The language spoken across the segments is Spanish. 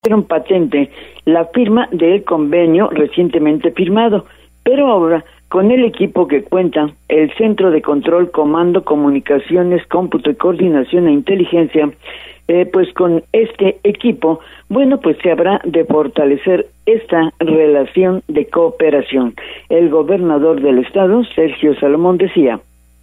pusieron patente la firma del convenio recientemente firmado, pero ahora con el equipo que cuenta el Centro de Control, Comando, Comunicaciones, Cómputo y Coordinación e Inteligencia, pues con este equipo, bueno, pues se habrá de fortalecer esta relación de cooperación. El gobernador del estado, Sergio Salomón, decía: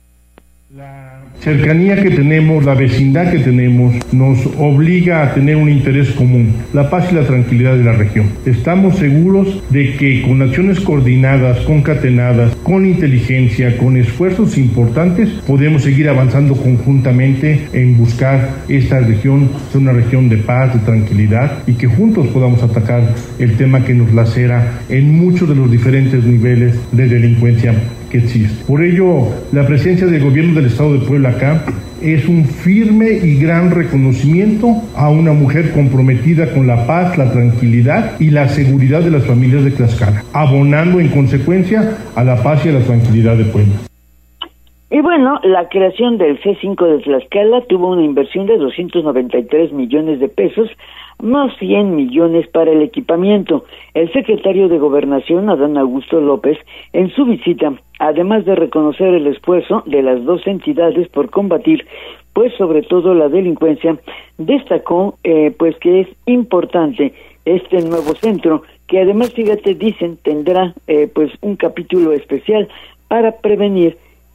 la cercanía que tenemos, la vecindad que tenemos, nos obliga a tener un interés común, la paz y la tranquilidad de la región. Estamos seguros de que con acciones coordinadas, concatenadas, con inteligencia, con esfuerzos importantes, podemos seguir avanzando conjuntamente en buscar esta región, una región de paz, de tranquilidad, y que juntos podamos atacar el tema que nos lacera en muchos de los diferentes niveles de delincuencia que existe. Por ello, la presencia del gobierno del estado de Puebla acá es un firme y gran reconocimiento a una mujer comprometida con la paz, la tranquilidad y la seguridad de las familias de Tlaxcala, abonando en consecuencia a la paz y a la tranquilidad de Puebla. Y bueno, la creación del C5 de Tlaxcala tuvo una inversión de 293 millones de pesos, más 100 millones para el equipamiento. El secretario de Gobernación, Adán Augusto López, en su visita, además de reconocer el esfuerzo de las dos entidades por combatir, pues sobre todo la delincuencia, destacó pues que es importante este nuevo centro, que además, fíjate, dicen, tendrá pues un capítulo especial para prevenir,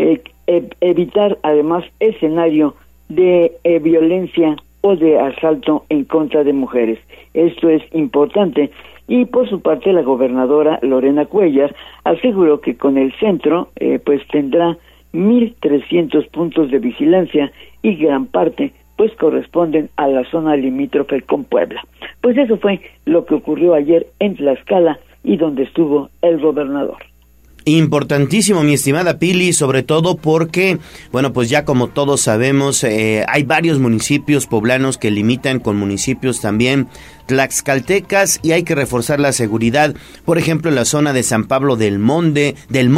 evitar además escenario de violencia o de asalto en contra de mujeres. Esto es importante. Y por su parte, la gobernadora Lorena Cuellar aseguró que con el centro pues tendrá 1,300 puntos de vigilancia y gran parte pues corresponden a la zona limítrofe con Puebla. Pues eso fue lo que ocurrió ayer en Tlaxcala y donde estuvo el gobernador. Importantísimo, mi estimada Pili, sobre todo porque, bueno, pues ya como todos sabemos, hay varios municipios poblanos que limitan con municipios también tlaxcaltecas y hay que reforzar la seguridad, por ejemplo, en la zona de San Pablo del Monte,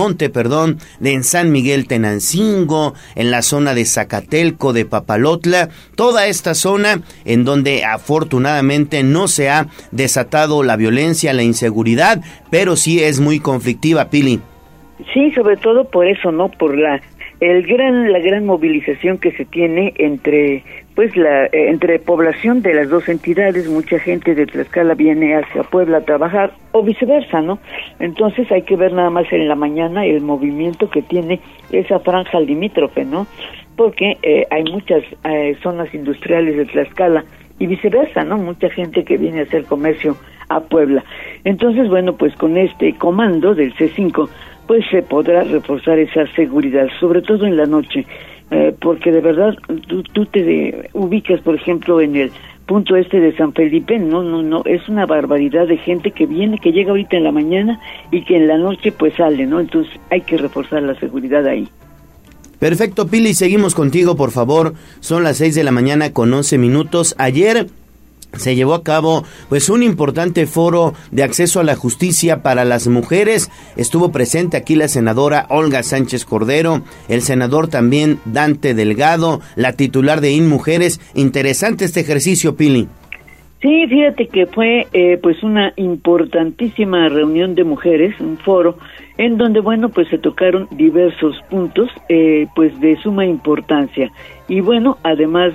de San Miguel Tenancingo, en la zona de Zacatelco, de Papalotla, toda esta zona en donde afortunadamente no se ha desatado la violencia, la inseguridad, pero sí es muy conflictiva, Pili. Sí, sobre todo por eso, ¿no? Por la gran movilización que se tiene entre entre población de las dos entidades. Mucha gente de Tlaxcala viene hacia Puebla a trabajar o viceversa, ¿no? Entonces hay que ver nada más en la mañana el movimiento que tiene esa franja limítrofe, ¿no? Porque hay muchas zonas industriales de Tlaxcala y viceversa, ¿no? Mucha gente que viene a hacer comercio a Puebla. Entonces, bueno, pues con este comando del C5 pues se podrá reforzar esa seguridad, sobre todo en la noche, porque de verdad tú te ubicas, por ejemplo, en el punto este de San Felipe, no, es una barbaridad de gente que viene, que llega ahorita en la mañana y que en la noche pues sale, ¿no? Entonces hay que reforzar la seguridad ahí. Perfecto, Pili, seguimos contigo, por favor. Son las 6:11 con 11 minutos. Ayer se llevó a cabo pues un importante foro de acceso a la justicia para las mujeres. Estuvo presente aquí la senadora Olga Sánchez Cordero, el senador también Dante Delgado, la titular de INMujeres. Interesante este ejercicio, Pili. Sí, fíjate que fue pues una importantísima reunión de mujeres, un foro en donde, bueno, pues se tocaron diversos puntos pues de suma importancia. Y bueno, además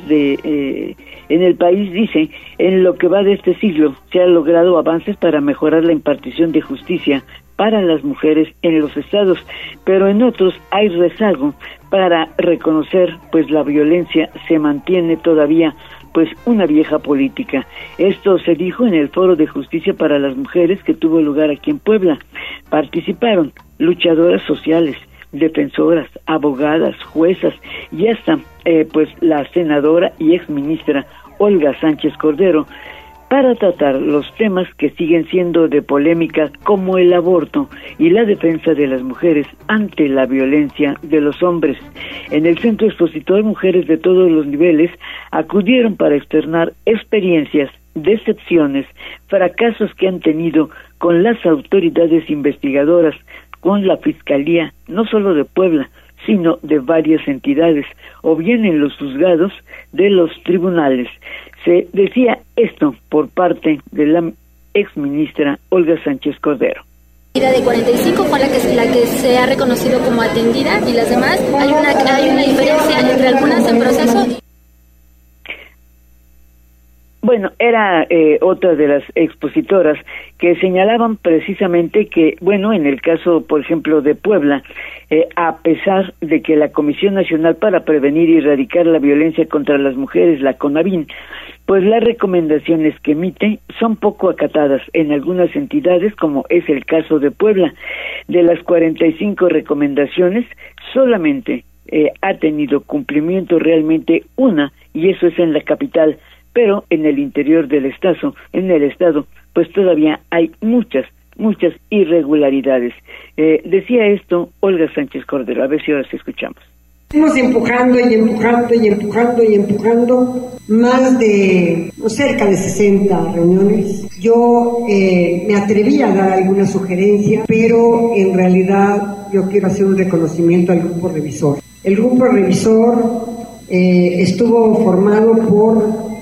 de en el país, dice, en lo que va de este siglo se han logrado avances para mejorar la impartición de justicia para las mujeres en los estados, pero en otros hay rezago para reconocer pues la violencia, se mantiene todavía pues una vieja política. Esto se dijo en el Foro de Justicia para las Mujeres que tuvo lugar aquí en Puebla. Participaron luchadoras sociales, defensoras, abogadas, juezas y hasta pues la senadora y exministra Olga Sánchez Cordero, para tratar los temas que siguen siendo de polémica, como el aborto y la defensa de las mujeres ante la violencia de los hombres. En el centro expositor, mujeres de todos los niveles acudieron para externar experiencias, decepciones, fracasos que han tenido con las autoridades investigadoras, con la Fiscalía, no solo de Puebla, sino de varias entidades, o bien en los juzgados de los tribunales. Se decía esto por parte de la exministra Olga Sánchez Cordero. La de 45 fue la que se ha reconocido como atendida, y las demás hay una diferencia entre algunas en proceso. Bueno, era otra de las expositoras que señalaban precisamente que, bueno, en el caso, por ejemplo, de Puebla, a pesar de que la Comisión Nacional para Prevenir y Erradicar la Violencia contra las Mujeres, la CONAVIM, pues las recomendaciones que emite son poco acatadas en algunas entidades, como es el caso de Puebla. De las 45 recomendaciones, solamente ha tenido cumplimiento realmente una, y eso es en la capital, pero en el interior del estado, pues todavía hay muchas irregularidades. Decía esto Olga Sánchez Cordero, a ver si ahora sí escuchamos. Estamos empujando más de cerca de 60 reuniones. Yo me atreví a dar alguna sugerencia, pero en realidad yo quiero hacer un reconocimiento al grupo revisor. El grupo revisor estuvo formado por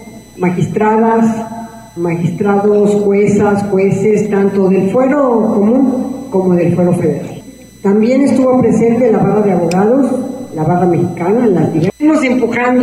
magistrados, jueces, tanto del fuero común como del fuero federal. También estuvo presente la barra de abogados, la barra mexicana, las diversas. Estamos empujando.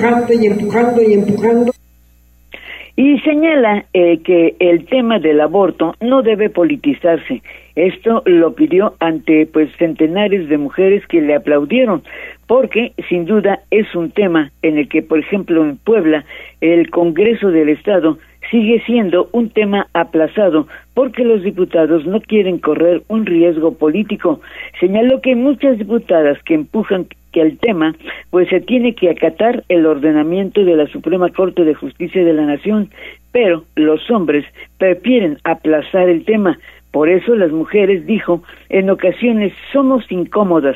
Y señala que el tema del aborto no debe politizarse. Esto lo pidió ante centenares de mujeres que le aplaudieron, porque sin duda es un tema en el que, por ejemplo, en Puebla, el Congreso del Estado sigue siendo un tema aplazado porque los diputados no quieren correr un riesgo político. Señaló que muchas diputadas que empujan que el tema se tiene que acatar el ordenamiento de la Suprema Corte de Justicia de la Nación, pero los hombres prefieren aplazar el tema. Por eso las mujeres, dijo, en ocasiones somos incómodas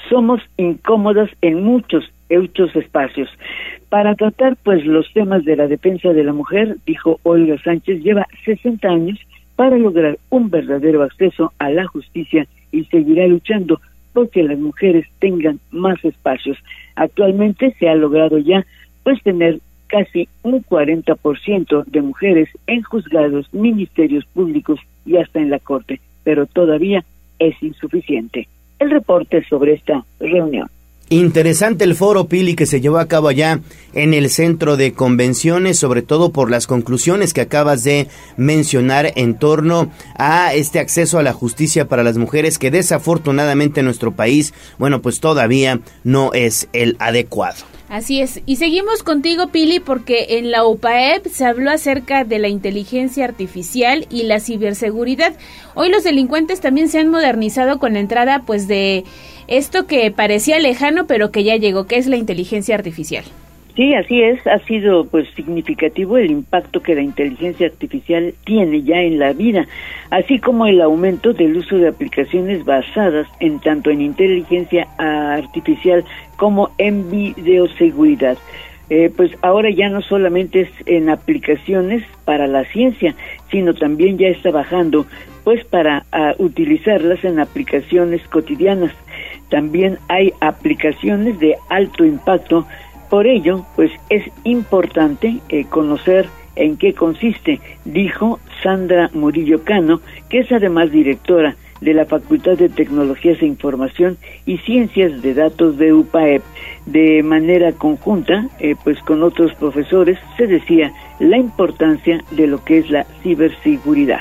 en muchos espacios. Para tratar los temas de la defensa de la mujer, dijo Olga Sánchez, lleva 60 años para lograr un verdadero acceso a la justicia y seguirá luchando porque las mujeres tengan más espacios. Actualmente se ha logrado ya tener casi un 40% de mujeres en juzgados, ministerios públicos y hasta en la Corte, pero todavía es insuficiente. El reporte sobre esta reunión. Interesante el foro, Pili, que se llevó a cabo allá en el centro de convenciones, sobre todo por las conclusiones que acabas de mencionar en torno a este acceso a la justicia para las mujeres, que desafortunadamente en nuestro país, todavía no es el adecuado. Así es, y seguimos contigo, Pili, porque en la UPAEP se habló acerca de la inteligencia artificial y la ciberseguridad. Hoy los delincuentes también se han modernizado con la entrada de esto que parecía lejano, pero que ya llegó, que es la inteligencia artificial. Sí, así es, ha sido significativo el impacto que la inteligencia artificial tiene ya en la vida, así como el aumento del uso de aplicaciones basadas en tanto en inteligencia artificial como en videoseguridad. Ahora ya no solamente es en aplicaciones para la ciencia, sino también ya está bajando para utilizarlas en aplicaciones cotidianas. También hay aplicaciones de alto impacto. Por ello, es importante conocer en qué consiste, dijo Sandra Murillo Cano, que es además directora de la Facultad de Tecnologías e Información y Ciencias de Datos de UPAEP. De manera conjunta, con otros profesores, se decía la importancia de lo que es la ciberseguridad.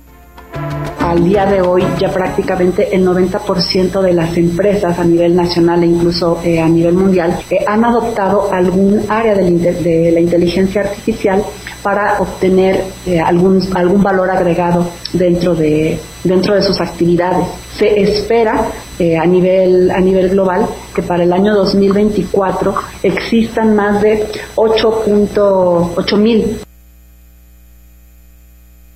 Al día de hoy ya prácticamente el 90% de las empresas a nivel nacional e incluso a nivel mundial han adoptado algún área de la inteligencia artificial para obtener algún valor agregado dentro de sus actividades. Se espera a nivel global que para el año 2024 existan más de 8.8 mil.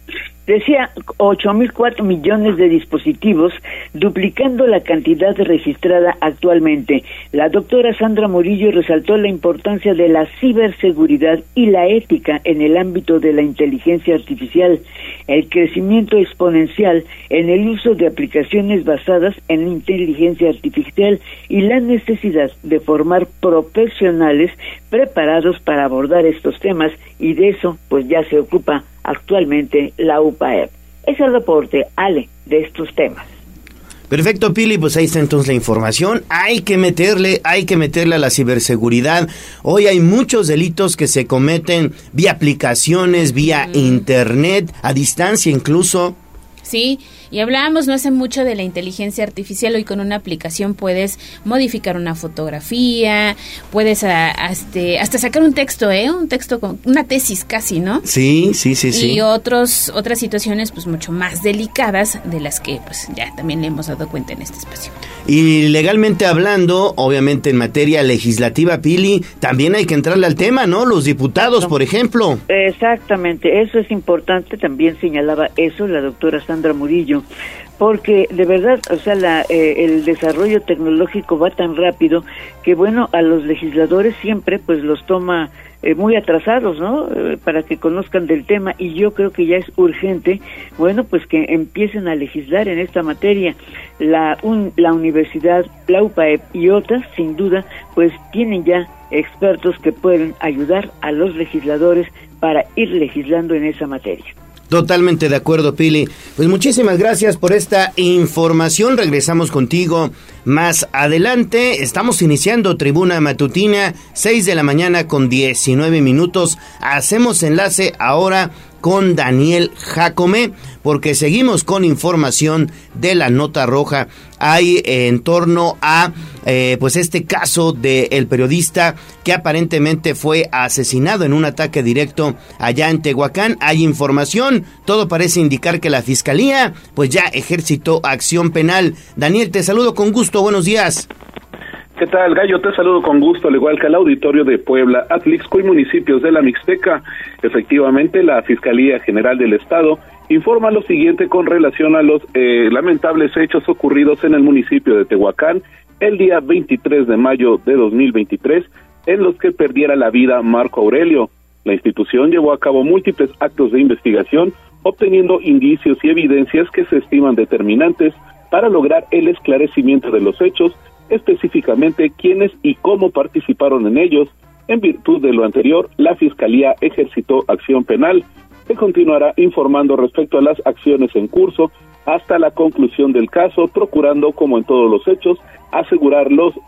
Decía 8.004 millones de dispositivos, duplicando la cantidad registrada actualmente. La doctora Sandra Murillo resaltó la importancia de la ciberseguridad y la ética en el ámbito de la inteligencia artificial, el crecimiento exponencial en el uso de aplicaciones basadas en inteligencia artificial y la necesidad de formar profesionales preparados para abordar estos temas, y de eso pues ya se ocupa actualmente la UPAEP. Es el reporte, Ale, de estos temas. Perfecto, Pili, pues ahí está entonces la información. Hay que meterle a la ciberseguridad. Hoy hay muchos delitos que se cometen vía aplicaciones, vía internet, a distancia incluso. Sí, y hablábamos no hace mucho de la inteligencia artificial. Hoy con una aplicación puedes modificar una fotografía, puedes hasta sacar un texto con una tesis casi, ¿no? Sí. Y otras situaciones pues mucho más delicadas de las que pues ya también le hemos dado cuenta en este espacio. Y legalmente hablando, obviamente en materia legislativa, Pili, también hay que entrarle al tema, ¿no? Los diputados, por ejemplo. Exactamente, eso es importante, también señalaba eso la doctora Sandra Murillo, porque de verdad, o sea, el desarrollo tecnológico va tan rápido que, bueno, a los legisladores siempre pues los toma muy atrasados, ¿no? Para que conozcan del tema, y yo creo que ya es urgente, bueno, pues que empiecen a legislar en esta materia. La universidad, la UPAEP y otras, sin duda, pues tienen ya expertos que pueden ayudar a los legisladores para ir legislando en esa materia. Totalmente de acuerdo, Pili. Pues muchísimas gracias por esta información. Regresamos contigo más adelante. Estamos iniciando Tribuna Matutina, 6 de la mañana con 19 minutos. Hacemos enlace ahora con Daniel Jacome, porque seguimos con información de la Nota Roja. Hay en torno a pues este caso del periodista que aparentemente fue asesinado en un ataque directo allá en Tehuacán. Hay información, todo parece indicar que la Fiscalía pues ya ejercitó acción penal. Daniel, te saludo con gusto, buenos días. ¿Qué tal, Gallo? Te saludo con gusto, al igual que al auditorio de Puebla, Atlixco y municipios de la Mixteca. Efectivamente, la Fiscalía General del Estado informa lo siguiente con relación a los lamentables hechos ocurridos en el municipio de Tehuacán el día 23 de mayo de 2023, en los que perdiera la vida Marco Aurelio. La institución llevó a cabo múltiples actos de investigación, obteniendo indicios y evidencias que se estiman determinantes para lograr el esclarecimiento de los hechos, específicamente quiénes y cómo participaron en ellos. En virtud de lo anterior, la Fiscalía ejercitó acción penal. Se continuará informando respecto a las acciones en curso hasta la conclusión del caso, procurando, como en todos los hechos, asegurar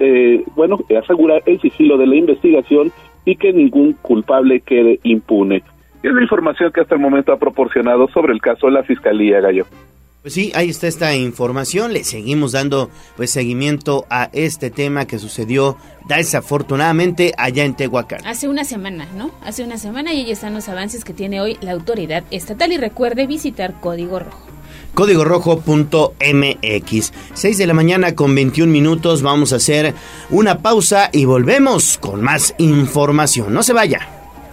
el sigilo de la investigación y que ningún culpable quede impune. Es la información que hasta el momento ha proporcionado sobre el caso la Fiscalía, Gallo. Pues sí, ahí está esta información. Le seguimos dando pues seguimiento a este tema que sucedió desafortunadamente allá en Tehuacán. Hace una semana, ¿no? Hace una semana, y ahí están los avances que tiene hoy la autoridad estatal. Y recuerde visitar Código Rojo. códigorojo.mx. 6 de la mañana con 21 minutos. Vamos a hacer una pausa y volvemos con más información. No se vaya.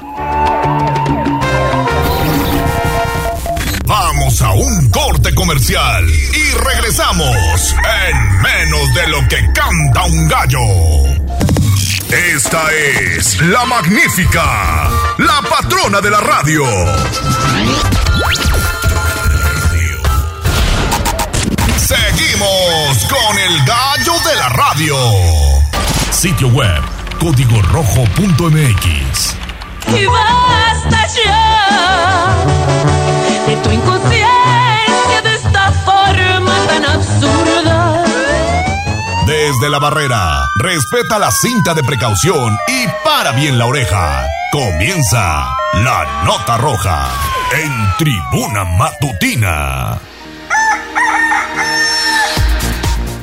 Vamos a un corte comercial y regresamos en menos de lo que canta un gallo. Esta es La Magnífica, la patrona de la radio. Seguimos con el gallo de la radio. Sitio web, códigorojo.mx. Y basta ya de tu inconsciencia, de esta forma tan absurda. Desde la barrera, respeta la cinta de precaución y para bien la oreja. Comienza La Nota Roja en Tribuna Matutina.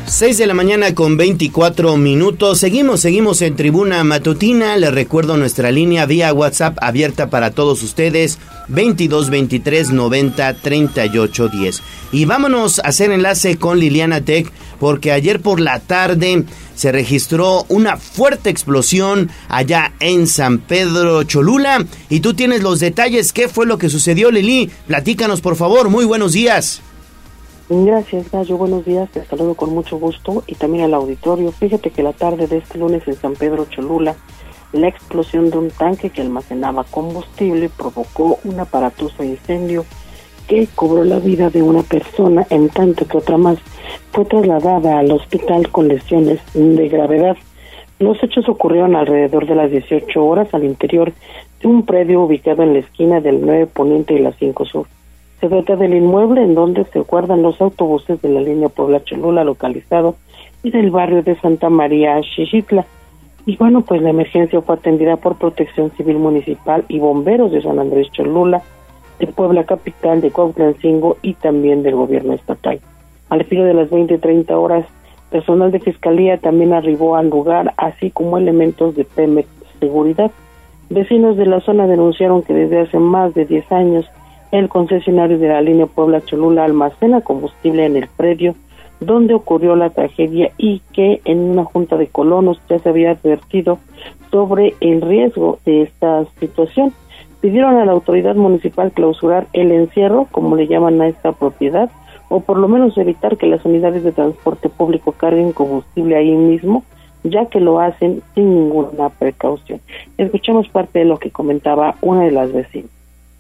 6 de la mañana con 24 minutos. Seguimos en Tribuna Matutina. Les recuerdo nuestra línea vía WhatsApp abierta para todos ustedes, 22 23 90 38 10. Y vámonos a hacer enlace con Liliana Tech, porque ayer por la tarde se registró una fuerte explosión allá en San Pedro Cholula. Y tú tienes los detalles. ¿Qué fue lo que sucedió, Lili? Platícanos, por favor. Muy buenos días. Gracias, Gallo. Buenos días, te saludo con mucho gusto y también al auditorio. Fíjate que la tarde de este lunes en San Pedro Cholula, la explosión de un tanque que almacenaba combustible provocó un aparatoso incendio que cobró la vida de una persona, en tanto que otra más fue trasladada al hospital con lesiones de gravedad. Los hechos ocurrieron alrededor de las 18 horas al interior de un predio ubicado en la esquina del 9 Poniente y la 5 Sur. Se trata del inmueble en donde se guardan los autobuses de la línea Puebla-Cholula, localizado en el barrio de Santa María Xixitla. Y bueno, pues la emergencia fue atendida por Protección Civil Municipal y bomberos de San Andrés Cholula, de Puebla Capital, de Cuautlancingo y también del gobierno estatal. Al filo de las 20:30 horas, personal de Fiscalía también arribó al lugar, así como elementos de Pemex Seguridad. Vecinos de la zona denunciaron que desde hace más de 10 años el concesionario de la línea Puebla-Cholula almacena combustible en el predio donde ocurrió la tragedia y que en una junta de colonos ya se había advertido sobre el riesgo de esta situación. Pidieron a la autoridad municipal clausurar el encierro, como le llaman a esta propiedad, o por lo menos evitar que las unidades de transporte público carguen combustible ahí mismo, ya que lo hacen sin ninguna precaución. Escuchamos parte de lo que comentaba una de las vecinas.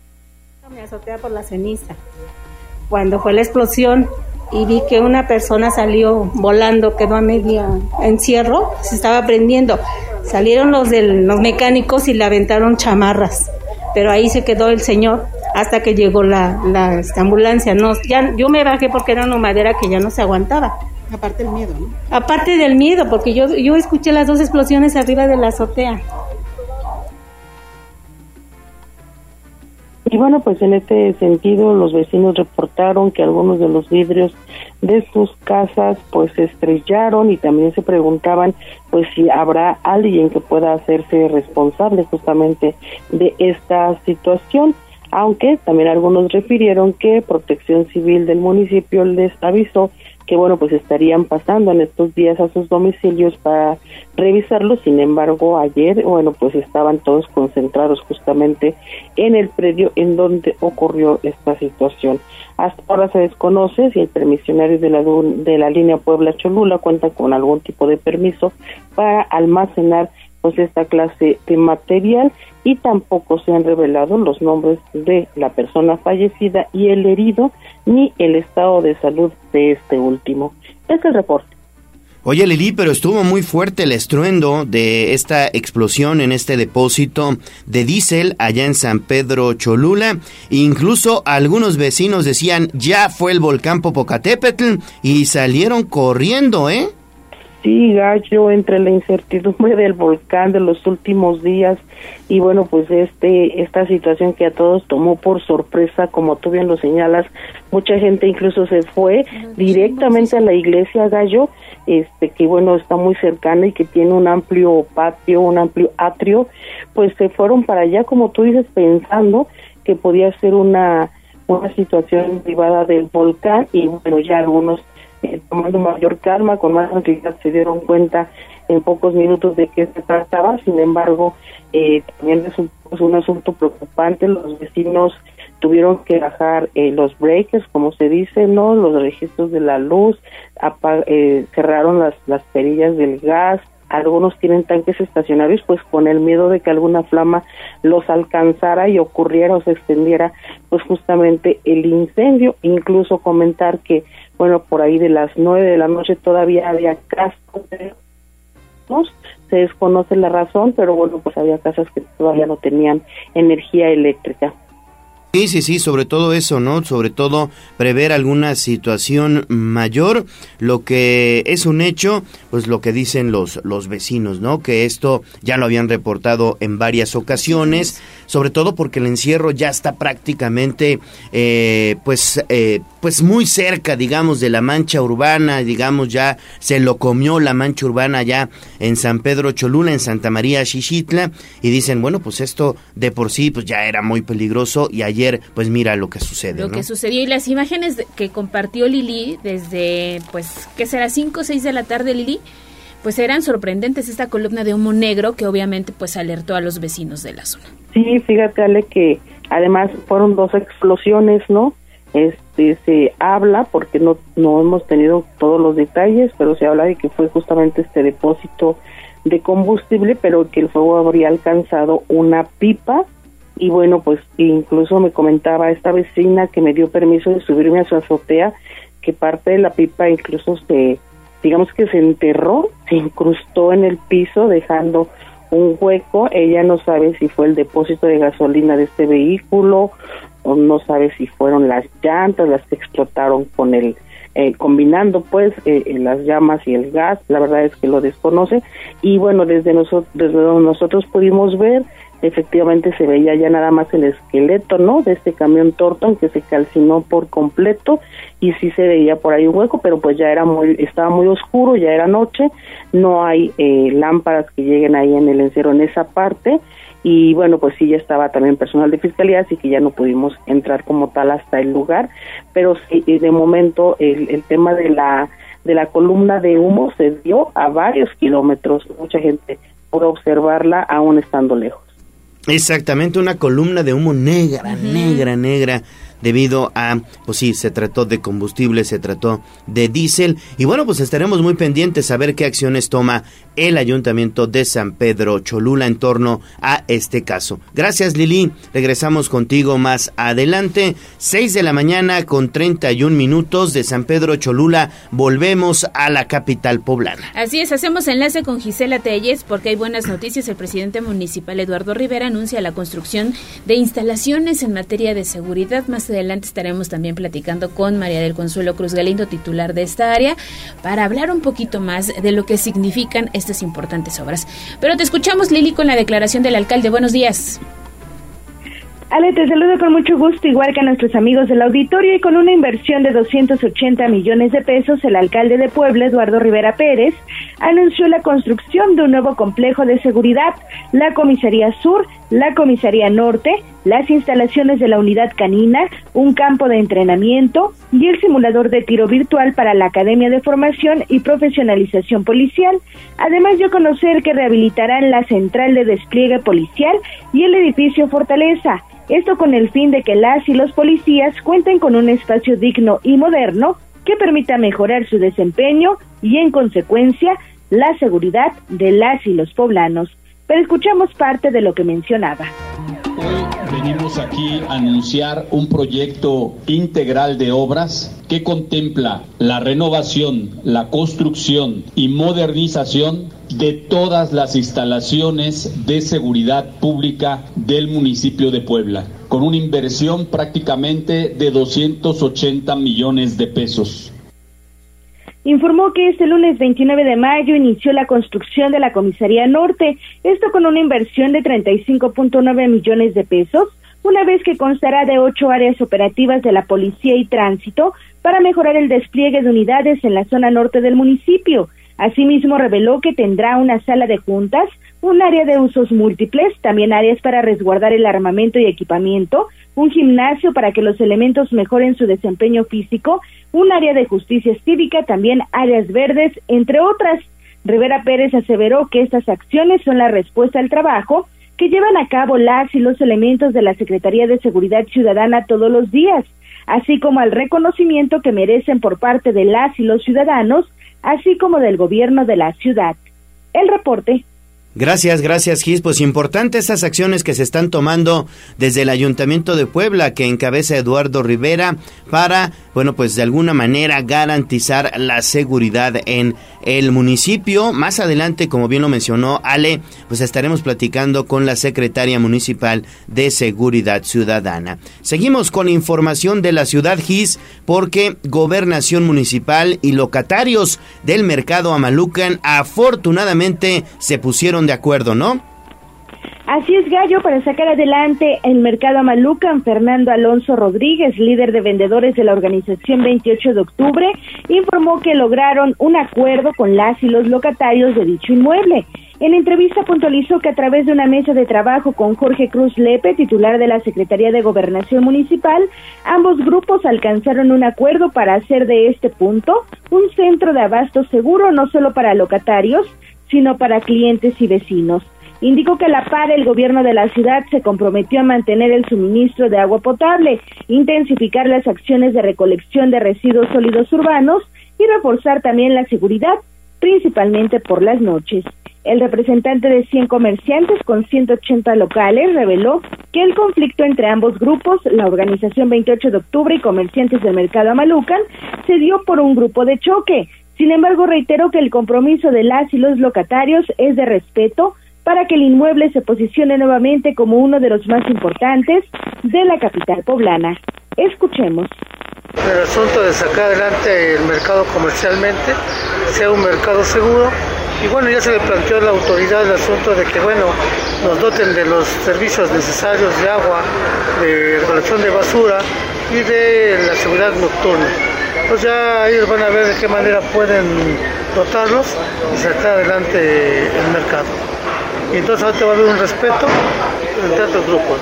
Me azotea por la ceniza. Cuando fue la explosión y vi que una persona salió volando, quedó a media encierro, se estaba prendiendo. Salieron los mecánicos y le aventaron chamarras, pero ahí se quedó el señor hasta que llegó la ambulancia. No, ya, yo me bajé porque era una madera que ya no se aguantaba. Aparte del miedo, ¿no? Aparte del miedo, porque yo escuché las dos explosiones arriba de la azotea. Y bueno, pues en este sentido los vecinos reportaron que algunos de los vidrios de sus casas pues se estrellaron y también se preguntaban pues si habrá alguien que pueda hacerse responsable justamente de esta situación, aunque también algunos refirieron que Protección Civil del municipio les avisó que bueno, pues estarían pasando en estos días a sus domicilios para revisarlos. Sin embargo, ayer, bueno, pues estaban todos concentrados justamente en el predio en donde ocurrió esta situación. Hasta ahora se desconoce si el permisionario de la línea Puebla-Cholula cuenta con algún tipo de permiso para almacenar pues esta clase de material, y tampoco se han revelado los nombres de la persona fallecida y el herido, ni el estado de salud de este último. Este es el reporte. Oye, Lili, pero estuvo muy fuerte el estruendo de esta explosión en este depósito de diésel allá en San Pedro Cholula. Incluso algunos vecinos decían, ya fue el volcán Popocatépetl, y salieron corriendo, ¿eh? Sí, Gallo, entre la incertidumbre del volcán de los últimos días y bueno, pues esta situación que a todos tomó por sorpresa, como tú bien lo señalas, mucha gente incluso se fue directamente a la iglesia, Gallo, que bueno, está muy cercana y que tiene un amplio patio, un amplio atrio, pues se fueron para allá, como tú dices, pensando que podía ser una situación privada del volcán, y bueno, ya algunos tomando mayor calma, con más tranquilidad, se dieron cuenta en pocos minutos de qué se trataba. Sin embargo, también es un asunto preocupante. Los vecinos tuvieron que bajar los breakers, como se dice, ¿no? Los registros de la luz, cerraron las perillas del gas. Algunos tienen tanques estacionarios, pues con el miedo de que alguna flama los alcanzara y ocurriera o se extendiera, pues justamente el incendio. Incluso comentar que, bueno, por ahí de las 9 de la noche todavía había casas, se desconoce la razón, pero bueno, pues había casas que todavía no tenían energía eléctrica. Sí, sobre todo eso, ¿no? Sobre todo prever alguna situación mayor. Lo que es un hecho, pues lo que dicen los vecinos, ¿no? Que esto ya lo habían reportado en varias ocasiones, sobre todo porque el encierro ya está prácticamente, pues pues muy cerca, digamos, de la mancha urbana, digamos, ya se lo comió la mancha urbana ya en San Pedro Cholula, en Santa María Xixitla, y dicen, bueno, pues esto de por sí pues ya era muy peligroso, y ayer pues mira lo que sucede, Lo que sucedió, y las imágenes que compartió Lili desde, pues, ¿qué será? 5 o 6 de la tarde, Lili, pues eran sorprendentes. Esta columna de humo negro que obviamente pues alertó a los vecinos de la zona. Sí, fíjate, Ale, que además fueron 2 explosiones, ¿no? Se habla, porque no hemos tenido todos los detalles, pero se habla de que fue justamente este depósito de combustible, pero que el fuego habría alcanzado una pipa. Y bueno, pues incluso me comentaba esta vecina que me dio permiso de subirme a su azotea, que parte de la pipa incluso digamos que se enterró, se incrustó en el piso, dejando un hueco. Ella no sabe si fue el depósito de gasolina de este vehículo, o no sabe si fueron las llantas las que explotaron con combinando pues las llamas y el gas. La verdad es que lo desconoce. Y bueno, desde donde nosotros pudimos ver, efectivamente se veía ya nada más el esqueleto, ¿no?, de este camión Torton, que se calcinó por completo, y sí se veía por ahí un hueco, pero pues ya estaba muy oscuro, ya era noche, no hay lámparas que lleguen ahí en el encierro en esa parte. Y bueno, pues sí, ya estaba también personal de fiscalía, así que ya no pudimos entrar como tal hasta el lugar, pero sí, de momento el tema de la columna de humo se dio a varios kilómetros. Mucha gente pudo observarla aún estando lejos. Exactamente, una columna de humo negra, negra, debido a, pues sí, se trató de combustible, se trató de diésel, y bueno, pues estaremos muy pendientes a ver qué acciones toma el Ayuntamiento de San Pedro Cholula en torno a este caso. Gracias, Lili, regresamos contigo más adelante, 6 de la mañana con 31 minutos de San Pedro Cholula, volvemos a la capital poblana. Así es, hacemos enlace con Gisela Telles porque hay buenas noticias. El presidente municipal Eduardo Rivera anuncia la construcción de instalaciones en materia de seguridad. Más adelante estaremos también platicando con María del Consuelo Cruz Galindo, titular de esta área, para hablar un poquito más de lo que significan estas importantes obras. Pero te escuchamos, Lili, con la declaración del alcalde. Buenos días. Ale, te saludo con mucho gusto, igual que a nuestros amigos del auditorio, y con una inversión de 280 millones de pesos, el alcalde de Puebla, Eduardo Rivera Pérez, anunció la construcción de un nuevo complejo de seguridad, la Comisaría Sur, la Comisaría Norte, las instalaciones de la unidad canina, un campo de entrenamiento y el simulador de tiro virtual para la Academia de Formación y Profesionalización Policial. Además dio a conocer que rehabilitarán la central de despliegue policial y el edificio Fortaleza. Esto con el fin de que las y los policías cuenten con un espacio digno y moderno que permita mejorar su desempeño y, en consecuencia, la seguridad de las y los poblanos. Pero escuchamos parte de lo que mencionaba. Hoy venimos aquí a anunciar un proyecto integral de obras que contempla la renovación, la construcción y modernización de todas las instalaciones de seguridad pública del municipio de Puebla, con una inversión prácticamente de 280 millones de pesos. Informó que este lunes 29 de mayo inició la construcción de la Comisaría Norte, esto con una inversión de 35.9 millones de pesos, una vez que constará de 8 áreas operativas de la Policía y Tránsito para mejorar el despliegue de unidades en la zona norte del municipio. Asimismo, reveló que tendrá una sala de juntas, un área de usos múltiples, también áreas para resguardar el armamento y equipamiento, un gimnasio para que los elementos mejoren su desempeño físico, un área de justicia cívica, también áreas verdes, entre otras. Rivera Pérez aseveró que estas acciones son la respuesta al trabajo que llevan a cabo las y los elementos de la Secretaría de Seguridad Ciudadana todos los días, así como al reconocimiento que merecen por parte de las y los ciudadanos, así como del gobierno de la ciudad. El reporte. Gracias, Gis. Pues importantes esas acciones que se están tomando desde el Ayuntamiento de Puebla, que encabeza Eduardo Rivera, para, bueno, pues de alguna manera garantizar la seguridad en el municipio. Más adelante, como bien lo mencionó Ale, pues estaremos platicando con la secretaria municipal de Seguridad Ciudadana. Seguimos con información de la ciudad, Gis, porque Gobernación Municipal y locatarios del Mercado Amalucan afortunadamente se pusieron de acuerdo, ¿no? Así es, Gallo, para sacar adelante el mercado Amalucan, Fernando Alonso Rodríguez, líder de vendedores de la organización 28 de octubre, informó que lograron un acuerdo con las y los locatarios de dicho inmueble. En entrevista puntualizó que a través de una mesa de trabajo con Jorge Cruz Lepe, titular de la Secretaría de Gobernación Municipal, ambos grupos alcanzaron un acuerdo para hacer de este punto un centro de abasto seguro no solo para locatarios, sino para clientes y vecinos. Indicó que a la par el gobierno de la ciudad se comprometió a mantener el suministro de agua potable, intensificar las acciones de recolección de residuos sólidos urbanos y reforzar también la seguridad, principalmente por las noches. El representante de 100 comerciantes con 180 locales reveló que el conflicto entre ambos grupos, la organización 28 de octubre y comerciantes del mercado Amalucan, se dio por un grupo de choque. Sin embargo, reiteró que el compromiso de las y los locatarios es de respeto para que el inmueble se posicione nuevamente como uno de los más importantes de la capital poblana. Escuchemos. El asunto de sacar adelante el mercado comercialmente, sea un mercado seguro, y bueno, ya se le planteó a la autoridad el asunto de que, bueno, nos doten de los servicios necesarios de agua, de recolección de basura y de la seguridad nocturna. Pues ya ellos van a ver de qué manera pueden dotarlos y sacar adelante el mercado. Y entonces ahora va a haber un respeto entre otros grupos.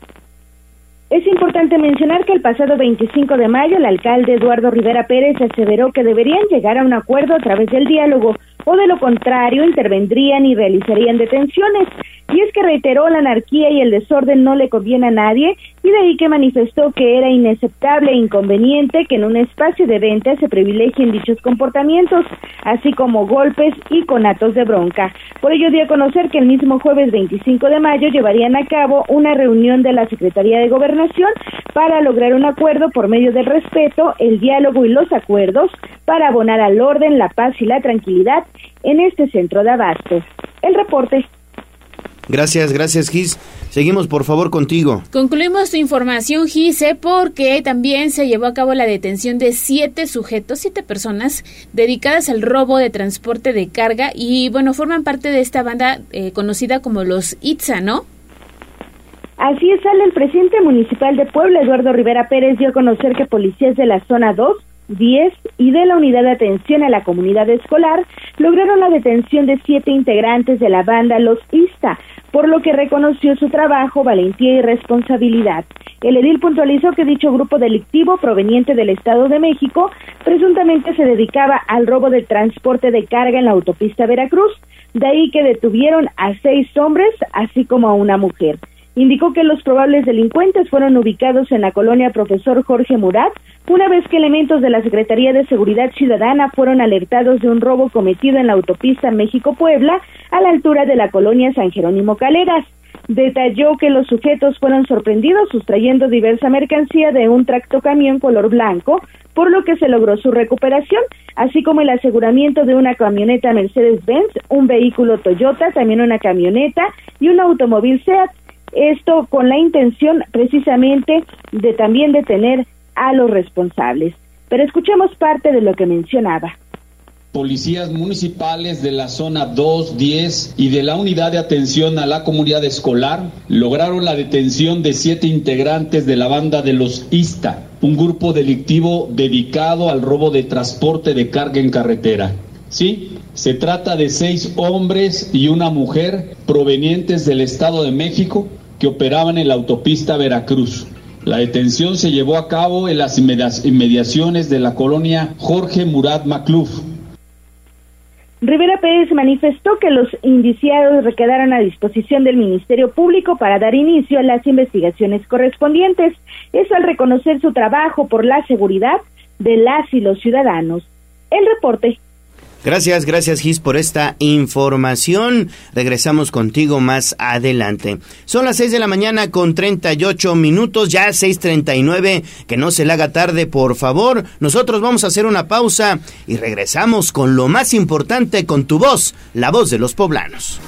Es importante mencionar que el pasado 25 de mayo el alcalde Eduardo Rivera Pérez aseveró que deberían llegar a un acuerdo a través del diálogo, o de lo contrario intervendrían y realizarían detenciones. Y es que reiteró, la anarquía y el desorden no le conviene a nadie, y de ahí que manifestó que era inaceptable e inconveniente que en un espacio de venta se privilegien dichos comportamientos, así como golpes y conatos de bronca. Por ello dio a conocer que el mismo jueves 25 de mayo llevarían a cabo una reunión de la Secretaría de Gobernación para lograr un acuerdo por medio del respeto, el diálogo y los acuerdos para abonar al orden, la paz y la tranquilidad en este centro de abasto. El reporte. Gracias, Gis. Seguimos, por favor, contigo. Concluimos tu información, Gise, porque también se llevó a cabo la detención de 7 personas dedicadas al robo de transporte de carga y, bueno, forman parte de esta banda conocida como los ITZA, ¿no? Así es, el presidente municipal de Puebla, Eduardo Rivera Pérez, dio a conocer que policías de la zona 2, 10 y de la unidad de atención a la comunidad escolar lograron la detención de 7 integrantes de la banda Los ISTA, por lo que reconoció su trabajo, valentía y responsabilidad. El edil puntualizó que dicho grupo delictivo proveniente del Estado de México presuntamente se dedicaba al robo del transporte de carga en la autopista Veracruz, de ahí que detuvieron a 6 hombres así como a una mujer. Indicó que los probables delincuentes fueron ubicados en la colonia Profesor Jorge Murat, una vez que elementos de la Secretaría de Seguridad Ciudadana fueron alertados de un robo cometido en la autopista México-Puebla, a la altura de la colonia San Jerónimo Caleras. Detalló que los sujetos fueron sorprendidos sustrayendo diversa mercancía de un tractocamión color blanco, por lo que se logró su recuperación, así como el aseguramiento de una camioneta Mercedes-Benz, un vehículo Toyota, también una camioneta y un automóvil SEAT. Esto con la intención precisamente de también detener a los responsables. Pero escuchemos parte de lo que mencionaba. Policías municipales de la zona 2, 10 y de la unidad de atención a la comunidad escolar lograron la detención de 7 integrantes de la banda de los ISTA, un grupo delictivo dedicado al robo de transporte de carga en carretera. Sí, se trata de 6 hombres y una mujer provenientes del Estado de México que operaban en la autopista Veracruz. La detención se llevó a cabo en las inmediaciones de la colonia Jorge Murat Macluf. Rivera Pérez manifestó que los indiciados quedaron a disposición del Ministerio Público para dar inicio a las investigaciones correspondientes. Eso al reconocer su trabajo por la seguridad de las y los ciudadanos. El reporte. Gracias, Gis, por esta información. Regresamos contigo más adelante. Son las 6 de la mañana con 38 minutos, ya 6:39. Que no se le haga tarde, por favor. Nosotros vamos a hacer una pausa y regresamos con lo más importante, con tu voz, la voz de los poblanos.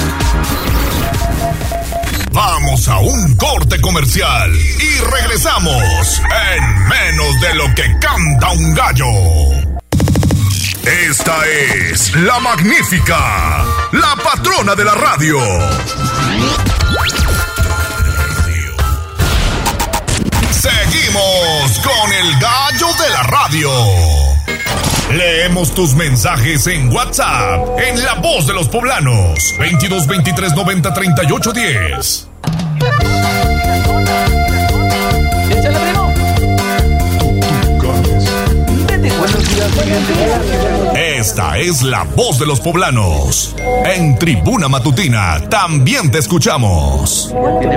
Vamos a un corte comercial y regresamos en menos de lo que canta un gallo. Esta es La Magnífica, la patrona de la radio. Seguimos con el gallo de la radio. Leemos tus mensajes en WhatsApp, en La Voz de los Poblanos, 22 23 90 38 10. Esta es La Voz de los Poblanos. En Tribuna Matutina también te escuchamos.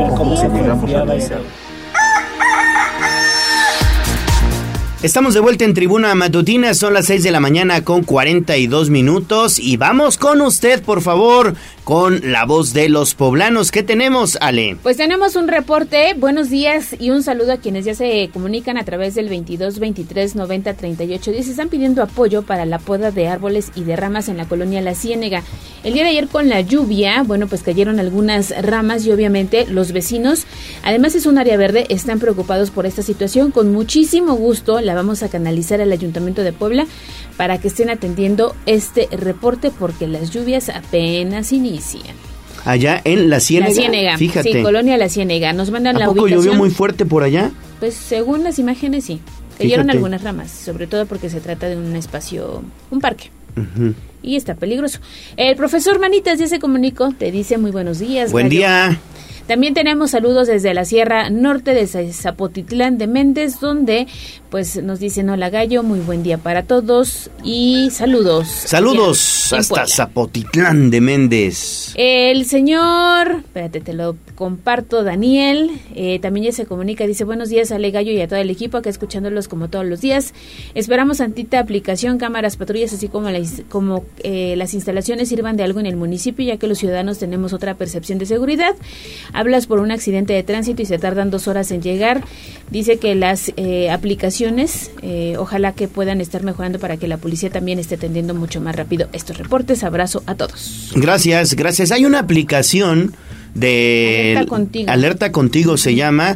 Estamos de vuelta en Tribuna Matutina, son las 6 de la mañana con 42 minutos y vamos con usted, por favor, con La Voz de los Poblanos. ¿Qué tenemos, Ale? Pues tenemos un reporte, buenos días y un saludo a quienes ya se comunican a través del 22 23 90 38 10. Están pidiendo apoyo para la poda de árboles y de ramas en la colonia La Ciénega. El día de ayer con la lluvia, bueno, pues cayeron algunas ramas y obviamente los vecinos, además es un área verde, están preocupados por esta situación. Con muchísimo gusto la vamos a canalizar al Ayuntamiento de Puebla para que estén atendiendo este reporte porque las lluvias apenas inician. Allá en La Ciénega. La Ciénega, fíjate. Sí, colonia La Ciénega. Nos mandan la ubicación. ¿A poco llovió muy fuerte por allá? Pues según las imágenes sí. Cayeron algunas ramas, sobre todo porque se trata de un espacio, un parque. Uh-huh. Y está peligroso. El profesor Manitas ya se comunicó, te dice muy buenos días. Buen Gallo. Día. También tenemos saludos desde la Sierra Norte de Zapotitlán de Méndez, donde pues nos dicen hola Gallo, muy buen día para todos y saludos. Saludos hasta Zapotitlán de Méndez. El señor, espérate, te lo comparto, Daniel, también ya se comunica, dice buenos días Ale Gallo y a todo el equipo, acá escuchándolos como todos los días. Esperamos tantita aplicación, cámaras, patrullas, así como las instalaciones sirvan de algo en el municipio, ya que los ciudadanos tenemos otra percepción de seguridad. Hablas por un accidente de tránsito y se tardan 2 horas en llegar. Dice que las aplicaciones, ojalá que puedan estar mejorando para que la policía también esté atendiendo mucho más rápido estos reportes. Abrazo a todos. Gracias, gracias. Hay una aplicación de Alerta Contigo se llama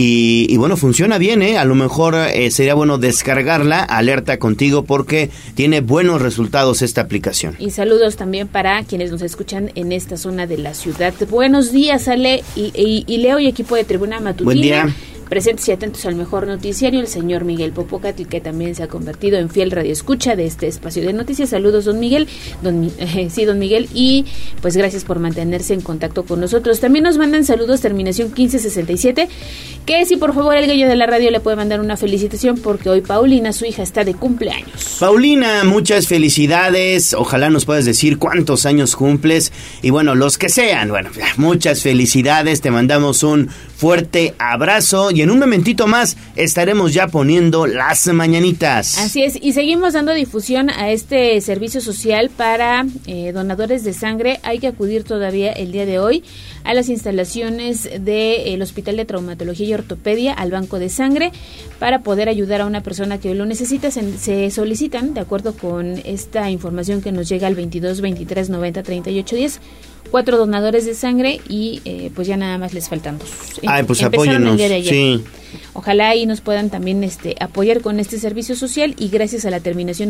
y bueno, funciona bien, a lo mejor sería bueno descargarla, Alerta Contigo, porque tiene buenos resultados esta aplicación. Y saludos también para quienes nos escuchan en esta zona de la ciudad. Buenos días, Ale y Leo y equipo de Tribuna Matutina. Buen día. Presentes y atentos al mejor noticiario, el señor Miguel Popocatl, que también se ha convertido en fiel radioescucha de este espacio de noticias. Saludos, don Miguel. Don Miguel, y pues gracias por mantenerse en contacto con nosotros. También nos mandan saludos, terminación 1567, que si por favor el gallo de la radio le puede mandar una felicitación, porque hoy Paulina, su hija, está de cumpleaños. Paulina, muchas felicidades, ojalá nos puedas decir cuántos años cumples, y bueno, los que sean, bueno, muchas felicidades, te mandamos un fuerte abrazo, y en un momentito más estaremos ya poniendo las mañanitas. Así es, y seguimos dando difusión a este servicio social para donadores de sangre. Hay que acudir todavía el día de hoy a las instalaciones del Hospital de Traumatología y Ortopedia, al banco de sangre, para poder ayudar a una persona que lo necesita. Se solicitan, de acuerdo con esta información que nos llega al 22 23 90 38 10, 4 donadores de sangre y pues ya nada más les faltan 2. Ay, pues apóyennos, sí. Ojalá ahí nos puedan también apoyar con este servicio social, y gracias a la terminación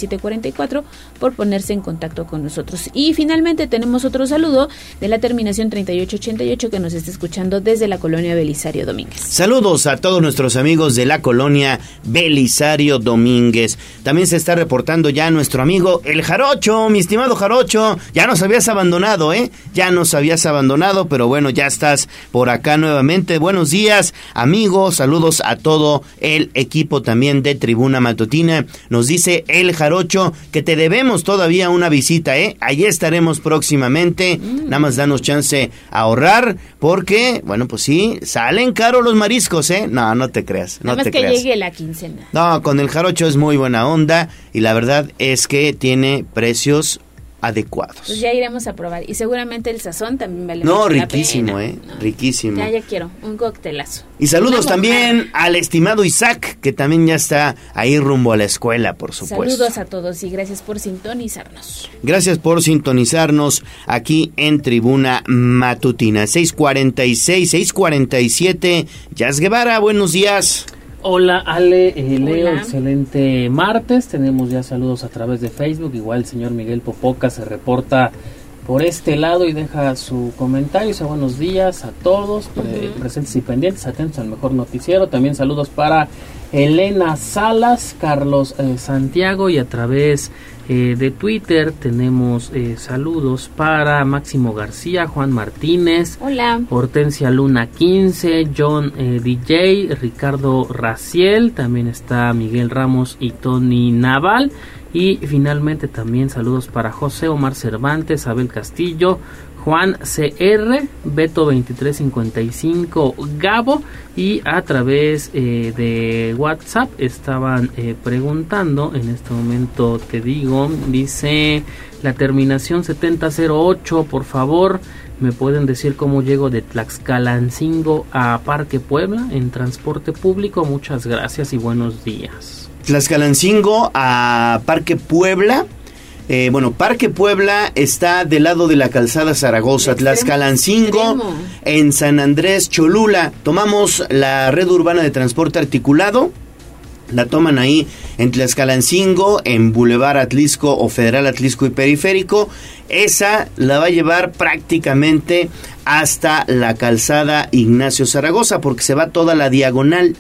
9744 por ponerse en contacto con nosotros. Y finalmente tenemos otro saludo de la terminación 3888 que nos está escuchando desde la colonia Belisario Domínguez. Saludos a todos nuestros amigos de la colonia Belisario Domínguez. También se está reportando ya nuestro amigo el Jarocho, mi estimado Jarocho. Ya nos habías abandonado, ya nos habías abandonado, pero bueno, ya estás por acá nuevamente. Buenos días, amigos. Saludos a todo el equipo también de Tribuna Matutina. Nos dice el Jarocho que te debemos todavía una visita, Allí estaremos próximamente. Nada más danos chance a ahorrar, porque, bueno, pues sí, salen caros los mariscos, No, no te creas, no Nada te más que creas. llegue la quincena. No, con el Jarocho es muy buena onda, y la verdad es que tiene precios adecuados. Pues ya iremos a probar, y seguramente el sazón también vale No, mucho riquísimo, la pena. Riquísimo. Ya quiero un coctelazo. Y saludos también al estimado Isaac, que también ya está ahí rumbo a la escuela, por supuesto. Saludos a todos y gracias por sintonizarnos. Gracias por sintonizarnos aquí en Tribuna Matutina. 6:47, Jazz Guevara, buenos días. Hola Ale, Leo, Hola. Excelente martes. Tenemos ya saludos a través de Facebook. Igual el señor Miguel Popoca se reporta por este lado y deja su comentario. Dice buenos días a todos, presentes y pendientes, atentos al mejor noticiero. También saludos para Elena Salas, Carlos Santiago, y a través de Twitter tenemos saludos para Máximo García, Juan Martínez, hola, Hortensia Luna 15, John DJ, Ricardo Raciel, también está Miguel Ramos y Tony Naval. Y finalmente también saludos para José Omar Cervantes, Abel Castillo, Juan CR, Beto 2355, Gabo, y a través de WhatsApp estaban preguntando, en este momento te digo, dice la terminación 7008, por favor, ¿me pueden decir cómo llego de Tlaxcalancingo a Parque Puebla en transporte público? Muchas gracias y buenos días. Tlaxcalancingo a Parque Puebla. Parque Puebla está del lado de la calzada Zaragoza. Tlaxcalancingo en San Andrés Cholula. Tomamos la red urbana de transporte articulado. La toman ahí en Tlaxcalancingo, en Boulevard Atlisco o Federal Atlisco y Periférico. Esa la va a llevar prácticamente hasta la calzada Ignacio Zaragoza, porque se va toda la diagonal.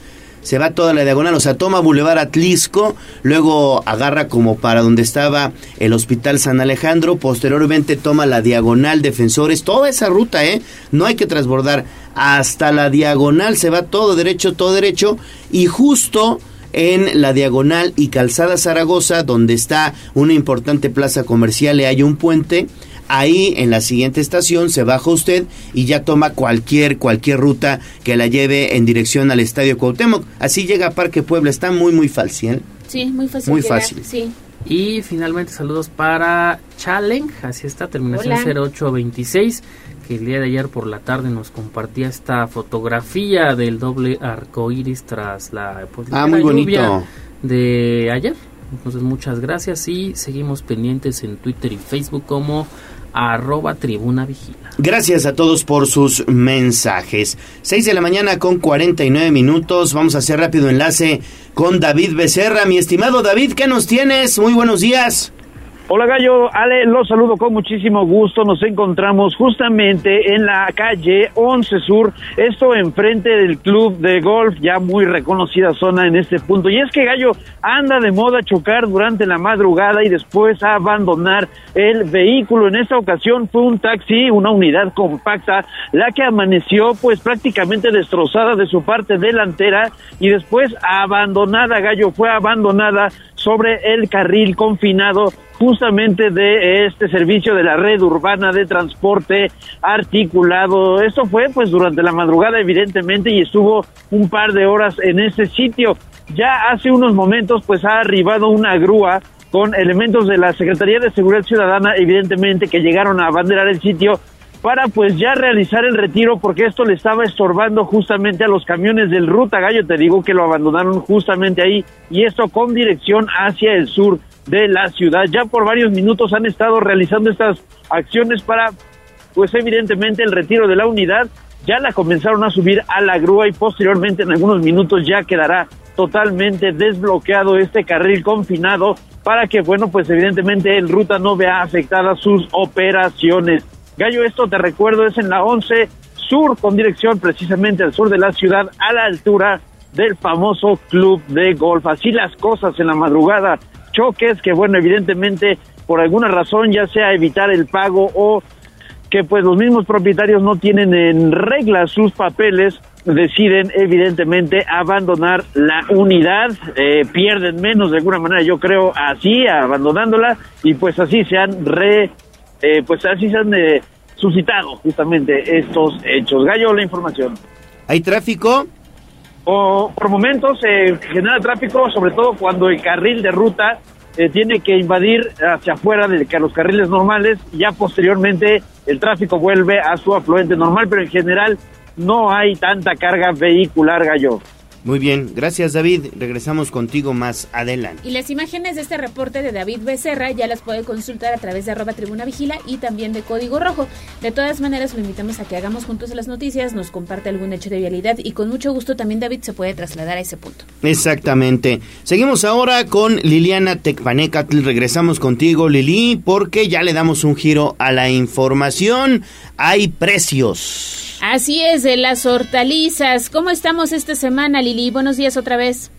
O sea, toma Boulevard Atlisco, luego agarra como para donde estaba el Hospital San Alejandro, posteriormente toma la diagonal Defensores, toda esa ruta, no hay que transbordar, hasta la diagonal se va todo derecho, y justo en la diagonal y calzada Zaragoza, donde está una importante plaza comercial y hay un puente. Ahí en la siguiente estación se baja usted y ya toma cualquier ruta que la lleve en dirección al Estadio Cuauhtémoc. Así llega a Parque Puebla, está muy fácil. Sí, muy fácil. Muy fácil. Sí. Y finalmente saludos para Challenge, así está, terminación 0826, que el día de ayer por la tarde nos compartía esta fotografía del doble arcoíris tras la muy bonito de ayer. Entonces muchas gracias y seguimos pendientes en Twitter y Facebook como @tribunavigila. Gracias a todos por sus mensajes. 6 de la mañana con 49 minutos. Vamos a hacer rápido enlace con David Becerra. Mi estimado David, ¿qué nos tienes? Muy buenos días. Hola Gallo, Ale, los saludo con muchísimo gusto. Nos encontramos justamente en la calle 11 Sur, esto enfrente del club de golf, ya muy reconocida zona en este punto. Y es que Gallo anda de moda chocar durante la madrugada y después abandonar el vehículo. En esta ocasión fue un taxi, una unidad compacta, la que amaneció pues prácticamente destrozada de su parte delantera y después abandonada, Gallo, fue abandonada sobre el carril confinado justamente de este servicio de la red urbana de transporte articulado. Esto fue pues durante la madrugada evidentemente y estuvo un par de horas en ese sitio. Ya hace unos momentos pues ha arribado una grúa con elementos de la Secretaría de Seguridad Ciudadana evidentemente que llegaron a abanderar el sitio para pues ya realizar el retiro porque esto le estaba estorbando justamente a los camiones del Ruta Gallo. Te digo que lo abandonaron justamente ahí y esto con dirección hacia el sur de la ciudad. Ya por varios minutos han estado realizando estas acciones para pues evidentemente el retiro de la unidad. Ya la comenzaron a subir a la grúa y posteriormente en algunos minutos ya quedará totalmente desbloqueado este carril confinado para que bueno pues evidentemente el Ruta no vea afectadas sus operaciones. Gallo, esto te recuerdo es en la 11 Sur con dirección precisamente al sur de la ciudad a la altura del famoso club de golf. Así las cosas en la madrugada, choques que bueno evidentemente por alguna razón ya sea evitar el pago o que pues los mismos propietarios no tienen en regla sus papeles, deciden evidentemente abandonar la unidad, pierden menos de alguna manera yo creo así abandonándola y pues así se han suscitado justamente estos hechos. Gallo, la información. ¿Hay tráfico? Por momentos genera tráfico, sobre todo cuando el carril de ruta tiene que invadir hacia afuera de los carriles normales, ya posteriormente el tráfico vuelve a su afluente normal, pero en general no hay tanta carga vehicular, Gallo. Muy bien, gracias David, regresamos contigo más adelante. Y las imágenes de este reporte de David Becerra ya las puede consultar a través de @tribunavigila y también de Código Rojo. De todas maneras, lo invitamos a que hagamos juntos las noticias, nos comparte algún hecho de vialidad y con mucho gusto también David se puede trasladar a ese punto. Exactamente. Seguimos ahora con Liliana Tecpanecatl, regresamos contigo Lili, porque ya le damos un giro a la información. Hay precios. Así es, de las hortalizas. ¿Cómo estamos esta semana, Lili? Buenos días otra vez.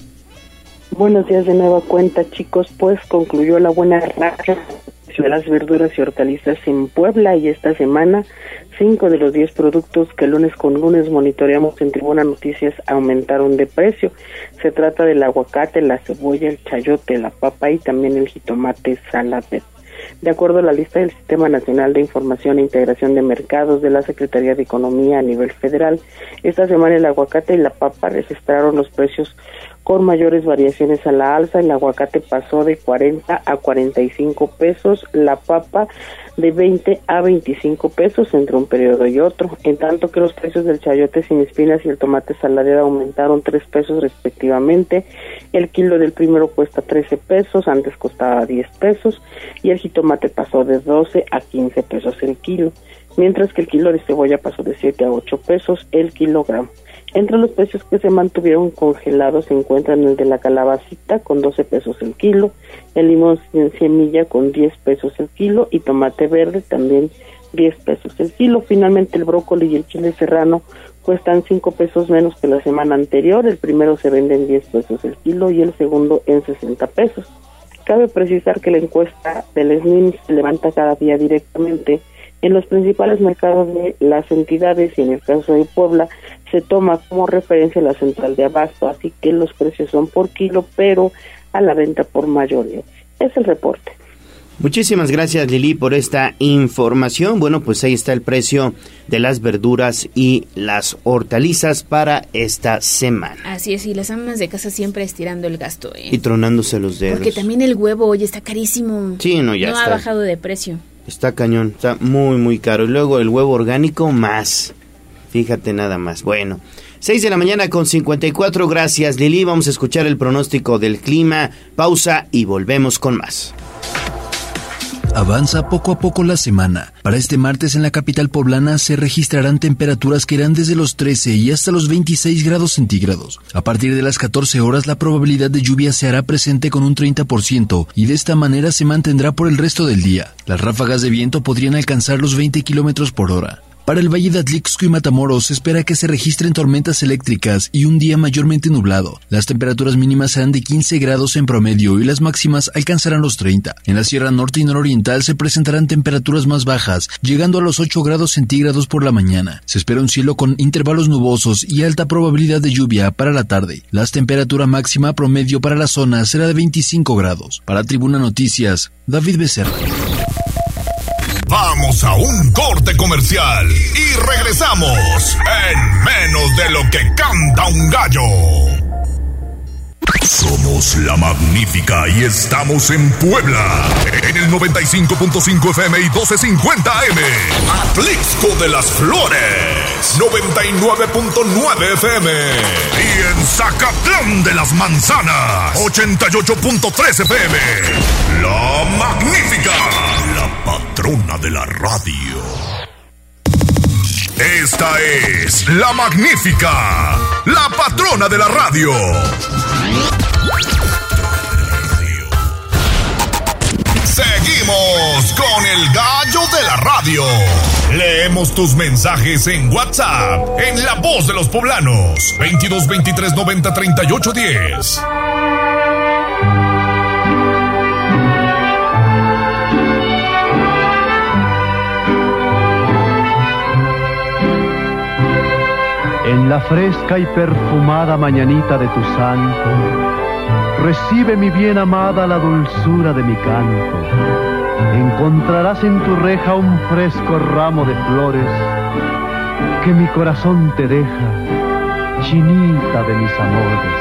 Buenos días de nueva cuenta, chicos. Pues concluyó la buena racha de las verduras y hortalizas en Puebla y esta semana 5 de los 10 productos que lunes con lunes monitoreamos en Tribuna Noticias aumentaron de precio. Se trata del aguacate, la cebolla, el chayote, la papa y también el jitomate salate. De acuerdo a la lista del Sistema Nacional de Información e Integración de Mercados de la Secretaría de Economía a nivel federal, esta semana el aguacate y la papa registraron los precios con mayores variaciones a la alza. El aguacate pasó de 40 a 45 pesos, la papa de 20 a 25 pesos entre un periodo y otro, en tanto que los precios del chayote sin espinas y el tomate saladero aumentaron 3 pesos respectivamente. El kilo del primero cuesta 13 pesos, antes costaba 10 pesos, y el jitomate pasó de 12 a 15 pesos el kilo, mientras que el kilo de cebolla pasó de 7 a 8 pesos el kilogramo. Entre los precios que se mantuvieron congelados se encuentran el de la calabacita con 12 pesos el kilo, el limón sin semilla con 10 pesos el kilo y tomate verde también 10 pesos el kilo. Finalmente el brócoli y el chile serrano cuestan 5 pesos menos que la semana anterior. El primero se vende en 10 pesos el kilo y el segundo en 60 pesos. Cabe precisar que la encuesta del SNIM se levanta cada día directamente en los principales mercados de las entidades y en el caso de Puebla se toma como referencia la central de abasto, así que los precios son por kilo, pero a la venta por mayoría. Es el reporte. Muchísimas gracias Lili por esta información. Bueno, pues ahí está el precio de las verduras y las hortalizas para esta semana. Así es, y las amas de casa siempre estirando el gasto, y tronándose los dedos. Porque también el huevo hoy está carísimo. Sí, no, ya está. No ha bajado de precio. Está cañón, está muy, muy caro. Y luego el huevo orgánico más. Fíjate nada más. Bueno, 6 de la mañana con 54. Gracias, Lili. Vamos a escuchar el pronóstico del clima. Pausa y volvemos con más. Avanza poco a poco la semana. Para este martes en la capital poblana se registrarán temperaturas que irán desde los 13 y hasta los 26 grados centígrados. A partir de las 14 horas la probabilidad de lluvia se hará presente con un 30% y de esta manera se mantendrá por el resto del día. Las ráfagas de viento podrían alcanzar los 20 kilómetros por hora. Para el Valle de Atlixco y Matamoros se espera que se registren tormentas eléctricas y un día mayormente nublado. Las temperaturas mínimas serán de 15 grados en promedio y las máximas alcanzarán los 30. En la Sierra Norte y Nororiental se presentarán temperaturas más bajas, llegando a los 8 grados centígrados por la mañana. Se espera un cielo con intervalos nubosos y alta probabilidad de lluvia para la tarde. La temperatura máxima promedio para la zona será de 25 grados. Para Tribuna Noticias, David Becerra. Vamos a un corte comercial y regresamos en menos de lo que canta un gallo. Somos La Magnífica y estamos en Puebla, en el 95.5 FM y 1250 AM. Atlixco de las Flores, 99.9 FM. Y en Zacatlán de las Manzanas, 88.3 FM. La Magnífica, la patrona de la radio. Esta es La Magnífica, la patrona de la radio. Seguimos con el gallo de la radio. Leemos tus mensajes en WhatsApp, en La Voz de los Poblanos, 22 23 90 38 10. En la fresca y perfumada mañanita de tu santo, recibe mi bien amada la dulzura de mi canto. Encontrarás en tu reja un fresco ramo de flores que mi corazón te deja, chinita de mis amores.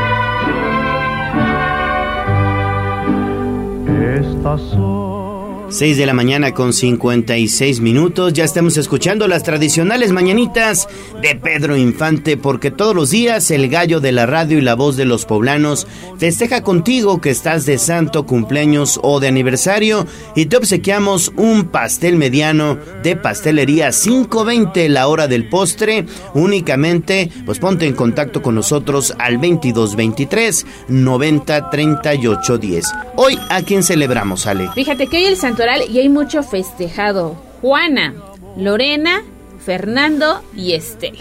Estas son 6 de la mañana con 56 minutos. Ya estamos escuchando las tradicionales mañanitas de Pedro Infante, porque todos los días el gallo de la radio y la voz de los poblanos festeja contigo que estás de santo, cumpleaños o de aniversario, y te obsequiamos un pastel mediano de Pastelería 520, la hora del postre. Únicamente pues ponte en contacto con nosotros al 2223 90 38 10. Hoy, ¿a quién celebramos, Ale? Fíjate que hoy el santoral y hay mucho festejado. Juana, Lorena, Fernando y Estela.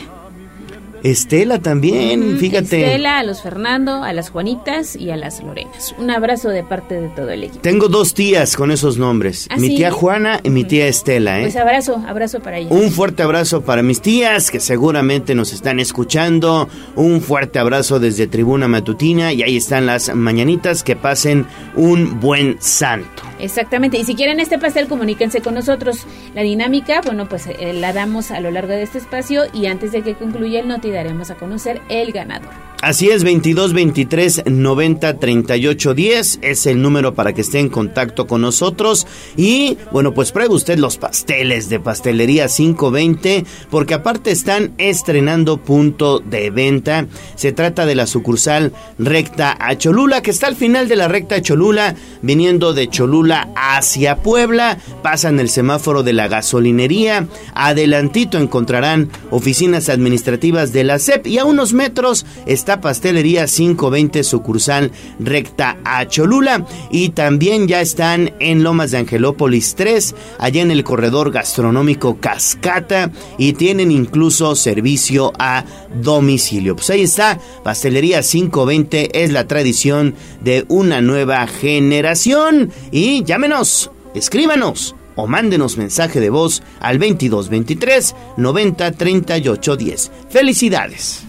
Estela también, fíjate. Estela, a los Fernando, a las Juanitas y a las Lorenas. Un abrazo de parte de todo el equipo. Tengo 2 tías con esos nombres. ¿Ah, mi sí? tía Juana y mi tía Estela, ¿eh? Pues abrazo para ellas. Un fuerte abrazo para mis tías que seguramente nos están escuchando. Un fuerte abrazo desde Tribuna Matutina, y ahí están las mañanitas. Que pasen un buen santo. Exactamente, y si quieren este pastel, comuníquense con nosotros. La dinámica, bueno, pues la damos a lo largo de este espacio, y antes de que concluya el noti daremos a conocer el ganador. Así es, 22 23 90 38 10 es el número para que esté en contacto con nosotros. Y bueno, pues pruebe usted los pasteles de Pastelería 520, porque aparte están estrenando punto de venta. Se trata de la sucursal Recta a Cholula, que está al final de la Recta a Cholula, viniendo de Cholula hacia Puebla. Pasan el semáforo de la gasolinería, adelantito encontrarán oficinas administrativas de la SEP, y a unos metros está Pastelería 520, sucursal Recta a Cholula. Y también ya están en Lomas de Angelópolis 3, allá en el corredor gastronómico Cascata, y tienen incluso servicio a domicilio. Pues ahí está, Pastelería 520 es la tradición de una nueva generación. Y llámenos, escríbanos o mándenos mensaje de voz al 22 23 90 38 10. ¡Felicidades!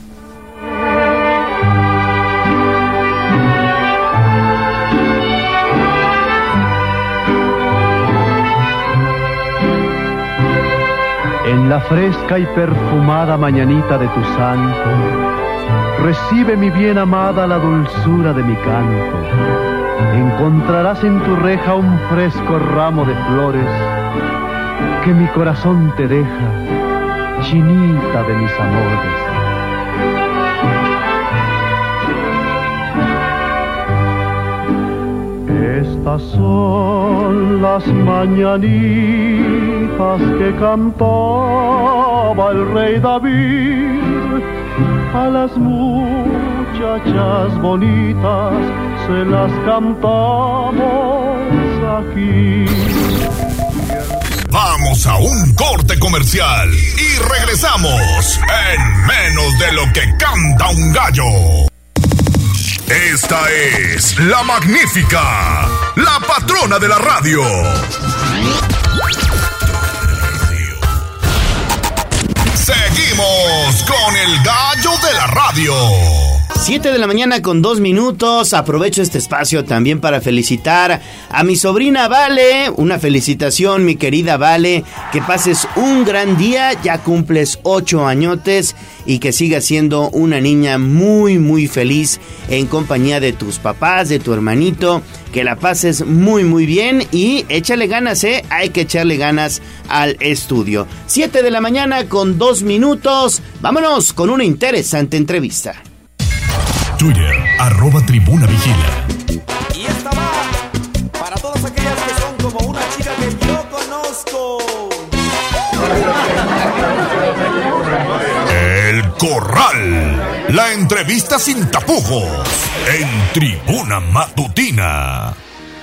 En la fresca y perfumada mañanita de tu santo, recibe mi bien amada la dulzura de mi canto. Encontrarás en tu reja un fresco ramo de flores que mi corazón te deja, chinita de mis amores. Estas son las mañanitas que cantaba el rey David. A las muchachas bonitas se las cantamos aquí. Vamos a un corte comercial y regresamos en menos de lo que canta un gallo. Esta es La Magnífica, la patrona de la radio. Seguimos con el gallo de la radio. 7 de la mañana con 2 minutos. Aprovecho este espacio también para felicitar a mi sobrina Vale. Una felicitación, mi querida Vale. Que pases un gran día. Ya cumples 8 añotes. Y que sigas siendo una niña muy, muy feliz en compañía de tus papás, de tu hermanito. Que la pases muy, muy bien. Y échale ganas, hay que echarle ganas al estudio. 7 de la mañana con 2 minutos. Vámonos con una interesante entrevista. Twitter, @tribunavigila. Y esta va para todas aquellas que son como una chica que yo conozco. El Corral, la entrevista sin tapujos en Tribuna Matutina.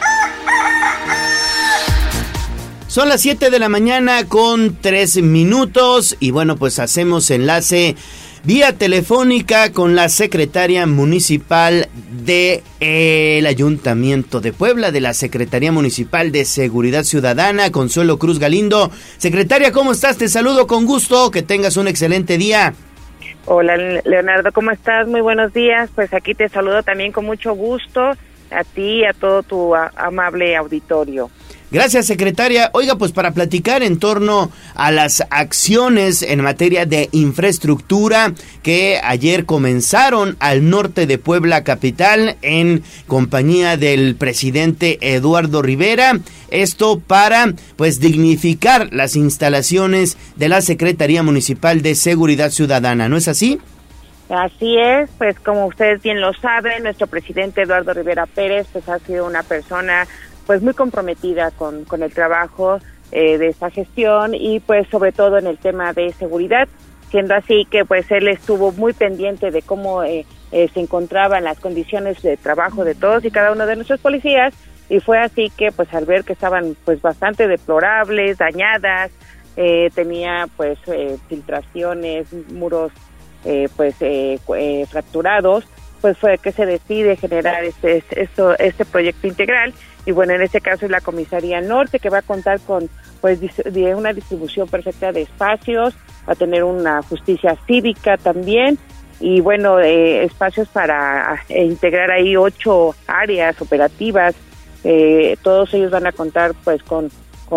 Son las 7 de la mañana con 3 minutos y bueno, pues hacemos enlace vía telefónica con la secretaria municipal del Ayuntamiento de Puebla, de la Secretaría Municipal de Seguridad Ciudadana, Consuelo Cruz Galindo. Secretaria, ¿cómo estás? Te saludo con gusto, que tengas un excelente día. Hola, Leonardo, ¿cómo estás? Muy buenos días. Pues aquí te saludo también con mucho gusto, a ti y a todo tu amable auditorio. Gracias, secretaria. Oiga, pues para platicar en torno a las acciones en materia de infraestructura que ayer comenzaron al norte de Puebla capital en compañía del presidente Eduardo Rivera, esto para pues dignificar las instalaciones de la Secretaría Municipal de Seguridad Ciudadana, ¿no es así? Así es, pues como ustedes bien lo saben, nuestro presidente Eduardo Rivera Pérez pues ha sido una persona pues muy comprometida con el trabajo de esta gestión y pues sobre todo en el tema de seguridad, siendo así que pues él estuvo muy pendiente de cómo se encontraban las condiciones de trabajo de todos y cada uno de nuestros policías, y fue así que pues al ver que estaban pues bastante deplorables, dañadas, tenía pues filtraciones, muros fracturados, pues fue que se decide generar este proyecto integral. Y bueno, en este caso es la Comisaría Norte, que va a contar con pues de una distribución perfecta de espacios, va a tener una justicia cívica también, y bueno, espacios para integrar ahí 8 áreas operativas. Todos ellos van a contar pues con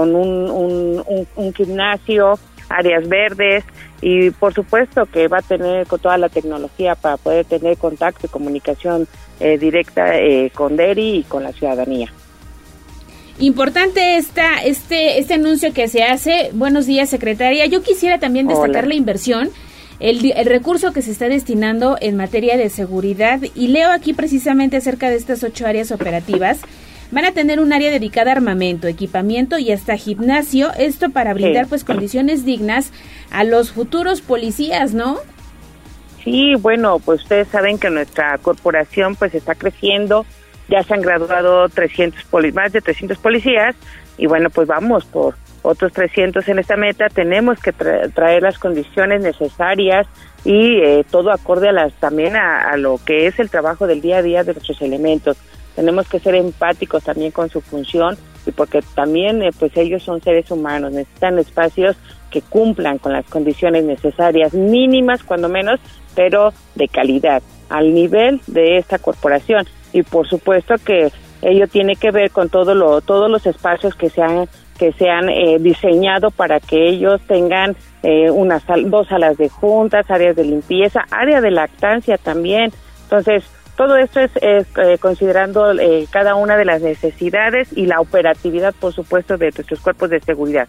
un gimnasio, áreas verdes, y por supuesto que va a tener con toda la tecnología para poder tener contacto y comunicación directa con DERI y con la ciudadanía. Importante este anuncio que se hace. Buenos días, secretaria. Yo quisiera también destacar la inversión, el recurso que se está destinando en materia de seguridad, y leo aquí precisamente acerca de estas 8 áreas operativas. Van a tener un área dedicada a armamento, equipamiento y hasta gimnasio, esto para brindar pues condiciones dignas a los futuros policías, ¿no? Sí, bueno, pues ustedes saben que nuestra corporación pues está creciendo, ya se han graduado más de 300 policías, y bueno, pues vamos por otros 300 en esta meta. Tenemos que traer las condiciones necesarias y todo acorde también a lo que es el trabajo del día a día de nuestros elementos. Tenemos que ser empáticos también con su función, y porque también pues ellos son seres humanos, necesitan espacios que cumplan con las condiciones necesarias, mínimas cuando menos, pero de calidad, al nivel de esta corporación. Y por supuesto que ello tiene que ver con todos los espacios que se han diseñado para que ellos tengan 2 salas de juntas, áreas de limpieza, área de lactancia también. Entonces, todo esto es considerando cada una de las necesidades y la operatividad, por supuesto, de nuestros cuerpos de seguridad.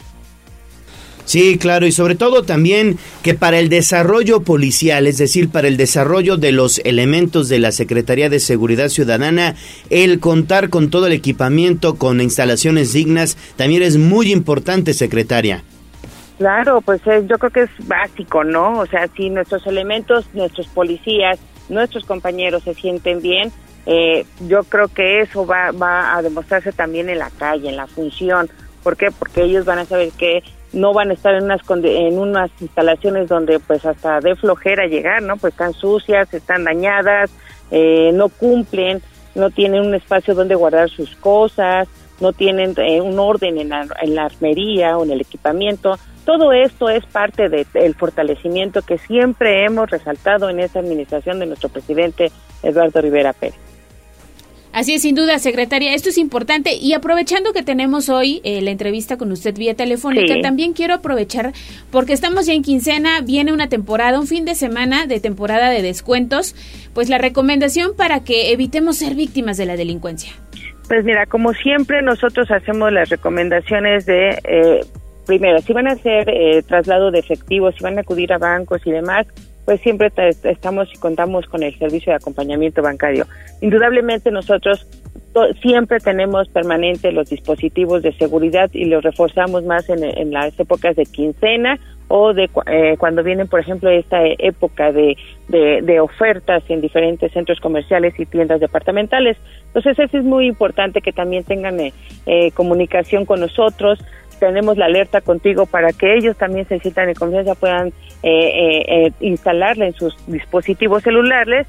Sí, claro, y sobre todo también que para el desarrollo policial, es decir, para el desarrollo de los elementos de la Secretaría de Seguridad Ciudadana, el contar con todo el equipamiento, con instalaciones dignas, también es muy importante, secretaria. Claro, pues yo creo que es básico, ¿no? O sea, si nuestros elementos, nuestros policías, nuestros compañeros se sienten bien, yo creo que eso va a demostrarse también en la calle, en la función. ¿Por qué? Porque ellos van a saber que no van a estar en unas instalaciones donde pues hasta de flojera llegar, ¿no? Pues están sucias, están dañadas, no cumplen, no tienen un espacio donde guardar sus cosas, no tienen un orden en la armería o en el equipamiento. Todo esto es parte del fortalecimiento que siempre hemos resaltado en esta administración de nuestro presidente Eduardo Rivera Pérez. Así es, sin duda, secretaria, esto es importante, y aprovechando que tenemos hoy la entrevista con usted vía telefónica, también quiero aprovechar, porque estamos ya en quincena, viene una temporada, un fin de semana de temporada de descuentos, pues la recomendación para que evitemos ser víctimas de la delincuencia. Pues mira, como siempre nosotros hacemos las recomendaciones de, primero, si van a hacer traslado de efectivo, si van a acudir a bancos y demás, pues siempre estamos y contamos con el servicio de acompañamiento bancario. Indudablemente nosotros siempre tenemos permanente los dispositivos de seguridad y los reforzamos más en las épocas de quincena o de cuando vienen, por ejemplo, esta época de ofertas en diferentes centros comerciales y tiendas departamentales. Entonces eso es muy importante que también tengan comunicación con nosotros. Tenemos la alerta contigo para que ellos también se sientan en confianza, puedan instalarla en sus dispositivos celulares,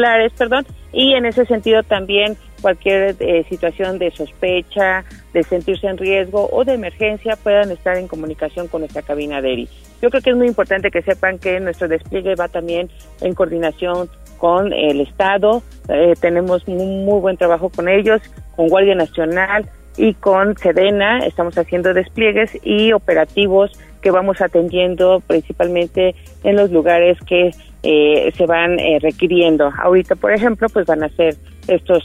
y en ese sentido también cualquier situación de sospecha, de sentirse en riesgo o de emergencia puedan estar en comunicación con nuestra cabina DERI. Yo creo que es muy importante que sepan que nuestro despliegue va también en coordinación con el Estado, tenemos un muy buen trabajo con ellos, con Guardia Nacional, y con Sedena estamos haciendo despliegues y operativos que vamos atendiendo principalmente en los lugares que se van requiriendo. Ahorita, por ejemplo, pues van a ser estos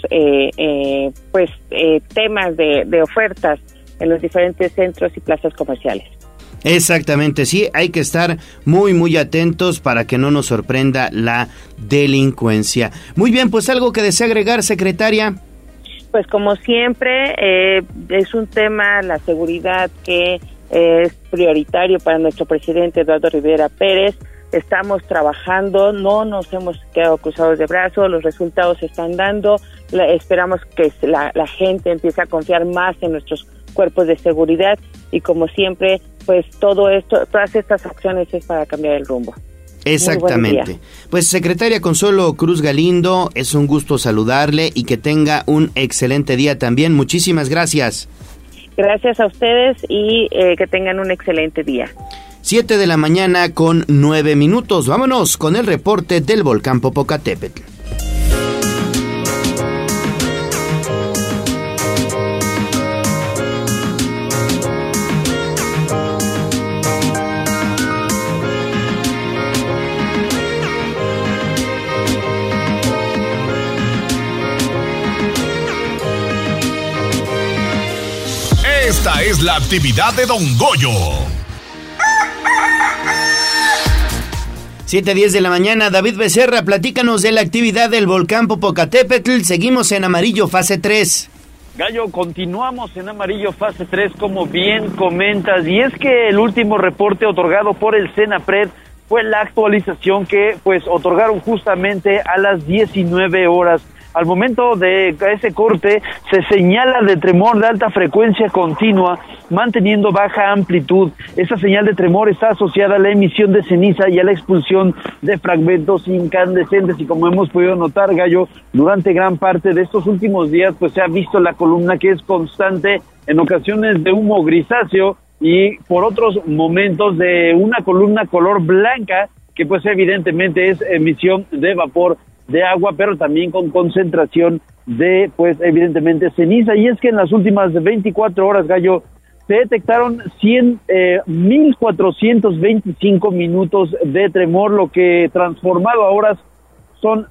temas de ofertas en los diferentes centros y plazas comerciales. Exactamente, sí, hay que estar muy, muy atentos para que no nos sorprenda la delincuencia. Muy bien, pues algo que desea agregar, secretaria. Pues como siempre, es un tema, la seguridad, que es prioritario para nuestro presidente Eduardo Rivera Pérez. Estamos trabajando, no nos hemos quedado cruzados de brazos, los resultados se están dando, esperamos que la gente empiece a confiar más en nuestros cuerpos de seguridad y como siempre, pues todas estas acciones es para cambiar el rumbo. Exactamente. Pues secretaria Consuelo Cruz Galindo, es un gusto saludarle y que tenga un excelente día también. Muchísimas gracias. Gracias a ustedes y que tengan un excelente día. 7 de la mañana con 9 minutos. Vámonos con el reporte del volcán Popocatépetl. Esta es la actividad de Don Goyo. 7:10 de la mañana, David Becerra, platícanos de la actividad del volcán Popocatépetl. Seguimos en amarillo, fase 3. Gallo, continuamos en amarillo, fase 3, como bien comentas, y es que el último reporte otorgado por el CENAPRED fue la actualización que, pues, otorgaron justamente a las 19 horas. Al momento de ese corte se señala de tremor de alta frecuencia continua, manteniendo baja amplitud. Esa señal de tremor está asociada a la emisión de ceniza y a la expulsión de fragmentos incandescentes. Y como hemos podido notar, Gallo, durante gran parte de estos últimos días, pues se ha visto la columna que es constante, en ocasiones de humo grisáceo y por otros momentos de una columna color blanca, que pues evidentemente es emisión de vapor de agua, pero también con concentración de, pues, evidentemente ceniza. Y es que en las últimas 24 horas, Gallo, se detectaron 1,425 minutos de tremor, lo que transformado a horas son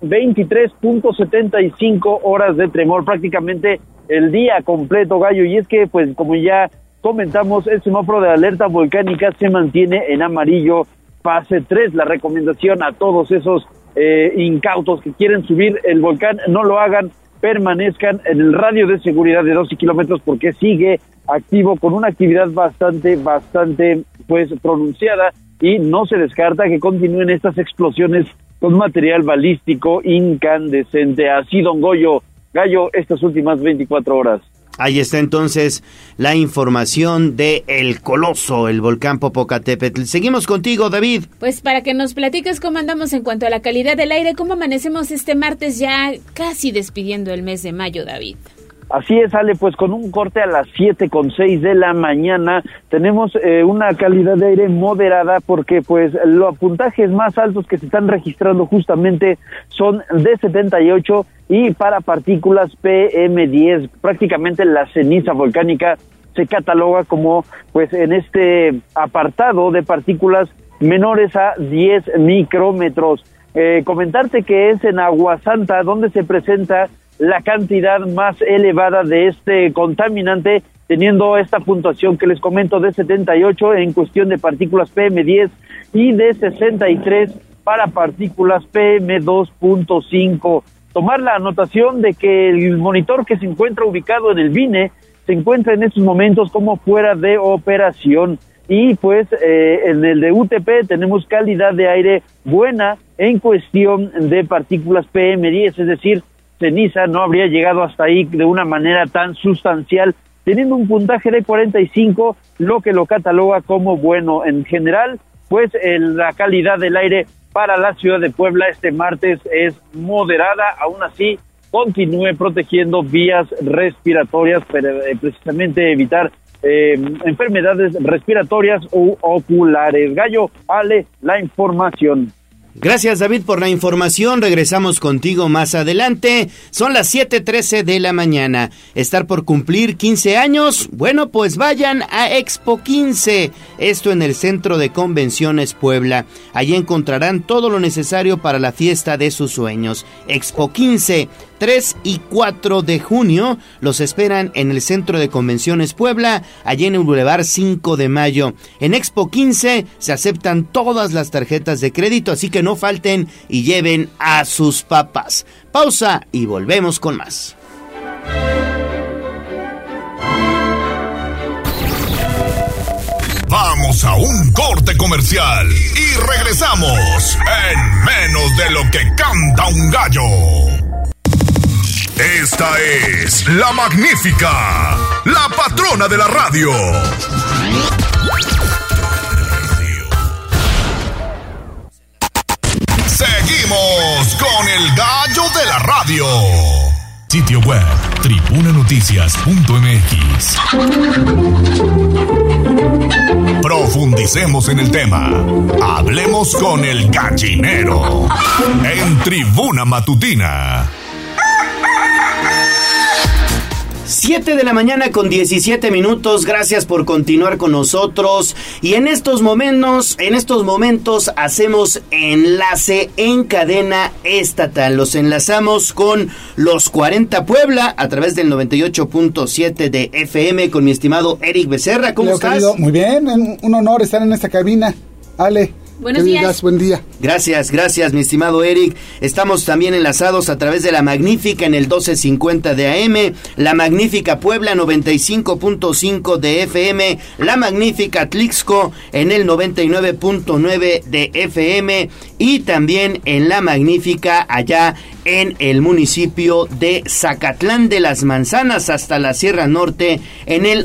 23.75 horas de tremor, prácticamente el día completo, Gallo. Y es que, pues, como ya comentamos, el semáforo de alerta volcánica se mantiene en amarillo, fase 3. La recomendación a todos esos incautos que quieren subir el volcán, no lo hagan, permanezcan en el radio de seguridad de 12 kilómetros porque sigue activo con una actividad bastante pues pronunciada y no se descarta que continúen estas explosiones con material balístico incandescente. Así, Don Goyo, Gallo, estas últimas 24 horas. Ahí está entonces la información de el coloso, el volcán Popocatépetl. Seguimos contigo, David. Pues para que nos platiques cómo andamos en cuanto a la calidad del aire, cómo amanecemos este martes ya casi despidiendo el mes de mayo, David. Así es, Ale, pues con un corte a las 7:06 de la mañana tenemos una calidad de aire moderada porque pues los puntajes más altos que se están registrando justamente son de 78 y para partículas PM10, prácticamente la ceniza volcánica se cataloga como pues en este apartado de partículas menores a 10 micrómetros. Comentarte que es en Aguasanta donde se presenta la cantidad más elevada de este contaminante, teniendo esta puntuación que les comento de 78 en cuestión de partículas PM10 y de 63 para partículas PM2.5. Tomar la anotación de que el monitor que se encuentra ubicado en el BINE se encuentra en estos momentos como fuera de operación. Y pues en el de UTP tenemos calidad de aire buena en cuestión de partículas PM10, es decir, ceniza no habría llegado hasta ahí de una manera tan sustancial, teniendo un puntaje de 45, lo que lo cataloga como bueno. En general, pues la calidad del aire para la ciudad de Puebla este martes es moderada, aún así continúe protegiendo vías respiratorias para precisamente evitar enfermedades respiratorias u oculares. Gallo, Ale, la información. Gracias, David, por la información. Regresamos contigo más adelante. Son las 7:13 de la mañana. ¿Estar por cumplir 15 años? Bueno, pues vayan a Expo 15. Esto en el Centro de Convenciones Puebla. Allí encontrarán todo lo necesario para la fiesta de sus sueños. Expo 15, 3 y 4 de junio. Los esperan en el Centro de Convenciones Puebla, allí en el Boulevard 5 de Mayo. En Expo 15 se aceptan todas las tarjetas de crédito, así que no falten y lleven a sus papás. Pausa y volvemos con más. Vamos a un corte comercial y regresamos en menos de lo que canta un gallo. Esta es La Magnífica, la patrona de la radio. Seguimos con el gallo de la radio. Sitio web, tribunanoticias.mx. Profundicemos en el tema. Hablemos con el gallinero en Tribuna Matutina. 7 de la mañana con 17 minutos, gracias por continuar con nosotros. Y en estos momentos hacemos enlace en cadena estatal. Los enlazamos con los 40 Puebla a través del 98.7 de FM con mi estimado Eric Becerra. ¿Cómo estás? Querido, muy bien, un honor estar en esta cabina. Ale. Buenos días. Buen día. Gracias, mi estimado Eric. Estamos también enlazados a través de La Magnífica en el 1250 de AM, La Magnífica Puebla 95.5 de FM, La Magnífica Atlixco en el 99.9 de FM y también en La Magnífica allá en el municipio de Zacatlán de las Manzanas hasta la Sierra Norte en el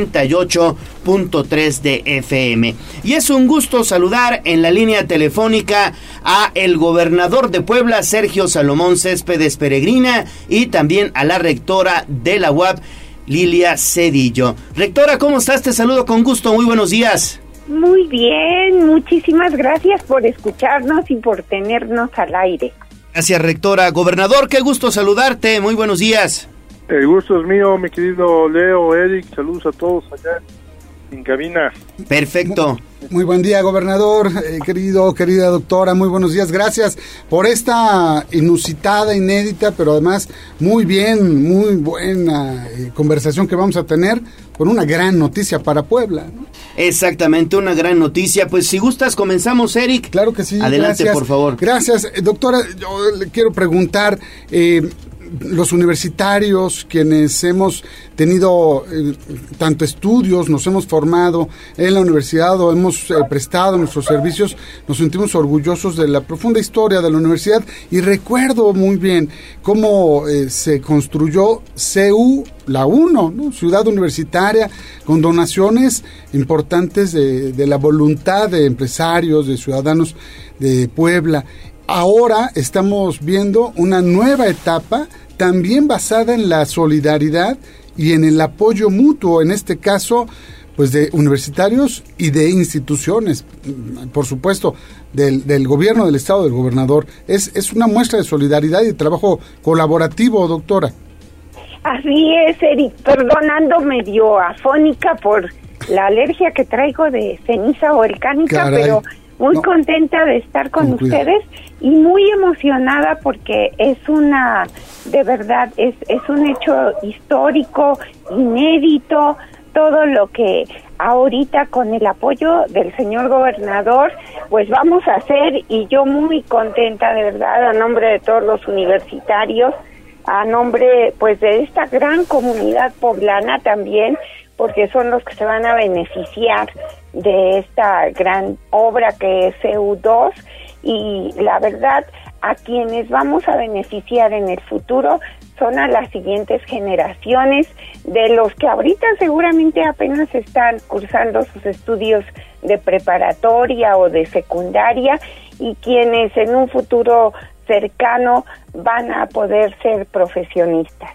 88.3 de FM. Y es un gusto saludar en la línea telefónica a el gobernador de Puebla, Sergio Salomón Céspedes Peregrina, y también a la rectora de la UAP, Lilia Cedillo. Rectora, ¿cómo estás? Te saludo con gusto, muy buenos días. Muy bien, muchísimas gracias por escucharnos y por tenernos al aire. Gracias, rectora. Gobernador, qué gusto saludarte, muy buenos días. El gusto es mío, mi querido Leo, Eric, saludos a todos allá en cabina. Perfecto. Muy buen día, gobernador, querida doctora, muy buenos días, gracias por esta inusitada, inédita, pero además muy buena conversación que vamos a tener con una gran noticia para Puebla, ¿no? Exactamente, una gran noticia. Pues si gustas, comenzamos, Eric. Claro que sí. Adelante, gracias, por favor. Gracias, doctora, yo le quiero preguntar, los universitarios, quienes hemos tenido tanto estudios, nos hemos formado en la universidad o hemos prestado nuestros servicios, nos sentimos orgullosos de la profunda historia de la universidad y recuerdo muy bien cómo se construyó CU, la 1, ¿no? Ciudad Universitaria, con donaciones importantes de la voluntad de empresarios, de ciudadanos de Puebla. Ahora estamos viendo una nueva etapa también basada en la solidaridad y en el apoyo mutuo, en este caso, pues de universitarios y de instituciones, por supuesto, del gobierno del estado, del gobernador. Es una muestra de solidaridad y de trabajo colaborativo, doctora. Así es, Eric, perdonando medio afónica por la alergia que traigo de ceniza volcánica, caray, pero muy contenta de estar con ustedes y muy emocionada porque es de verdad, es un hecho histórico, inédito, todo lo que ahorita con el apoyo del señor gobernador, pues vamos a hacer, y yo muy contenta de verdad, a nombre de todos los universitarios, a nombre pues de esta gran comunidad poblana también, porque son los que se van a beneficiar de esta gran obra que es CU2, y la verdad, a quienes vamos a beneficiar en el futuro son a las siguientes generaciones, de los que ahorita seguramente apenas están cursando sus estudios de preparatoria o de secundaria, y quienes en un futuro cercano van a poder ser profesionistas.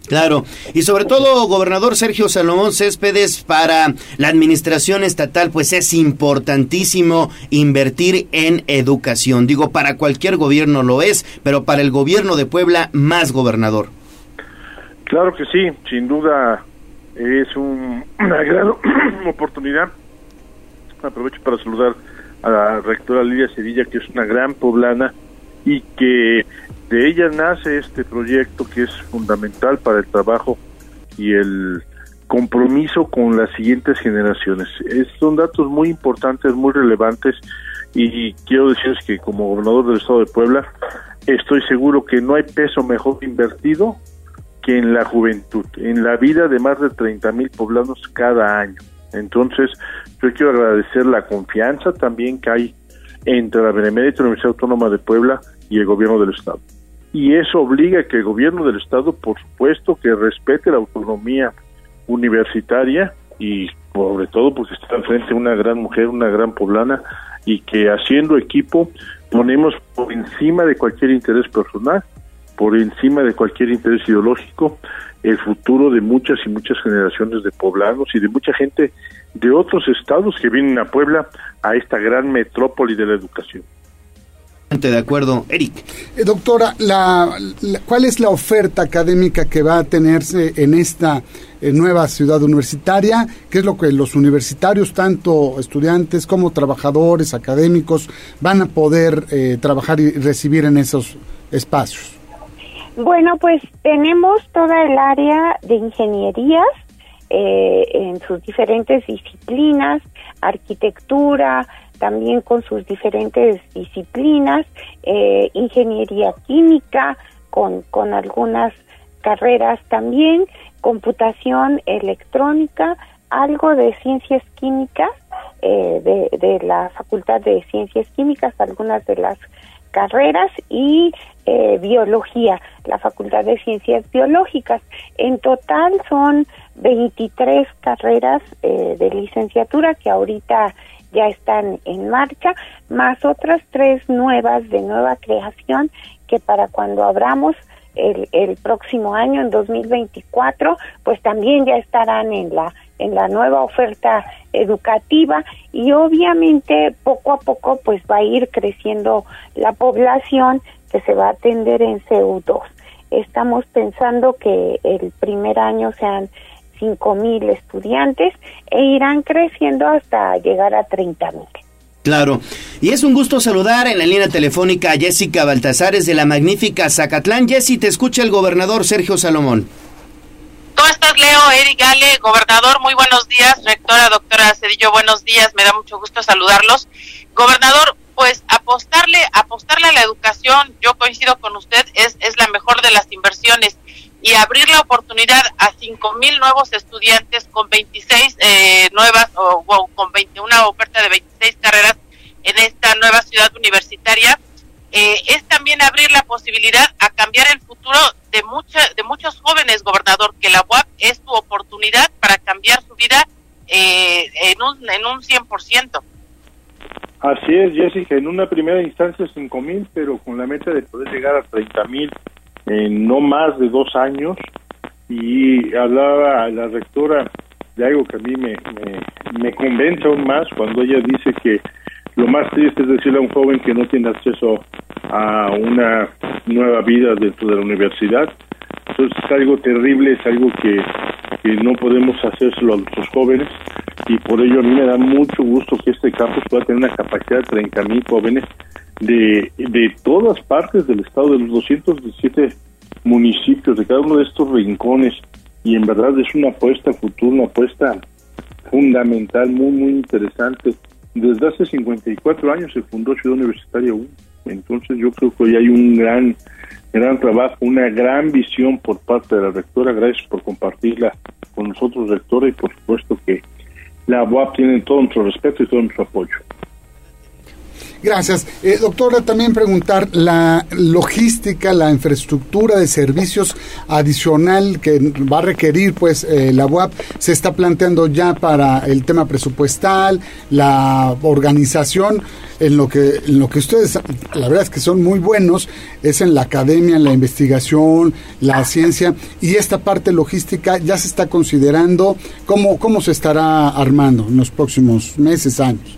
Claro, y sobre todo, gobernador Sergio Salomón Céspedes, para la administración estatal, pues es importantísimo invertir en educación. Digo, para cualquier gobierno lo es, pero para el gobierno de Puebla, más, gobernador. Claro que sí, sin duda es una gran oportunidad. Aprovecho para saludar a la rectora Lidia Sevilla, que es una gran poblana y que de ella nace este proyecto que es fundamental para el trabajo y el compromiso con las siguientes generaciones. Son datos muy importantes, muy relevantes, y quiero decirles que como gobernador del estado de Puebla estoy seguro que no hay peso mejor invertido que en la juventud, en la vida de más de 30,000 poblanos cada año. Entonces, yo quiero agradecer la confianza también que hay entre la Benemérita Universidad Autónoma de Puebla y el gobierno del estado. Y eso obliga a que el gobierno del estado, por supuesto, que respete la autonomía universitaria y sobre todo porque está al frente una gran mujer, una gran poblana, y que haciendo equipo ponemos por encima de cualquier interés personal, por encima de cualquier interés ideológico, el futuro de muchas y muchas generaciones de poblanos y de mucha gente de otros estados que vienen a Puebla, a esta gran metrópoli de la educación. De acuerdo, Eric. Doctora, ¿cuál es la oferta académica que va a tenerse en esta nueva ciudad universitaria? ¿Qué es lo que los universitarios, tanto estudiantes como trabajadores, académicos, van a poder trabajar y recibir en esos espacios? Bueno, pues tenemos toda el área de ingenierías en sus diferentes disciplinas, arquitectura, también con sus diferentes disciplinas, ingeniería química, con algunas carreras también, computación electrónica, algo de ciencias químicas, de la Facultad de Ciencias Químicas, algunas de las carreras, y biología, la Facultad de Ciencias Biológicas. En total son 23 carreras de licenciatura que ahorita ya están en marcha, más otras 3 nuevas de nueva creación que para cuando abramos el próximo año, en 2024, pues también ya estarán en la nueva oferta educativa, y obviamente poco a poco pues va a ir creciendo la población que se va a atender en CU2. Estamos pensando que el primer año sean 5,000 estudiantes e irán creciendo hasta llegar a 30,000. Claro, y es un gusto saludar en la línea telefónica a Jessica Baltasares de la magnífica Zacatlán. Jessy, te escucha el gobernador Sergio Salomón. ¿Cómo estás, Leo? Eric, Ale, gobernador, muy buenos días. Rectora, doctora Cedillo, buenos días. Me da mucho gusto saludarlos. Gobernador, pues apostarle a la educación, yo coincido con usted, es la mejor de las inversiones, y abrir la oportunidad a 5,000 nuevos estudiantes con 26 nuevas o con 21 oferta de 26 carreras en esta nueva ciudad universitaria, es también abrir la posibilidad a cambiar el futuro de muchos jóvenes, gobernador, que la UAP es tu oportunidad para cambiar su vida en un 100%. Así es, Jessica, en una primera instancia 5,000, pero con la meta de poder llegar a 30,000 en no más de 2 años. Y hablaba la rectora de algo que a mí me convence aún más cuando ella dice que lo más triste es decirle a un joven que no tiene acceso a una nueva vida dentro de la universidad. Entonces es algo terrible, es algo que no podemos hacérselo a nuestros jóvenes, y por ello a mí me da mucho gusto que este campus pueda tener una capacidad de 30,000 jóvenes de todas partes del estado, de los 217 municipios, de cada uno de estos rincones, y en verdad es una apuesta futura, una apuesta fundamental, muy muy interesante. Desde hace 54 años se fundó Ciudad Universitaria 1, entonces yo creo que hoy hay un gran trabajo, una gran visión por parte de la rectora. Gracias por compartirla con nosotros, rectora, y por supuesto que la UAP tiene todo nuestro respeto y todo nuestro apoyo. Gracias. Doctora, también preguntar la logística, la infraestructura de servicios adicional que va a requerir pues la UAP, se está planteando ya para el tema presupuestal, la organización, en lo que ustedes, la verdad es que son muy buenos, es en la academia, en la investigación, la ciencia, y esta parte logística ya se está considerando. ¿Cómo se estará armando en los próximos meses, años?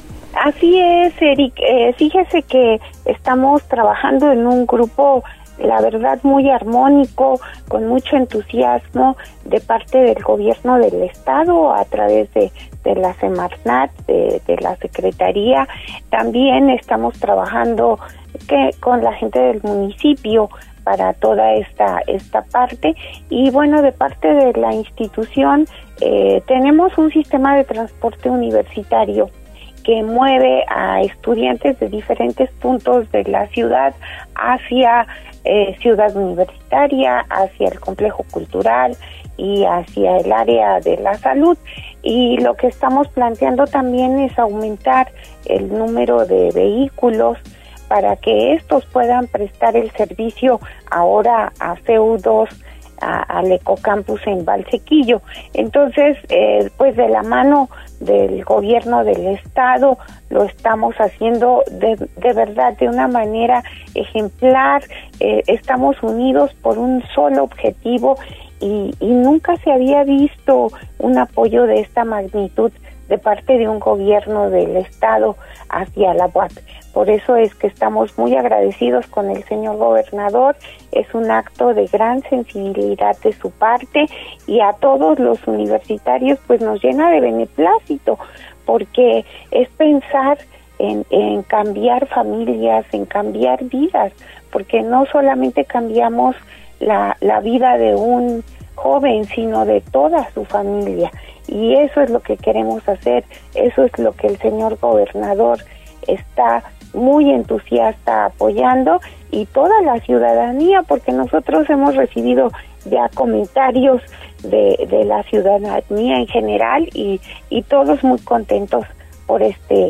Así es, Eric. Fíjese que estamos trabajando en un grupo, la verdad, muy armónico, con mucho entusiasmo de parte del gobierno del estado a través de la Semarnat, de la Secretaría. También estamos trabajando con la gente del municipio para toda esta parte. Y bueno, de parte de la institución tenemos un sistema de transporte universitario que mueve a estudiantes de diferentes puntos de la ciudad hacia Ciudad Universitaria, hacia el complejo cultural y hacia el área de la salud. Y lo que estamos planteando también es aumentar el número de vehículos para que estos puedan prestar el servicio ahora a CEU2, al Ecocampus en Valsequillo. Entonces, pues de la mano del gobierno del estado lo estamos haciendo de verdad de una manera ejemplar. Estamos unidos por un solo objetivo y nunca se había visto un apoyo de esta magnitud de parte de un gobierno del estado hacia la UAP. Por eso es que estamos muy agradecidos con el señor gobernador. Es un acto de gran sensibilidad de su parte, y a todos los universitarios pues nos llena de beneplácito, porque es pensar en cambiar familias, en cambiar vidas, porque no solamente cambiamos la vida de un joven, sino de toda su familia. Y eso es lo que queremos hacer, eso es lo que el señor gobernador está muy entusiasta apoyando, y toda la ciudadanía, porque nosotros hemos recibido ya comentarios de la ciudadanía en general, y todos muy contentos por este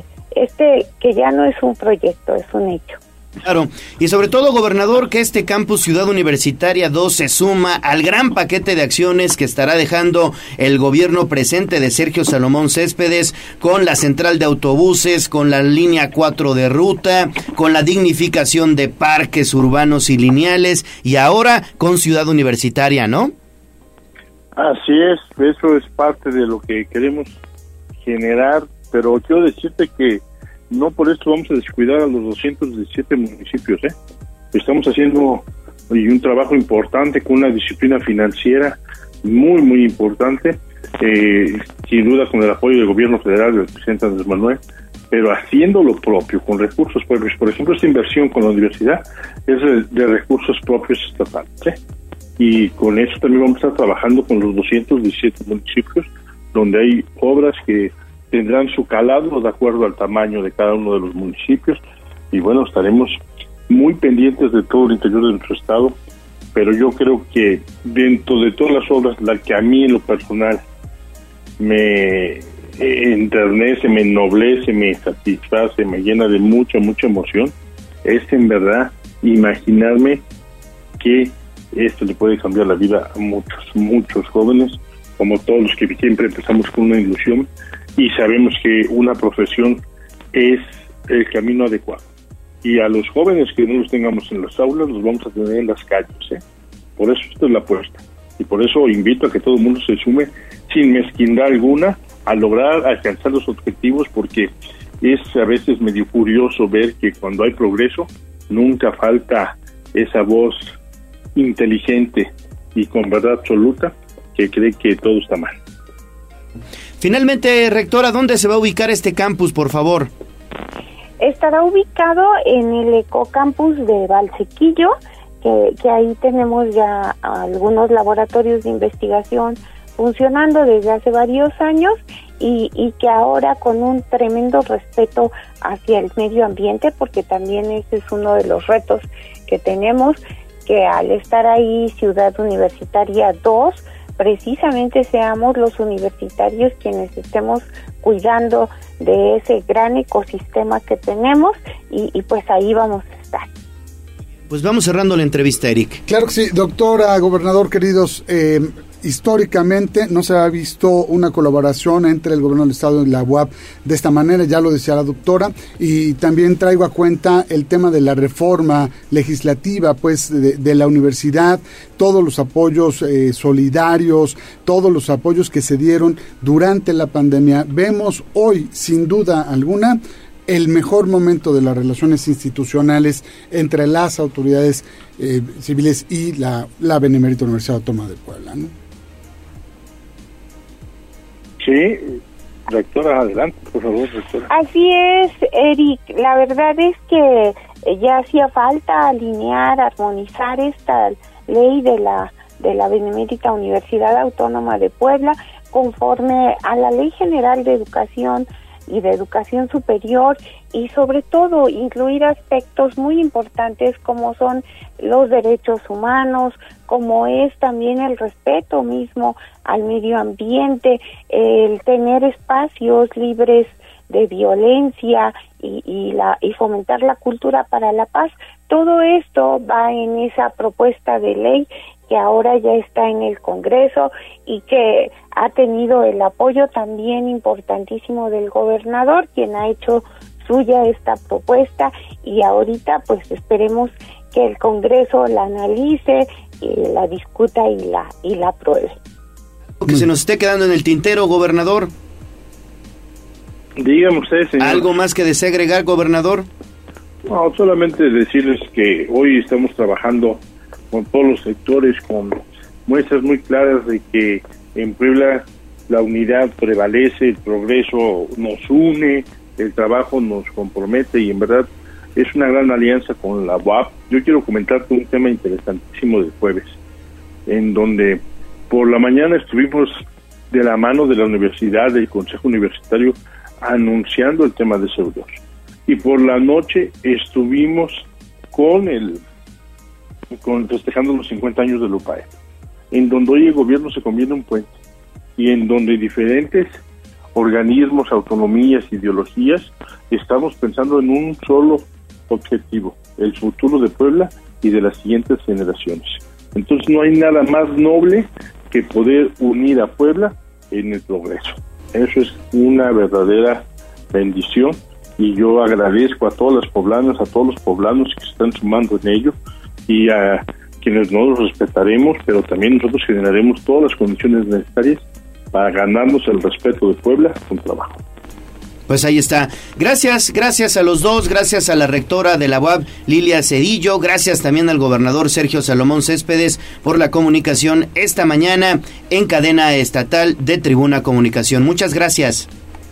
que ya no es un proyecto, es un hecho. Claro, y sobre todo, gobernador, que este campus Ciudad Universitaria 2 se suma al gran paquete de acciones que estará dejando el gobierno presente de Sergio Salomón Céspedes, con la central de autobuses, con la línea 4 de ruta, con la dignificación de parques urbanos y lineales, y ahora con Ciudad Universitaria, ¿no? Así es, eso es parte de lo que queremos generar, pero quiero decirte que no por esto vamos a descuidar a los 217 municipios, Estamos haciendo un trabajo importante con una disciplina financiera muy, muy importante, sin duda con el apoyo del gobierno federal del presidente Andrés Manuel, pero haciendo lo propio, con recursos propios. Por ejemplo, esta inversión con la universidad es de recursos propios estatales, y con eso también vamos a estar trabajando con los 217 municipios, donde hay obras que tendrán su calado de acuerdo al tamaño de cada uno de los municipios, y bueno, estaremos muy pendientes de todo el interior de nuestro estado, pero yo creo que dentro de todas las obras, la que a mí en lo personal me enternece, me ennoblece, me satisface, me llena de mucha, mucha emoción, es en verdad imaginarme que esto le puede cambiar la vida a muchos, muchos jóvenes, como todos los que siempre empezamos con una ilusión, y sabemos que una profesión es el camino adecuado. Y a los jóvenes que no los tengamos en las aulas, los vamos a tener en las calles, Por eso esta es la apuesta. Y por eso invito a que todo el mundo se sume sin mezquindad alguna a lograr alcanzar los objetivos, porque es a veces medio curioso ver que cuando hay progreso, nunca falta esa voz inteligente y con verdad absoluta que cree que todo está mal. Finalmente, rectora, ¿dónde se va a ubicar este campus, por favor? Estará ubicado en el Ecocampus de Valsequillo, que ahí tenemos ya algunos laboratorios de investigación funcionando desde hace varios años, y que ahora con un tremendo respeto hacia el medio ambiente, porque también ese es uno de los retos que tenemos, que al estar ahí Ciudad Universitaria 2, precisamente seamos los universitarios quienes estemos cuidando de ese gran ecosistema que tenemos y pues ahí vamos a estar. Pues vamos cerrando la entrevista, Eric. Claro que sí, doctora, gobernador, queridos, históricamente no se ha visto una colaboración entre el gobierno del estado y la UAP de esta manera, ya lo decía la doctora, y también traigo a cuenta el tema de la reforma legislativa pues de la universidad, todos los apoyos solidarios, todos los apoyos que se dieron durante la pandemia. Vemos hoy, sin duda alguna, el mejor momento de las relaciones institucionales entre las autoridades civiles y la Benemérita Universidad Autónoma de Puebla, ¿no? Sí, rectora, adelante, por favor, rectora. Así es, Eric. La verdad es que ya hacía falta alinear, armonizar esta ley de la Benemérita Universidad Autónoma de Puebla conforme a la Ley General de Educación y de Educación Superior, y sobre todo incluir aspectos muy importantes como son los derechos humanos, como es también el respeto mismo al medio ambiente, el tener espacios libres de violencia y fomentar la cultura para la paz. Todo esto va en esa propuesta de ley que ahora ya está en el Congreso y que ha tenido el apoyo también importantísimo del gobernador, quien ha hecho suya esta propuesta, y ahorita pues esperemos que el Congreso la analice, la discuta y la apruebe. Que se nos esté quedando en el tintero, gobernador. Dígame usted, señor. ¿Algo más que desee agregar, gobernador? No, solamente decirles que hoy estamos trabajando con todos los sectores, con muestras muy claras de que en Puebla la unidad prevalece, el progreso nos une, el trabajo nos compromete y en verdad es una gran alianza con la UAP. Yo quiero comentarte un tema interesantísimo del jueves, en donde por la mañana estuvimos de la mano de la universidad, del Consejo Universitario, anunciando el tema de seguridad. Y por la noche estuvimos festejando los 50 años del UPAEP, en donde hoy el gobierno se convierte en un puente y en donde diferentes organismos, autonomías, ideologías, estamos pensando en un solo objetivo, el futuro de Puebla y de las siguientes generaciones. Entonces no hay nada más noble que poder unir a Puebla en el progreso. Eso es una verdadera bendición y yo agradezco a todas las poblanas, a todos los poblanos que se están sumando en ello y a quienes no los respetaremos, pero también nosotros generaremos todas las condiciones necesarias para ganarnos el respeto de Puebla con trabajo. Pues ahí está. Gracias a los dos, gracias a la rectora de la UAP, Lilia Cedillo, gracias también al gobernador Sergio Salomón Céspedes por la comunicación esta mañana en cadena estatal de Tribuna Comunicación. Muchas gracias.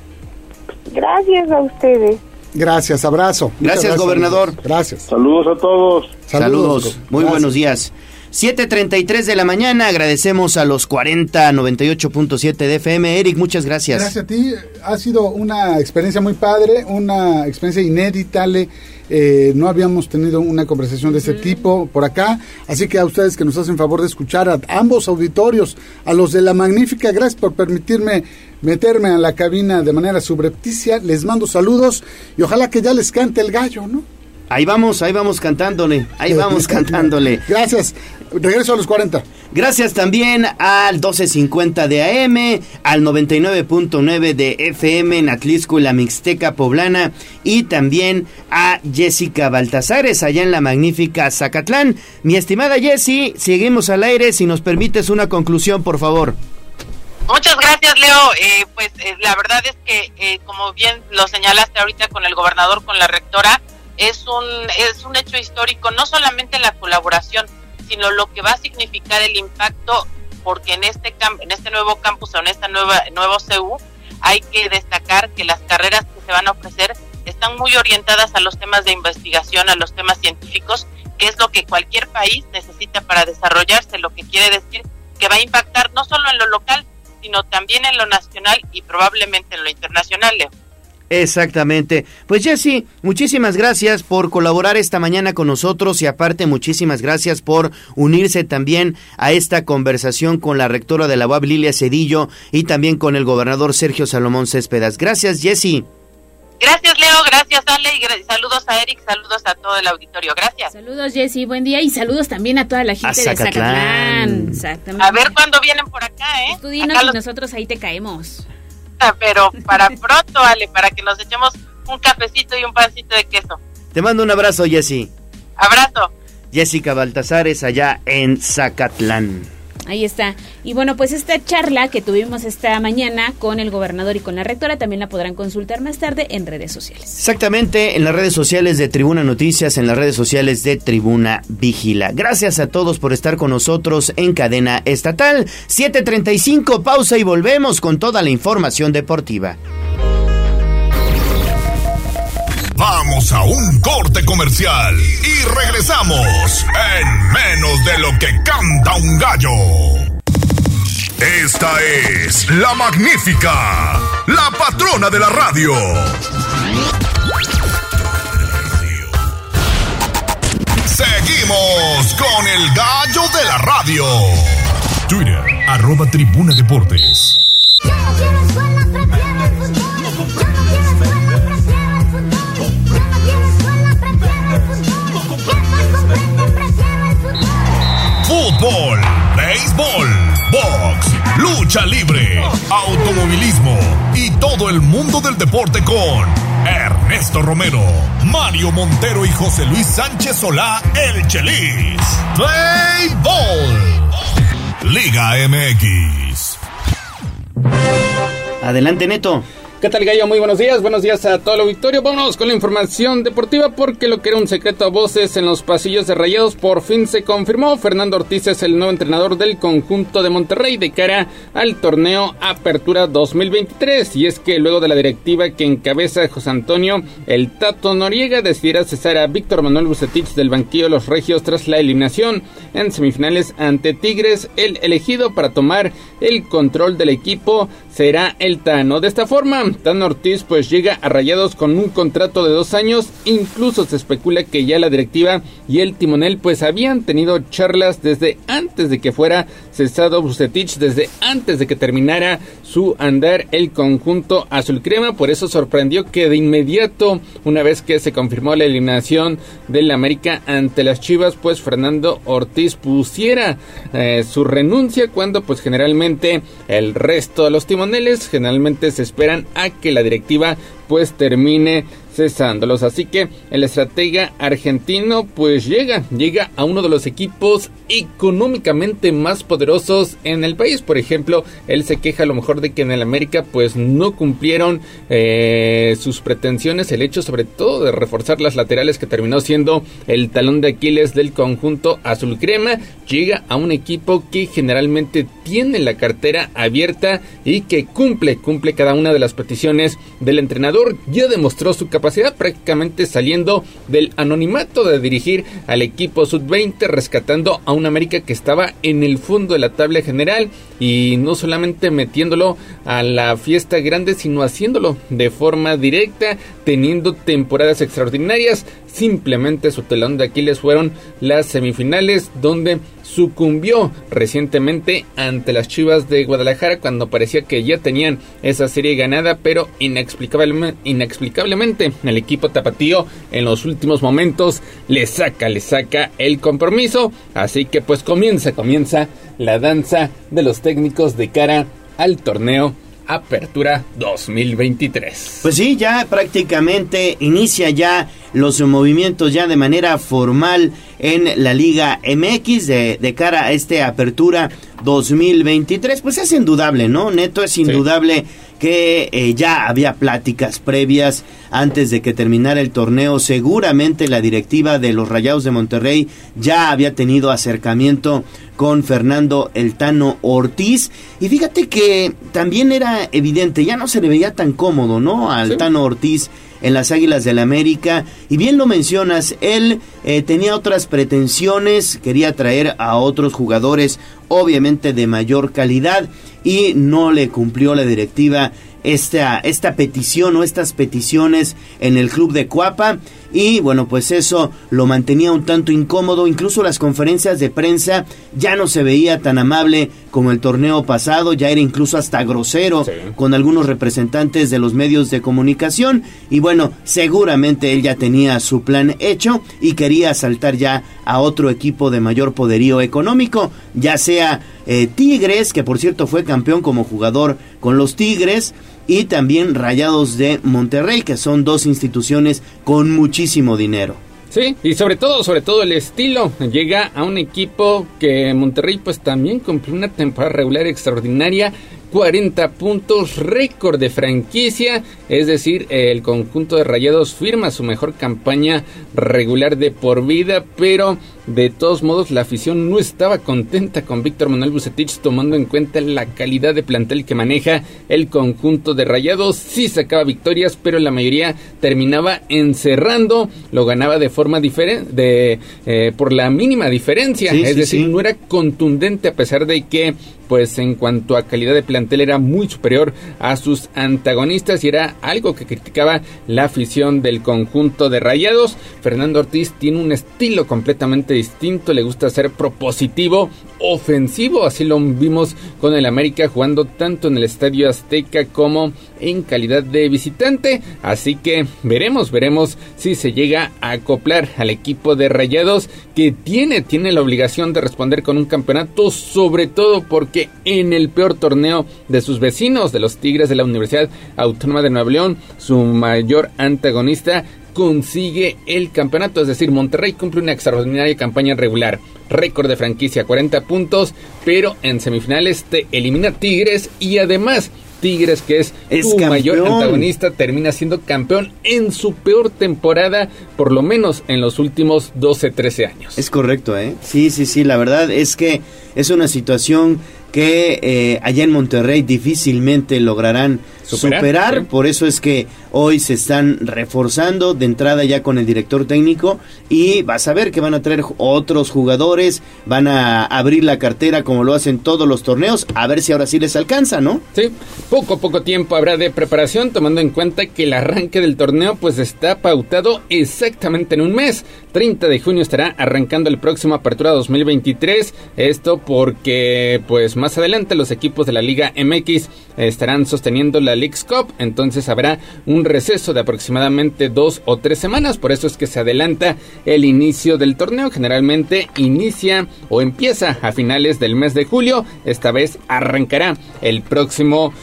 Gracias a ustedes. Gracias, abrazo. Gracias, gobernador. Gracias. Saludos a todos. Saludos. Muy buenos días. 7:33 de la mañana, agradecemos a los 98.7 de FM. Eric, muchas gracias. Gracias a ti, ha sido una experiencia muy padre, una experiencia inédita, no habíamos tenido una conversación de este tipo por acá, así que a ustedes que nos hacen favor de escuchar a ambos auditorios, a los de La Magnífica, gracias por permitirme meterme a la cabina de manera subrepticia, les mando saludos y ojalá que ya les cante el gallo, ¿no? Ahí vamos cantándole, Gracias, regreso a los 40. Gracias también al 1250 de AM, al 99.9 de FM en Atlixco y la Mixteca Poblana, y también a Jessica Baltasares allá en la magnífica Zacatlán. Mi estimada Jessie, seguimos al aire, si nos permites una conclusión, por favor. Muchas gracias, Leo. La verdad es que, como bien lo señalaste ahorita con el gobernador, con la rectora, es un hecho histórico, no solamente la colaboración, sino lo que va a significar el impacto, porque en este nuevo campus o en esta nuevo CEU hay que destacar que las carreras que se van a ofrecer están muy orientadas a los temas de investigación, a los temas científicos, que es lo que cualquier país necesita para desarrollarse, lo que quiere decir que va a impactar no solo en lo local, sino también en lo nacional y probablemente en lo internacional, Leo. Exactamente. Pues Jessy, muchísimas gracias por colaborar esta mañana con nosotros y aparte muchísimas gracias por unirse también a esta conversación con la rectora de la UAB, Lilia Cedillo, y también con el gobernador Sergio Salomón Céspedes. Gracias, Jessy. Gracias, Leo, gracias, Ale, y saludos a Eric, saludos a todo el auditorio, gracias. Saludos, Jessy, buen día, y saludos también a toda la gente de Zacatlán. Exactamente. A ver cuándo vienen por acá, Tú dinos y nosotros ahí te caemos. Pero para pronto, Ale, para que nos echemos un cafecito y un pancito de queso. Te mando un abrazo, Jessy. Abrazo. Jessica Baltasares, allá en Zacatlán. Ahí está. Y bueno, pues esta charla que tuvimos esta mañana con el gobernador y con la rectora también la podrán consultar más tarde en redes sociales. Exactamente, en las redes sociales de Tribuna Noticias, en las redes sociales de Tribuna Vigila. Gracias a todos por estar con nosotros en Cadena Estatal. 7:35, pausa y volvemos con toda la información deportiva. Vamos a un corte comercial y regresamos en menos de lo que canta un gallo. Esta es la magnífica, la patrona de la radio. Seguimos con el gallo de la radio. Twitter, @Tribuna Deportes. Fútbol, béisbol, box, lucha libre, automovilismo y todo el mundo del deporte con Ernesto Romero, Mario Montero y José Luis Sánchez Solá, el Chelis. Béisbol, Liga MX. Adelante, Neto. ¿Qué tal, gallo? Muy buenos días a todo el auditorio. Vámonos con la información deportiva porque lo que era un secreto a voces en los pasillos de Rayados por fin se confirmó. Fernando Ortiz es el nuevo entrenador del conjunto de Monterrey de cara al torneo Apertura 2023. Y es que luego de la directiva que encabeza José Antonio el Tato Noriega decidiera cesar a Víctor Manuel Vucetich del banquillo de los Regios tras la eliminación en semifinales ante Tigres, el elegido para tomar el control del equipo será el Tano. De esta forma, Tano Ortiz pues llega a Rayados con un contrato de 2 años. Incluso se especula que ya la directiva y el timonel pues habían tenido charlas desde antes de que fuera cesado Vucetich, desde antes de que terminara su andar el conjunto azul crema. Por eso sorprendió que de inmediato, una vez que se confirmó la eliminación del América ante las Chivas, pues Fernando Ortiz pusiera su renuncia, cuando pues generalmente el resto de los timoneles generalmente se esperan a que la directiva pues termine cesándolos. Así que el estratega argentino pues llega a uno de los equipos económicamente más poderosos en el país. Por ejemplo, él se queja a lo mejor de que en el América pues no cumplieron sus pretensiones, el hecho sobre todo de reforzar las laterales, que terminó siendo el talón de Aquiles del conjunto azul crema. Llega a un equipo que generalmente tiene la cartera abierta y que cumple cada una de las peticiones del entrenador. Ya demostró su capacidad prácticamente saliendo del anonimato de dirigir al equipo sub-20, rescatando a un América que estaba en el fondo de la tabla general, y no solamente metiéndolo a la fiesta grande, sino haciéndolo de forma directa, teniendo temporadas extraordinarias. Simplemente su talón de Aquiles fueron las semifinales, donde sucumbió recientemente ante las Chivas de Guadalajara, cuando parecía que ya tenían esa serie ganada, pero inexplicablemente el equipo tapatío en los últimos momentos le saca el compromiso. Así que pues comienza la danza de los técnicos de cara al torneo Apertura 2023. Pues sí, ya prácticamente inicia ya los movimientos ya de manera formal en la Liga MX de cara a este Apertura 2023. Pues es indudable, ¿no, Neto? Es indudable. Sí. Que ya había pláticas previas antes de que terminara el torneo. Seguramente la directiva de los Rayados de Monterrey ya había tenido acercamiento con Fernando el Tano Ortiz. Y fíjate que también era evidente, ya no se le veía tan cómodo, ¿no? Al Tano Ortiz en las Águilas del América. Y bien lo mencionas, él tenía otras pretensiones, quería traer a otros jugadores, obviamente de mayor calidad, y no le cumplió la directiva esta petición o estas peticiones en el club de Cuapa, y bueno, pues eso lo mantenía un tanto incómodo. Incluso las conferencias de prensa ya no se veía tan amable como el torneo pasado, ya era incluso hasta grosero con algunos representantes de los medios de comunicación, y bueno, seguramente él ya tenía su plan hecho y quería saltar ya a otro equipo de mayor poderío económico, ya sea Tigres, que por cierto fue campeón como jugador con los Tigres, y también Rayados de Monterrey, que son dos instituciones con muchísimo dinero. Sí, y sobre todo el estilo. Llega a un equipo que Monterrey pues también cumplió una temporada regular extraordinaria, 40 puntos, récord de franquicia, es decir, el conjunto de Rayados firma su mejor campaña regular de por vida, pero de todos modos la afición no estaba contenta con Víctor Manuel Vucetich, tomando en cuenta la calidad de plantel que maneja el conjunto de Rayados. Sí sacaba victorias, pero la mayoría terminaba encerrando, lo ganaba de forma diferente, por la mínima diferencia, es decir, no era contundente, a pesar de que pues en cuanto a calidad de plantel era muy superior a sus antagonistas, y era algo que criticaba la afición del conjunto de Rayados. Fernando Ortiz tiene un estilo completamente distinto, le gusta ser propositivo, ofensivo, así lo vimos con el América jugando tanto en el Estadio Azteca como en calidad de visitante, así que veremos si se llega a acoplar al equipo de Rayados, que tiene la obligación de responder con un campeonato, sobre todo porque en el peor torneo de sus vecinos, de los Tigres de la Universidad Autónoma de Nuevo León, su mayor antagonista consigue el campeonato, es decir, Monterrey cumple una extraordinaria campaña regular, récord de franquicia, 40 puntos, pero en semifinales te elimina Tigres, y además Tigres, que es tu mayor antagonista, termina siendo campeón en su peor temporada, por lo menos en los últimos 12-13 años. Es correcto, Sí, la verdad es que es una situación que allá en Monterrey difícilmente lograrán superar, ¿sí? Por eso es que hoy se están reforzando de entrada ya con el director técnico, y vas a ver que van a traer otros jugadores, van a abrir la cartera como lo hacen todos los torneos, a ver si ahora sí les alcanza, ¿no? Sí, poco tiempo habrá de preparación, tomando en cuenta que el arranque del torneo pues está pautado exactamente en un mes. 30 de junio estará arrancando el próximo Apertura 2023, esto porque pues más adelante los equipos de la Liga MX estarán sosteniendo la Leagues Cup, entonces habrá un receso de aproximadamente 2 o 3 semanas, por eso es que se adelanta el inicio del torneo. Generalmente inicia o empieza a finales del mes de julio, esta vez arrancará el próximo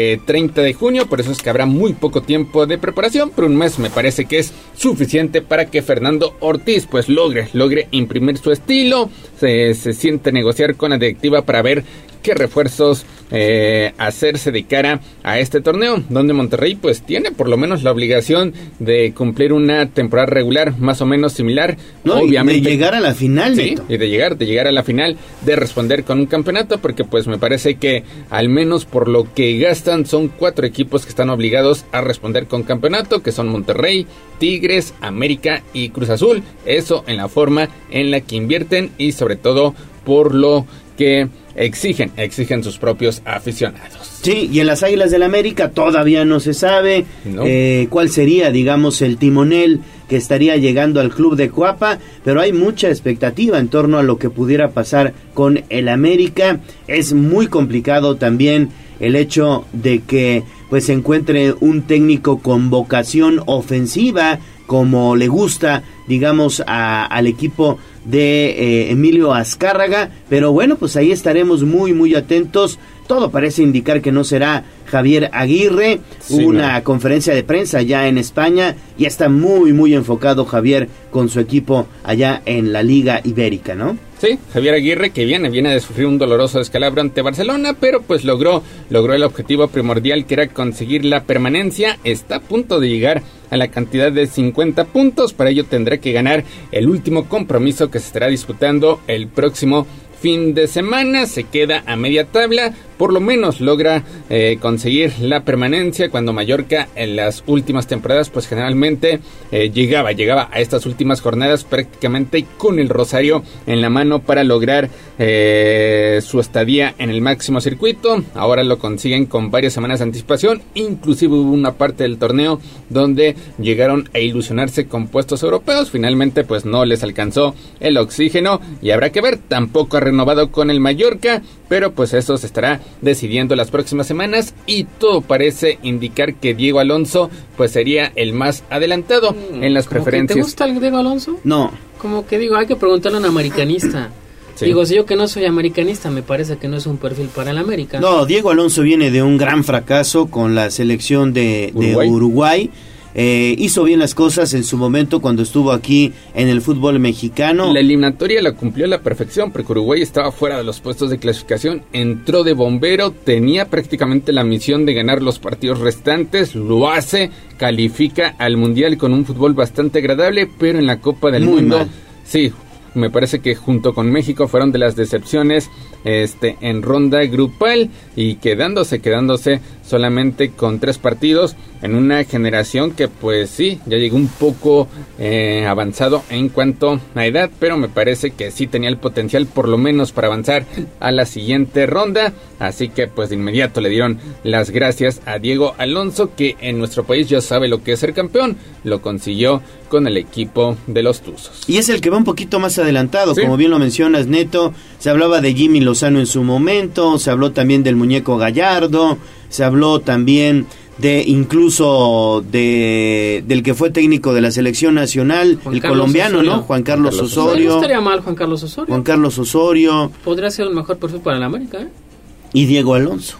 30 de junio, por eso es que habrá muy poco tiempo de preparación, pero un mes me parece que es suficiente para que Fernando Ortiz pues logre imprimir su estilo, se siente negociar con la directiva para ver qué refuerzos hacerse de cara a este torneo, donde Monterrey pues tiene por lo menos la obligación de cumplir una temporada regular más o menos similar, obviamente, y de llegar a la final, sí, y de llegar a la final, de responder con un campeonato, porque pues me parece que al menos por lo que gastan son 4 equipos que están obligados a responder con campeonato, que son Monterrey, Tigres, América y Cruz Azul, eso en la forma en la que invierten y sobre todo por lo que exigen sus propios aficionados. Sí, y en las Águilas del América todavía no se sabe cuál sería, digamos, el timonel que estaría llegando al club de Cuapa, pero hay mucha expectativa en torno a lo que pudiera pasar con el América. Es muy complicado también el hecho de que pues se encuentre un técnico con vocación ofensiva, como le gusta, digamos, al equipo de Emilio Azcárraga, pero bueno, pues ahí estaremos muy atentos. Todo parece indicar que no será Javier Aguirre. Hubo una conferencia de prensa allá en España y está muy enfocado Javier con su equipo allá en la Liga Ibérica, ¿no? Sí, Javier Aguirre, que viene de sufrir un doloroso descalabro ante Barcelona, pero pues logró el objetivo primordial, que era conseguir la permanencia. Está a punto de llegar a la cantidad de 50 puntos, para ello tendrá que ganar el último compromiso que se estará disputando el próximo fin de semana. Se queda a media tabla, por lo menos logra conseguir la permanencia, cuando Mallorca en las últimas temporadas pues generalmente llegaba a estas últimas jornadas prácticamente con el rosario en la mano para lograr su estadía en el máximo circuito. Ahora lo consiguen con varias semanas de anticipación, inclusive hubo una parte del torneo donde llegaron a ilusionarse con puestos europeos, finalmente pues no les alcanzó el oxígeno y habrá que ver, tampoco ha renovado con el Mallorca, pero pues eso se estará decidiendo las próximas semanas y todo parece indicar que Diego Alonso pues sería el más adelantado en las preferencias. ¿Te gusta el Diego Alonso? No. Como que digo, hay que preguntarle a un americanista. Sí. Digo, si yo que no soy americanista, me parece que no es un perfil para el América. No, Diego Alonso viene de un gran fracaso con la selección de Uruguay. Hizo bien las cosas en su momento cuando estuvo aquí en el fútbol mexicano. La eliminatoria la cumplió a la perfección porque Uruguay estaba fuera de los puestos de clasificación, entró de bombero, tenía prácticamente la misión de ganar los partidos restantes, lo hace, califica al Mundial con un fútbol bastante agradable, pero en la Copa del Mundo, mal. Sí, me parece que junto con México fueron de las decepciones en ronda grupal y quedándose solamente con 3 partidos en una generación que pues sí, ya llegó un poco avanzado en cuanto a edad, pero me parece que sí tenía el potencial por lo menos para avanzar a la siguiente ronda, así que pues de inmediato le dieron las gracias a Diego Alonso, que en nuestro país ya sabe lo que es ser campeón, lo consiguió con el equipo de los Tuzos. Y es el que va un poquito más adelantado, ¿sí? Como bien lo mencionas, Neto, se hablaba de Jimmy Lozano en su momento, se habló también del Muñeco Gallardo, se habló también de incluso del que fue técnico de la selección nacional, el colombiano, Osorio, ¿no? Juan Carlos Osorio. No estaría mal Juan Carlos Osorio. Podría ser el mejor perfil para el América, ¿eh? Y Diego Alonso.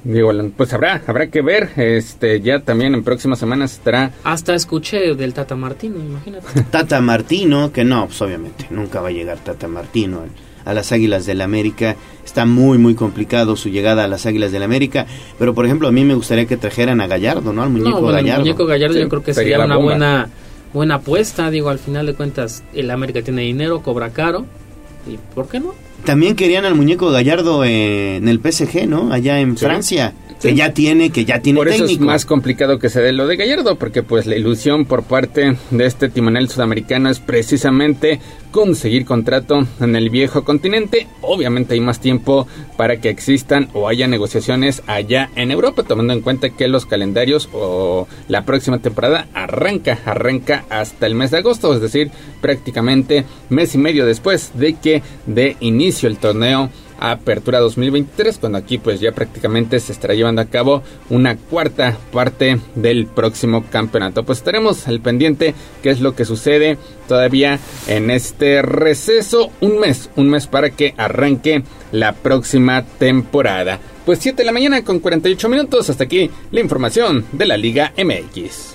Pues habrá que ver, ya también en próximas semanas estará. Hasta escuché del Tata Martino, imagínate. Tata Martino, que no, pues obviamente nunca va a llegar Tata Martino a las Águilas del América. Está muy muy complicado su llegada a las Águilas del América, pero por ejemplo a mí me gustaría que trajeran a Gallardo, ¿no? Al muñeco Gallardo. El muñeco Gallardo, sí, yo creo que sería una buena apuesta, digo, al final de cuentas el América tiene dinero, cobra caro, y ¿por qué no? También querían al muñeco Gallardo en el PSG, ¿no? Allá en Francia. Sí. Que ya tiene Por eso técnico. Es más complicado que se dé lo de Gallardo, porque pues la ilusión por parte de este timonel sudamericano es precisamente conseguir contrato en el viejo continente. Obviamente hay más tiempo para que existan o haya negociaciones allá en Europa, tomando en cuenta que los calendarios o la próxima temporada arranca hasta el mes de agosto, es decir, prácticamente mes y medio después de que de inicio el torneo Apertura 2023, cuando aquí pues ya prácticamente se estará llevando a cabo una cuarta parte del próximo campeonato. Pues estaremos al pendiente qué es lo que sucede todavía en este receso, un mes para que arranque la próxima temporada. Pues 7 de la mañana con 48 minutos, hasta aquí la información de la Liga MX.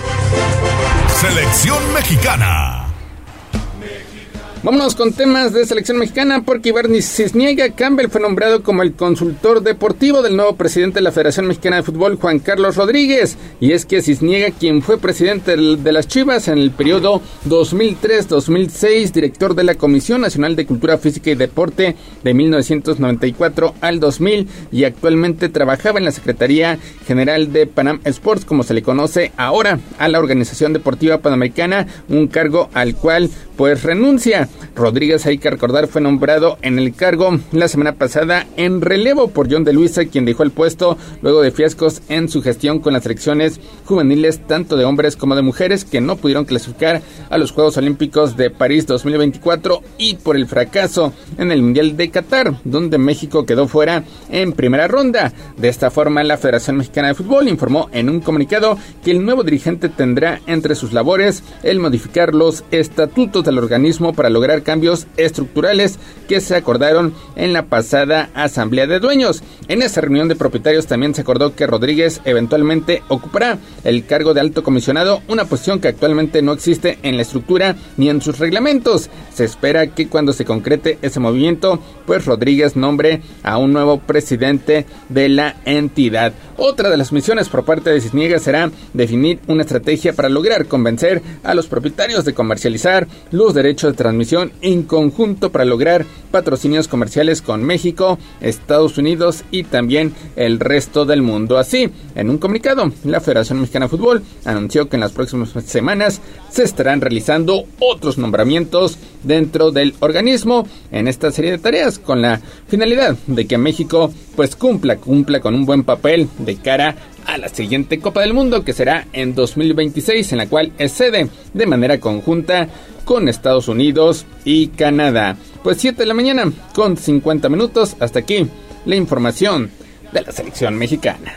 Selección Mexicana. Vámonos con temas de selección mexicana, porque Ibarni Cisniega Campbell fue nombrado como el consultor deportivo del nuevo presidente de la Federación Mexicana de Fútbol, Juan Carlos Rodríguez. Y es que Cisniega, quien fue presidente de las Chivas en el periodo 2003-2006, director de la Comisión Nacional de Cultura Física y Deporte de 1994 al 2000, y actualmente trabajaba en la Secretaría General de Panam Sports, como se le conoce ahora a la Organización Deportiva Panamericana, un cargo al cual pues renuncia. Rodríguez, hay que recordar, fue nombrado en el cargo la semana pasada en relevo por John de Luisa, quien dejó el puesto luego de fiascos en su gestión con las selecciones juveniles tanto de hombres como de mujeres que no pudieron clasificar a los Juegos Olímpicos de París 2024 y por el fracaso en el Mundial de Qatar, donde México quedó fuera en primera ronda. De esta forma, la Federación Mexicana de Fútbol informó en un comunicado que el nuevo dirigente tendrá entre sus labores el modificar los estatutos del organismo para lograr cambios estructurales que se acordaron en la pasada Asamblea de Dueños. En esa reunión de propietarios también se acordó que Rodríguez eventualmente ocupará el cargo de alto comisionado, una posición que actualmente no existe en la estructura ni en sus reglamentos. Se espera que cuando se concrete ese movimiento, pues Rodríguez nombre a un nuevo presidente de la entidad. Otra de las misiones por parte de Cisniega será definir una estrategia para lograr convencer a los propietarios de comercializar los derechos de transmisión en conjunto para lograr patrocinios comerciales con México, Estados Unidos y también el resto del mundo. Así, en un comunicado, la Federación Mexicana de Fútbol anunció que en las próximas semanas se estarán realizando otros nombramientos dentro del organismo en esta serie de tareas con la finalidad de que México pues cumpla con un buen papel de cara a la siguiente Copa del Mundo, que será en 2026, en la cual es sede de manera conjunta con Estados Unidos y Canadá. Pues 7 de la mañana con 50 minutos. Hasta aquí la información de la selección mexicana.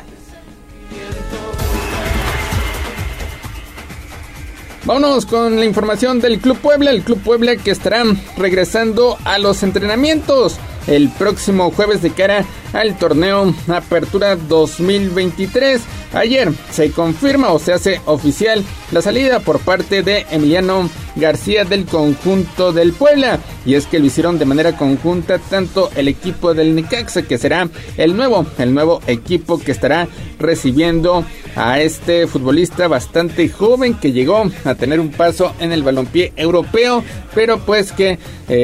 Vámonos con la información del Club Puebla. El Club Puebla que estará regresando a los entrenamientos el próximo jueves de cara al torneo Apertura 2023. Ayer se confirma o se hace oficial la salida por parte de Emiliano García del conjunto del Puebla, y es que lo hicieron de manera conjunta tanto el equipo del Necaxa, que será el nuevo equipo que estará recibiendo a este futbolista bastante joven que llegó a tener un paso en el balompié europeo, pero pues que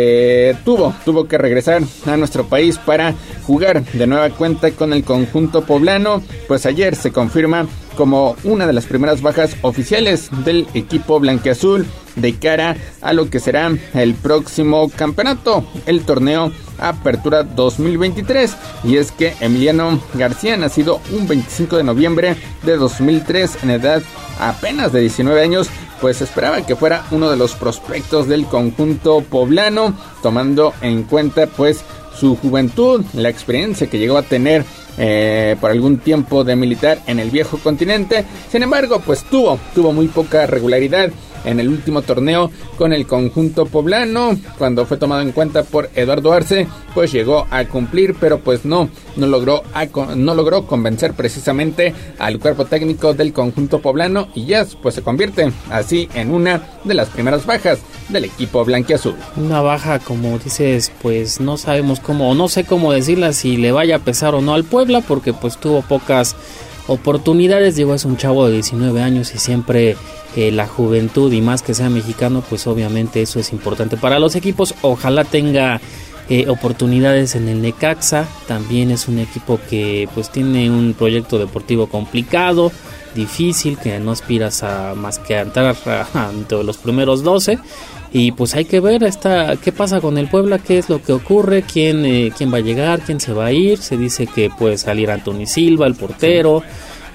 tuvo que regresar a nuestro país para jugar de nueva cuenta con el conjunto poblano. Pues ayer se confirma como una de las primeras bajas oficiales del equipo blanquiazul de cara a lo que será el próximo campeonato, el torneo Apertura 2023, y es que Emiliano García, nacido un 25 de noviembre de 2003 en edad apenas de 19 años, pues esperaba que fuera uno de los prospectos del conjunto poblano, tomando en cuenta pues su juventud, la experiencia que llegó a tener por algún tiempo de militar en el viejo continente. Sin embargo, pues tuvo muy poca regularidad en el último torneo con el conjunto poblano. Cuando fue tomado en cuenta por Eduardo Arce, pues llegó a cumplir, pero pues no logró convencer precisamente al cuerpo técnico del conjunto poblano, y ya pues se convierte así en una de las primeras bajas del equipo blanquiazul. Una baja, como dices, pues no sabemos cómo, o no sé cómo decirla, si le vaya a pesar o no al Puebla, porque pues tuvo pocas oportunidades. Digo, es un chavo de 19 años y siempre la juventud, y más que sea mexicano, pues obviamente eso es importante para los equipos. Ojalá tenga oportunidades en el Necaxa. También es un equipo que pues tiene un proyecto deportivo complicado, difícil, que no aspiras a más que a entrar entre los primeros 12. Y pues hay que ver qué pasa con el Puebla, qué es lo que ocurre, quién va a llegar, quién se va a ir. Se dice que puede salir Anthony Silva, el portero.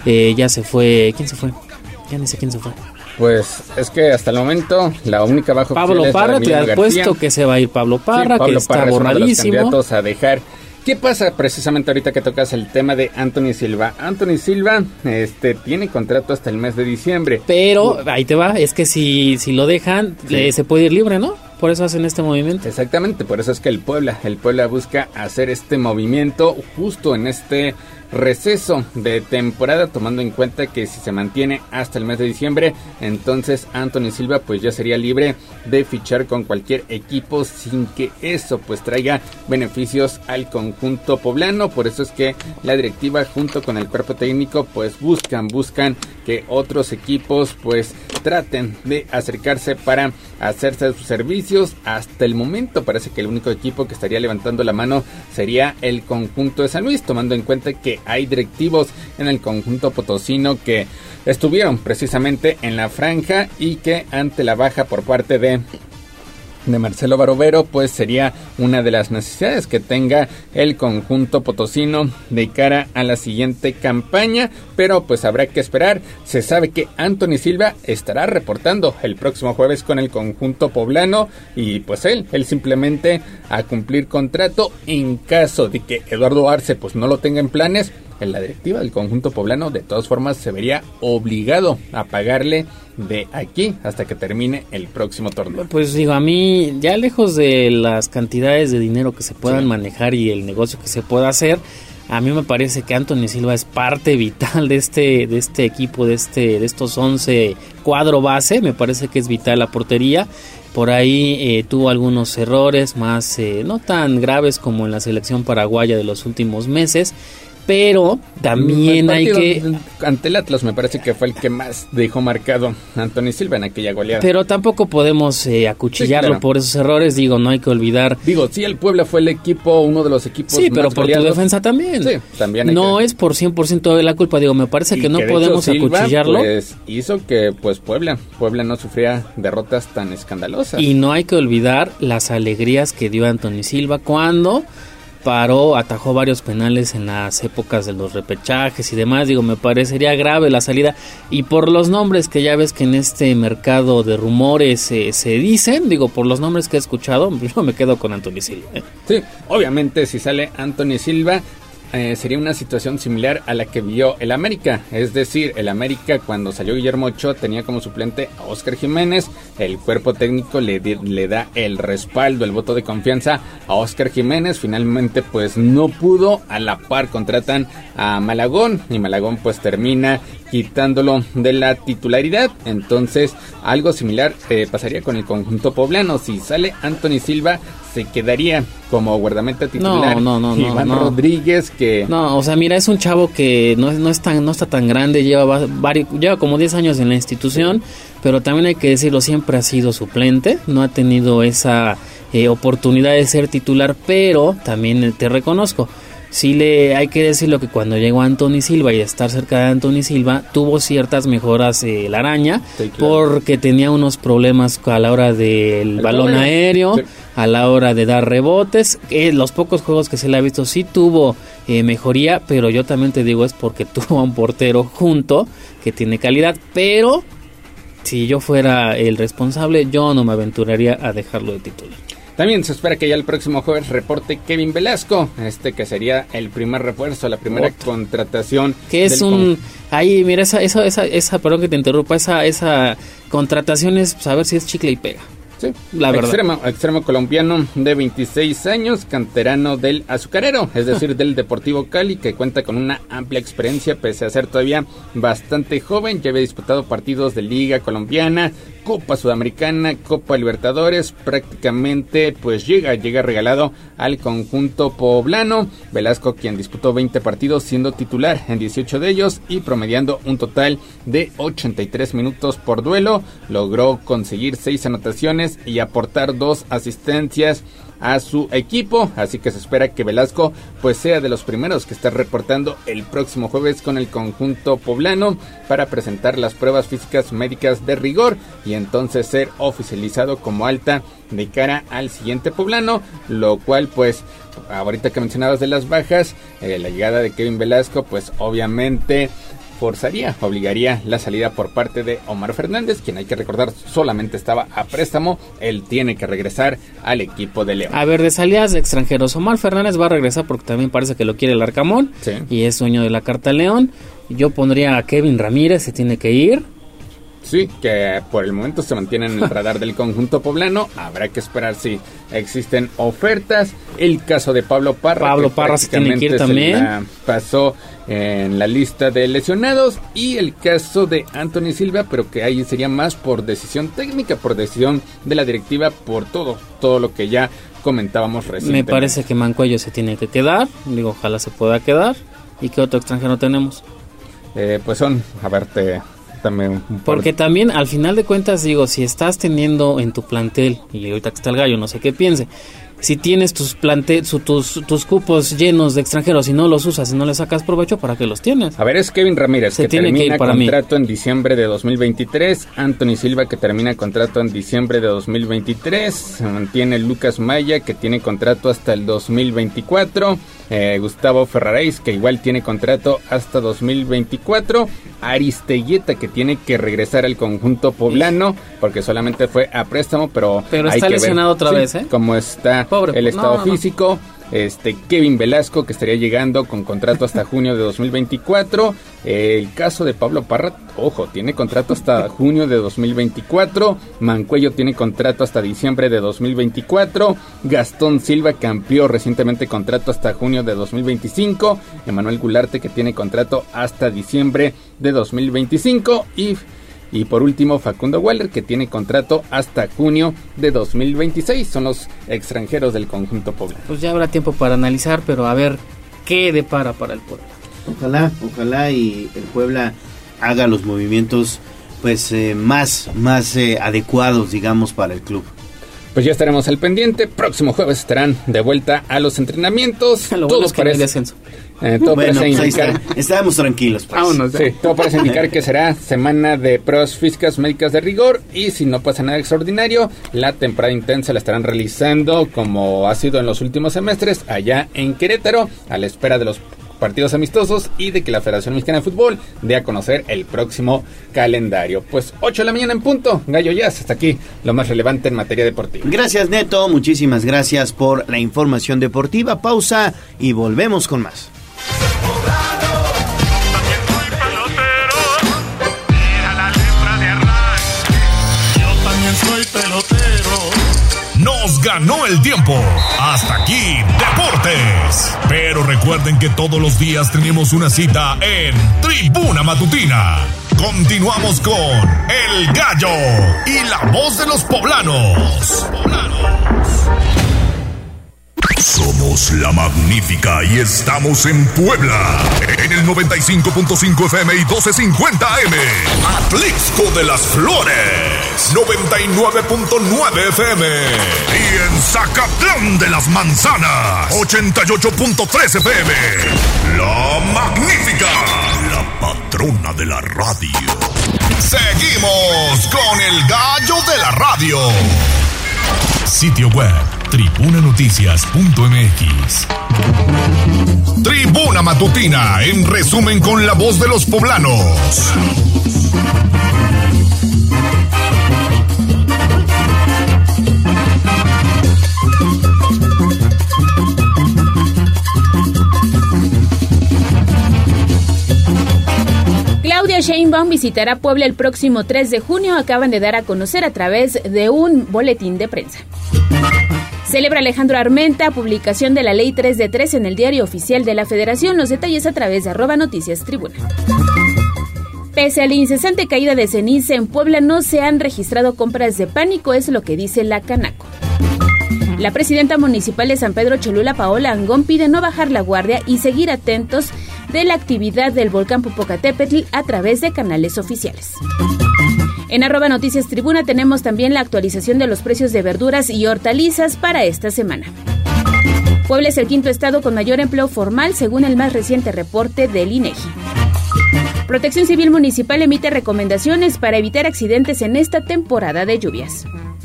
Ya se fue. ¿Quién se fue? Ya ni sé quién se fue. Pues es que hasta el momento la única baja Pablo Parra, te has puesto que se va a ir Pablo Parra, sí, Pablo que está Parra borradísimo. Es uno de los candidatos a dejar. ¿Qué pasa precisamente ahorita que tocas el tema de Anthony Silva? Anthony Silva tiene contrato hasta el mes de diciembre. Pero ahí te va, es que si lo dejan, sí, se puede ir libre, ¿no? Por eso hacen este movimiento. Exactamente, por eso es que el Puebla busca hacer este movimiento justo en este receso de temporada, tomando en cuenta que si se mantiene hasta el mes de diciembre, entonces Anthony Silva pues ya sería libre de fichar con cualquier equipo sin que eso pues traiga beneficios al conjunto poblano. Por eso es que la directiva junto con el cuerpo técnico pues buscan que otros equipos pues traten de acercarse para hacerse de sus servicios. Hasta el momento parece que el único equipo que estaría levantando la mano sería el conjunto de San Luis, tomando en cuenta que hay directivos en el conjunto potosino que estuvieron precisamente en la franja y que ante la baja por parte de Marcelo Barovero pues sería una de las necesidades que tenga el conjunto potosino de cara a la siguiente campaña, pero pues habrá que esperar. Se sabe que Anthony Silva estará reportando el próximo jueves con el conjunto poblano y pues él simplemente a cumplir contrato. En caso de que Eduardo Arce pues no lo tenga en planes, en la directiva del conjunto poblano de todas formas se vería obligado a pagarle de aquí hasta que termine el próximo torneo. Pues digo, a mí, ya lejos de las cantidades de dinero que se puedan manejar y el negocio que se pueda hacer, a mí me parece que Anthony Silva es parte vital de este equipo, de estos 11 cuadro base. Me parece que es vital la portería. Por ahí tuvo algunos errores más no tan graves como en la selección paraguaya de los últimos meses, pero también hay que... Ante el Atlas me parece que fue el que más dejó marcado Anthony Silva en aquella goleada. Pero tampoco podemos acuchillarlo, sí, claro, por esos errores, digo, no hay que olvidar... Digo, sí, el Puebla fue el equipo, uno de los equipos sí, pero por goleados. Tu defensa también. Sí, también. No es por 100% de la culpa, digo, me parece que no podemos Silva, acuchillarlo. Pues hizo que pues Puebla no sufría derrotas tan escandalosas. Y no hay que olvidar las alegrías que dio Anthony Silva cuando... atajó varios penales en las épocas de los repechajes y demás. Digo, me parecería grave la salida, y por los nombres que ya ves que en este mercado de rumores se dicen, digo, por los nombres que he escuchado, yo me quedo con Anthony Silva. Sí, obviamente si sale Anthony Silva sería una situación similar a la que vio el América, es decir, el América cuando salió Guillermo Ochoa tenía como suplente a Óscar Jiménez, el cuerpo técnico le da el respaldo, el voto de confianza a Óscar Jiménez, finalmente pues no pudo, a la par contratan a Malagón y Malagón pues termina quitándolo de la titularidad. Entonces algo similar pasaría con el conjunto poblano. Si sale Anthony Silva se quedaría como guardameta titular Iván Rodríguez, que... No, o sea, mira, es un chavo que no está tan grande, lleva como 10 años en la institución, pero también hay que decirlo, siempre ha sido suplente, no ha tenido esa oportunidad de ser titular, pero también te reconozco, sí hay que decirlo que cuando llegó Anthony Silva y estar cerca de Anthony Silva tuvo ciertas mejoras la araña, sí, claro, porque tenía unos problemas a la hora del balón aéreo, sí, a la hora de dar rebotes, los pocos juegos que se le ha visto sí tuvo mejoría, pero yo también te digo es porque tuvo a un portero junto que tiene calidad, pero si yo fuera el responsable yo no me aventuraría a dejarlo de titular. También se espera que ya el próximo jueves reporte Kevin Velasco, que sería el primer refuerzo, la primera contratación. Que es ahí, mira, esa, perdón que te interrumpa, esa contratación es saber si es chicle y pega. Sí, la verdad. Extremo colombiano de 26 años, canterano del Azucarero, es decir, del Deportivo Cali, que cuenta con una amplia experiencia, pese a ser todavía bastante joven. Ya había disputado partidos de Liga Colombiana, Copa Sudamericana, Copa Libertadores, prácticamente pues llega regalado al conjunto poblano. Velasco, quien disputó 20 partidos siendo titular en 18 de ellos y promediando un total de 83 minutos por duelo, logró conseguir 6 anotaciones y aportar 2 asistencias a su equipo, así que se espera que Velasco pues sea de los primeros que está reportando el próximo jueves con el conjunto poblano para presentar las pruebas físicas médicas de rigor y entonces ser oficializado como alta de cara al siguiente poblano, lo cual pues ahorita que mencionabas de las bajas, la llegada de Kevin Velasco pues obviamente obligaría la salida por parte de Omar Fernández, quien hay que recordar solamente estaba a préstamo. Él tiene que regresar al equipo de León. A ver, de salidas de extranjeros, Omar Fernández va a regresar porque también parece que lo quiere el Arcamón, sí, y es dueño de la Carta León. Yo pondría a Kevin Ramírez, se tiene que ir. Sí, que por el momento se mantiene en el radar del conjunto poblano. Habrá que esperar si existen ofertas. El caso de Pablo Parra se tiene que ir también. Pasó en la lista de lesionados. Y el caso de Anthony Silva, pero que ahí sería más por decisión técnica, por decisión de la directiva, por todo lo que ya comentábamos recientemente. Me parece que Mancuello se tiene que quedar. Digo, ojalá se pueda quedar. ¿Y qué otro extranjero tenemos? Pues son, también porque también al final de cuentas digo, si estás teniendo en tu plantel, y ahorita que está el Gallo no sé qué piense, si tienes tus cupos llenos de extranjeros y no los usas y no le sacas provecho, ¿para qué los tienes? A ver, es Kevin Ramírez que termina contrato en diciembre de 2023, Anthony Silva que termina contrato en diciembre de 2023, se mantiene Lucas Maya que tiene contrato hasta el 2024, Gustavo Ferraréis que igual tiene contrato hasta 2024, Aristeguieta que tiene que regresar al conjunto poblano porque solamente fue a préstamo, pero está lesionado otra vez, cómo está el estado físico. Kevin Velasco que estaría llegando con contrato hasta junio de 2024. El caso de Pablo Parra, tiene contrato hasta junio de 2024. Mancuello tiene contrato hasta diciembre de 2024. Gastón Silva que amplió recientemente contrato hasta junio de 2025. Emanuel Gularte que tiene contrato hasta diciembre de 2025 y por último Facundo Waller que tiene contrato hasta junio de 2026. Son los extranjeros del conjunto poblano. Pues ya habrá tiempo para analizar, pero a ver qué depara para el pueblo. Ojalá y el Puebla haga los movimientos pues más adecuados, digamos, para el club. Pues ya estaremos al pendiente. Próximo jueves estarán de vuelta a los entrenamientos. Todos parece descenso. Todo parece indicar. Estábamos tranquilos. Pues. Sí, todo parece indicar que será semana de pruebas físicas médicas de rigor y si no pasa nada extraordinario, la temporada intensa la estarán realizando como ha sido en los últimos semestres allá en Querétaro, a la espera de los partidos amistosos y de que la Federación Mexicana de Fútbol dé a conocer el próximo calendario. Pues 8 de la mañana en punto. Gallo Jazz, hasta aquí lo más relevante en materia deportiva. Gracias, Neto, muchísimas gracias por la información deportiva. Pausa y volvemos con más. Nos ganó el tiempo. Hasta aquí, Deportes. Pero recuerden que todos los días tenemos una cita en Tribuna Matutina. Continuamos con El Gallo y la voz de los poblanos. Somos La Magnífica y estamos en Puebla, en el 95.5 FM y 1250 AM. Atlixco de las Flores, 99.9 FM. Y en Zacatlán de las Manzanas, 88.3 FM. La Magnífica, la patrona de la radio. Seguimos con el Gallo de la radio. Sitio web tribunanoticias.mx. Tribuna Matutina, en resumen con la voz de los poblanos. Claudia Sheinbaum visitará Puebla el próximo 3 de junio, acaban de dar a conocer a través de un boletín de prensa. Celebra Alejandro Armenta publicación de la Ley 3 de 3 en el Diario Oficial de la Federación. Los detalles a través de @noticiastribuna. Pese a la incesante caída de ceniza en Puebla, no se han registrado compras de pánico, es lo que dice la Canaco. La presidenta municipal de San Pedro Cholula, Paola Angón, pide no bajar la guardia y seguir atentos de la actividad del volcán Popocatépetl a través de canales oficiales. En @Noticias Tribuna tenemos también la actualización de los precios de verduras y hortalizas para esta semana. Puebla es el quinto estado con mayor empleo formal según el más reciente reporte del INEGI. Protección Civil Municipal emite recomendaciones para evitar accidentes en esta temporada de lluvias.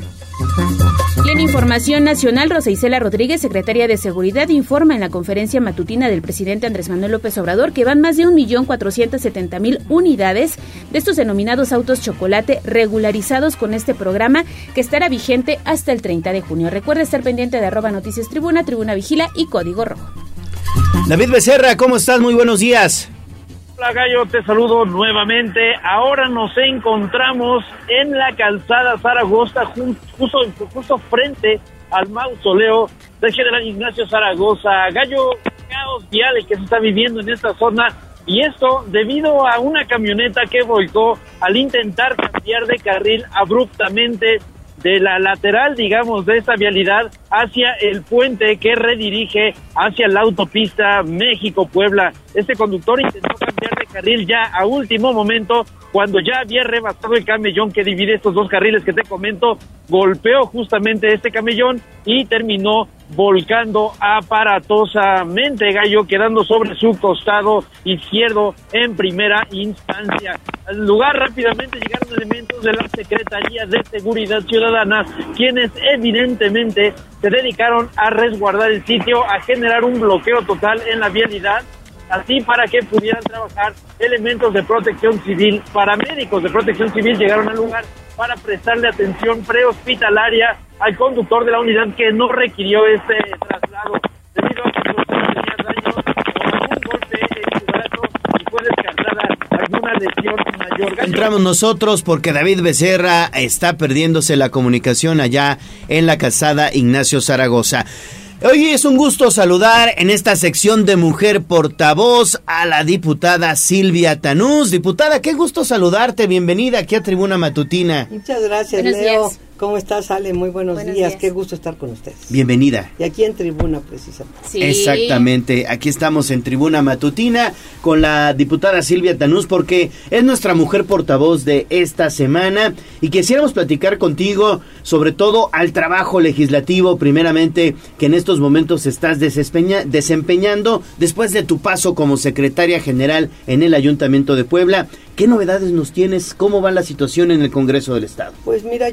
Y en información nacional, Rosa Isela Rodríguez, secretaria de Seguridad, informa en la conferencia matutina del presidente Andrés Manuel López Obrador que van más de 1.470.000 unidades de estos denominados autos chocolate regularizados con este programa que estará vigente hasta el 30 de junio. Recuerda estar pendiente de @Noticias Tribuna, Tribuna Vigila y Código Rojo. David Becerra, ¿cómo estás? Muy buenos días. Hola Gallo, te saludo nuevamente. Ahora nos encontramos en la calzada Zaragoza, justo frente al mausoleo del general Ignacio Zaragoza. Gallo, caos vial que se está viviendo en esta zona, y esto debido a una camioneta que volcó al intentar cambiar de carril abruptamente de la lateral, digamos, de esta vialidad hacia el puente que redirige hacia la autopista México-Puebla. Este conductor intentó cambiar de carril ya a último momento, cuando ya había rebasado el camellón que divide estos dos carriles que te comento, golpeó justamente este camellón y terminó volcando aparatosamente, Gallo, quedando sobre su costado izquierdo en primera instancia. Al lugar rápidamente llegaron elementos de la Secretaría de Seguridad Ciudadana, quienes evidentemente se dedicaron a resguardar el sitio, a generar un bloqueo total en la vialidad, así para que pudieran trabajar elementos de protección civil. Paramédicos de protección civil llegaron al lugar para prestarle atención prehospitalaria al conductor de la unidad, que no requirió este traslado debido a que no tenía daños o algún golpe en su brazo y fue descartada alguna lesión mayor. Entramos nosotros porque David Becerra está perdiéndose la comunicación allá en la calzada Ignacio Zaragoza. Hoy es un gusto saludar en esta sección de Mujer Portavoz a la diputada Silvia Tanús. Diputada, qué gusto saludarte, bienvenida aquí a Tribuna Matutina. Muchas gracias, Buenos Leo. días. ¿Cómo estás, Ale? Muy buenos días. Qué gusto estar con ustedes. Bienvenida. Y aquí en Tribuna, precisamente. Sí. Exactamente. Aquí estamos en Tribuna Matutina con la diputada Silvia Tanús, porque es nuestra mujer portavoz de esta semana y quisiéramos platicar contigo sobre todo al trabajo legislativo, primeramente, que en estos momentos estás desempeñando después de tu paso como secretaria general en el Ayuntamiento de Puebla. ¿Qué novedades nos tienes? ¿Cómo va la situación en el Congreso del Estado? Pues mira,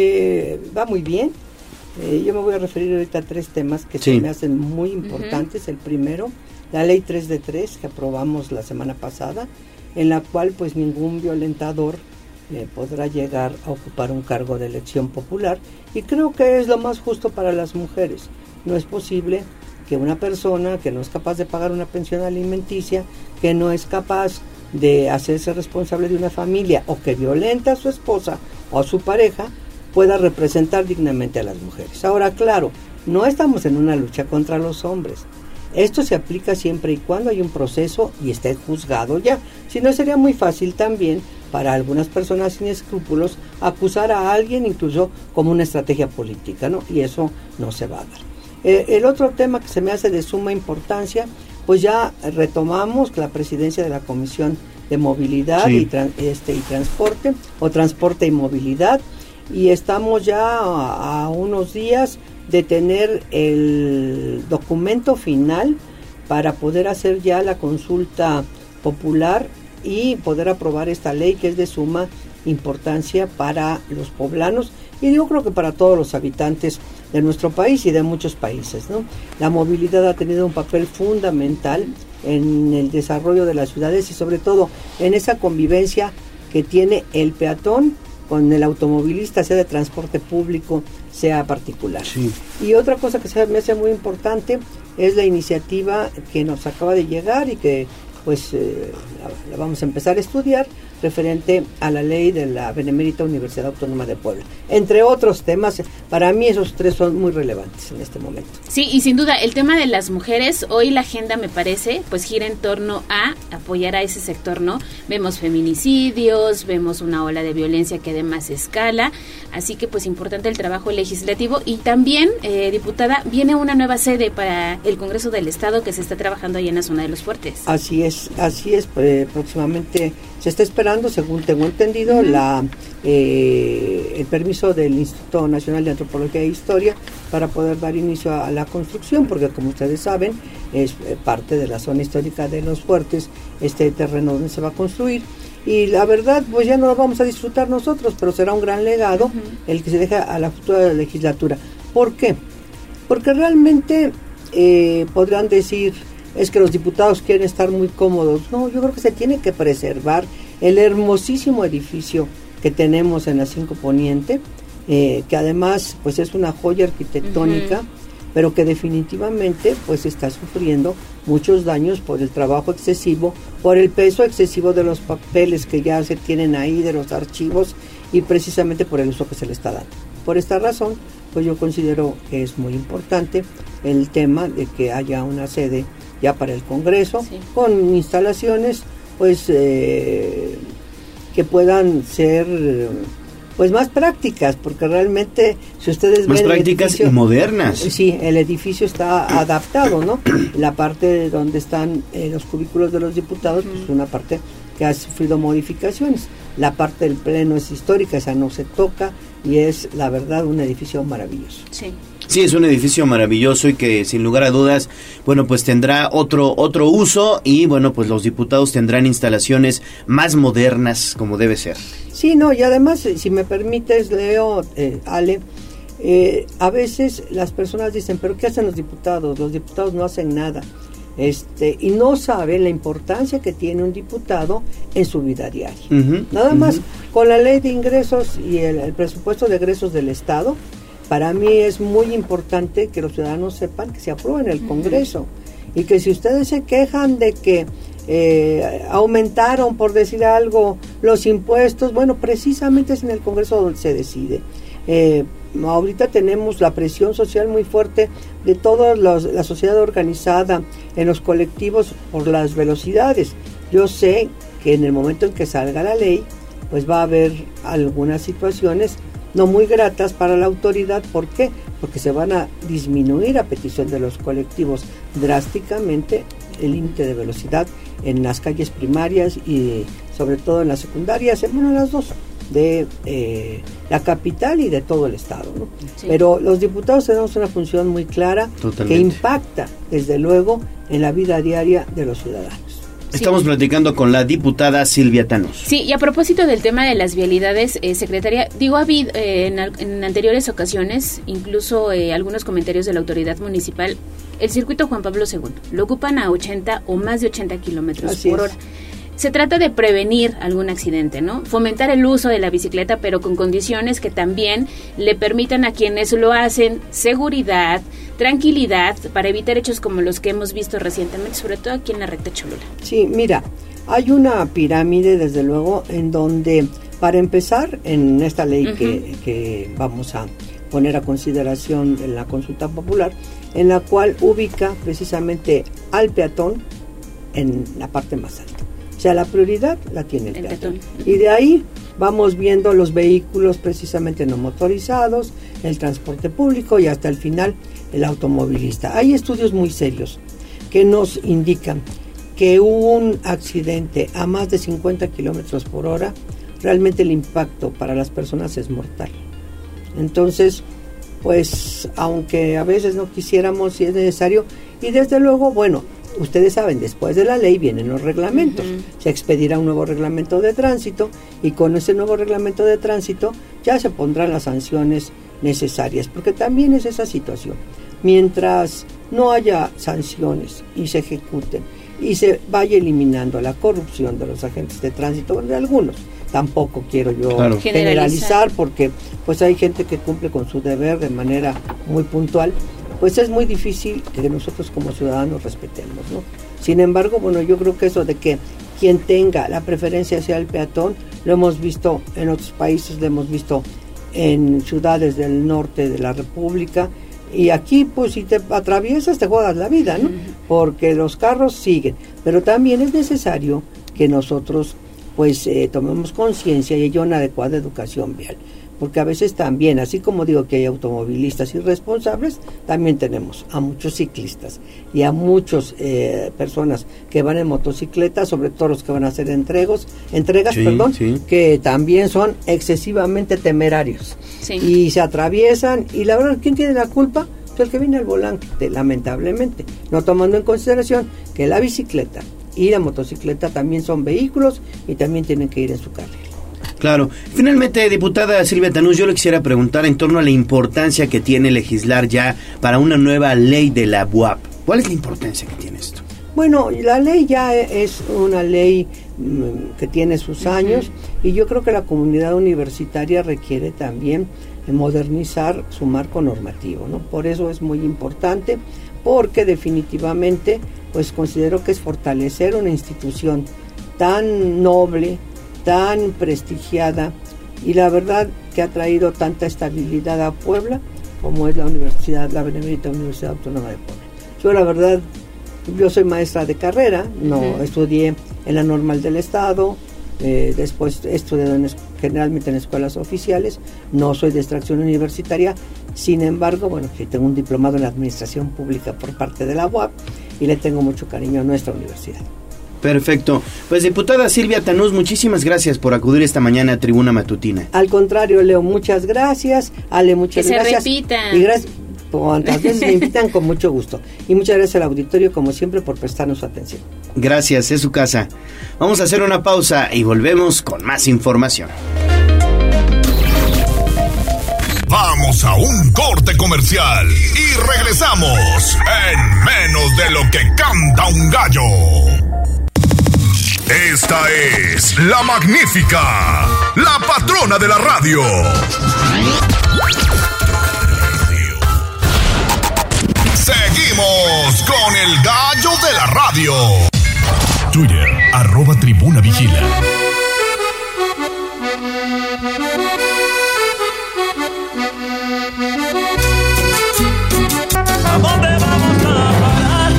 va muy bien. Yo me voy a referir ahorita a 3 temas que se me hacen muy importantes. El primero, la ley 3 de 3 que aprobamos la semana pasada, en la cual pues ningún violentador podrá llegar a ocupar un cargo de elección popular, y creo que es lo más justo para las mujeres. No es posible que una persona que no es capaz de pagar una pensión alimenticia, que no es capaz de hacerse responsable de una familia o que violenta a su esposa o a su pareja, pueda representar dignamente a las mujeres. Ahora, claro, no estamos en una lucha contra los hombres. Esto se aplica siempre y cuando hay un proceso y esté juzgado ya. Si no, sería muy fácil también para algunas personas sin escrúpulos acusar a alguien incluso como una estrategia política, ¿no? Y eso no se va a dar. El otro tema que se me hace de suma importancia, pues ya retomamos la presidencia de la Comisión de Movilidad y Transporte, o Transporte y Movilidad, y estamos ya a unos días de tener el documento final para poder hacer ya la consulta popular y poder aprobar esta ley que es de suma importancia para los poblanos y yo creo que para todos los habitantes de nuestro país y de muchos países, ¿no? La movilidad ha tenido un papel fundamental en el desarrollo de las ciudades y sobre todo en esa convivencia que tiene el peatón con el automovilista, sea de transporte público, sea particular. Sí. Y otra cosa que se me hace muy importante es la iniciativa que nos acaba de llegar y que pues la vamos a empezar a estudiar, referente a la ley de la Benemérita Universidad Autónoma de Puebla. Entre otros temas, para mí esos 3 son muy relevantes en este momento. Sí, y sin duda, el tema de las mujeres, hoy la agenda me parece, pues gira en torno a apoyar a ese sector, ¿no? Vemos feminicidios, vemos una ola de violencia que además escala, así que pues importante el trabajo legislativo y también, diputada, viene una nueva sede para el Congreso del Estado que se está trabajando ahí en la zona de Los Fuertes. Así es, próximamente se está esperando, según tengo entendido, el permiso del Instituto Nacional de Antropología e Historia para poder dar inicio a la construcción, porque como ustedes saben, es parte de la zona histórica de Los Fuertes, este terreno donde se va a construir. Y la verdad, pues ya no lo vamos a disfrutar nosotros, pero será un gran legado el que se deja a la futura legislatura. ¿Por qué? Porque realmente podrán decir, es que los diputados quieren estar muy cómodos. No, yo creo que se tiene que preservar el hermosísimo edificio que tenemos en la 5 Poniente, que además pues es una joya arquitectónica, pero que definitivamente pues está sufriendo muchos daños por el trabajo excesivo, por el peso excesivo de los papeles que ya se tienen ahí, de los archivos, y precisamente por el uso que se le está dando. Por esta razón, pues yo considero que es muy importante el tema de que haya una sede ya para el Congreso, con instalaciones pues que puedan ser pues más prácticas, porque realmente si ustedes más ven prácticas y modernas. Sí, el edificio está adaptado, ¿no? La parte donde están los cubículos de los diputados, pues una parte que ha sufrido modificaciones. La parte del pleno es histórica, esa no se toca y es la verdad un edificio maravilloso. Sí. Sí, es un edificio maravilloso y que sin lugar a dudas, bueno, pues tendrá otro uso y bueno, pues los diputados tendrán instalaciones más modernas como debe ser. Sí, no, y además, si me permites, Leo, Ale, a veces las personas dicen, pero ¿qué hacen los diputados? Los diputados no hacen nada. Y no saben la importancia que tiene un diputado en su vida diaria. Nada más, con la ley de ingresos y el presupuesto de egresos del Estado, para mí es muy importante que los ciudadanos sepan que se aprueba en el Congreso y que si ustedes se quejan de que aumentaron, por decir algo, los impuestos, bueno, precisamente es en el Congreso donde se decide. Ahorita tenemos la presión social muy fuerte de toda la sociedad organizada en los colectivos por las velocidades. Yo sé que en el momento en que salga la ley, pues va a haber algunas situaciones no muy gratas para la autoridad. ¿Por qué? Porque se van a disminuir, a petición de los colectivos, drásticamente el límite de velocidad en las calles primarias y sobre todo en las secundarias, bueno, las dos, de la capital y de todo el estado, ¿no? Sí. Pero los diputados tenemos una función muy clara. Totalmente. Que impacta, desde luego, en la vida diaria de los ciudadanos. Estamos platicando con la diputada Silvia Tanús. Sí, y a propósito del tema de las vialidades, secretaria, digo, ha habido en anteriores ocasiones, incluso algunos comentarios de la autoridad municipal, el circuito Juan Pablo II lo ocupan a 80 o más de 80 kilómetros por hora. Se trata de prevenir algún accidente, ¿no? Fomentar el uso de la bicicleta, pero con condiciones que también le permitan a quienes lo hacen seguridad, tranquilidad, para evitar hechos como los que hemos visto recientemente, sobre todo aquí en la recta Cholula. Sí, mira, hay una pirámide, desde luego, en donde, para empezar, en esta ley que vamos a poner a consideración en la consulta popular, en la cual ubica precisamente al peatón en la parte más alta. O sea, la prioridad la tiene el peatón. Y de ahí vamos viendo los vehículos precisamente no motorizados, el transporte público y hasta el final el automovilista. Hay estudios muy serios que nos indican que un accidente a más de 50 kilómetros por hora, realmente el impacto para las personas es mortal. Entonces, pues, aunque a veces no quisiéramos, si es necesario, y desde luego, bueno, ustedes saben, después de la ley vienen los reglamentos. Se expedirá un nuevo reglamento de tránsito y con ese nuevo reglamento de tránsito ya se pondrán las sanciones necesarias, porque también es esa situación. Mientras no haya sanciones y se ejecuten y se vaya eliminando la corrupción de los agentes de tránsito, de algunos, tampoco quiero yo generalizar, porque pues hay gente que cumple con su deber de manera muy puntual, pues es muy difícil que nosotros como ciudadanos respetemos, ¿no? Sin embargo, bueno, yo creo que eso de que quien tenga la preferencia hacia el peatón, lo hemos visto en otros países, lo hemos visto en ciudades del norte de la República, y aquí pues si te atraviesas te juegas la vida, ¿no? Porque los carros siguen, pero también es necesario que nosotros pues tomemos conciencia y haya una adecuada educación vial. Porque a veces también, así como digo que hay automovilistas irresponsables, también tenemos a muchos ciclistas y a muchas personas que van en motocicleta, sobre todo los que van a hacer entregas, que también son excesivamente temerarios. Sí. Y se atraviesan, y la verdad, ¿quién tiene la culpa? Pues el que viene al volante, lamentablemente, no tomando en consideración que la bicicleta y la motocicleta también son vehículos y también tienen que ir en su carril. Claro. Finalmente, diputada Silvia Tanús, yo le quisiera preguntar en torno a la importancia que tiene legislar ya para una nueva ley de la UAP. ¿Cuál es la importancia que tiene esto? Bueno, la ley ya es una ley que tiene sus años, y yo creo que la comunidad universitaria requiere también modernizar su marco normativo, ¿no? Por eso es muy importante, porque definitivamente pues considero que es fortalecer una institución tan noble, tan prestigiada, y la verdad que ha traído tanta estabilidad a Puebla como es la Benemérita Universidad Autónoma de Puebla. Yo la verdad, yo soy maestra de carrera, no estudié en la normal del Estado, después he estudiado generalmente en escuelas oficiales, no soy de extracción universitaria, sin embargo, bueno, sí tengo un diplomado en administración pública por parte de la UAP y le tengo mucho cariño a nuestra universidad. Perfecto. Pues diputada Silvia Tanús, muchísimas gracias por acudir esta mañana a Tribuna Matutina. Al contrario, Leo, muchas gracias. Ale, muchas gracias. Que se repitan. Y gracias, cuantas veces me invitan, con mucho gusto. Y muchas gracias al auditorio, como siempre, por prestarnos su atención. Gracias, es su casa. Vamos a hacer una pausa y volvemos con más información. Vamos a un corte comercial y regresamos en menos de lo que canta un gallo. Esta es La Magnífica, la patrona de la radio. Seguimos con el gallo de la radio. Twitter, @tribunavigila. ¿A dónde vamos a parar?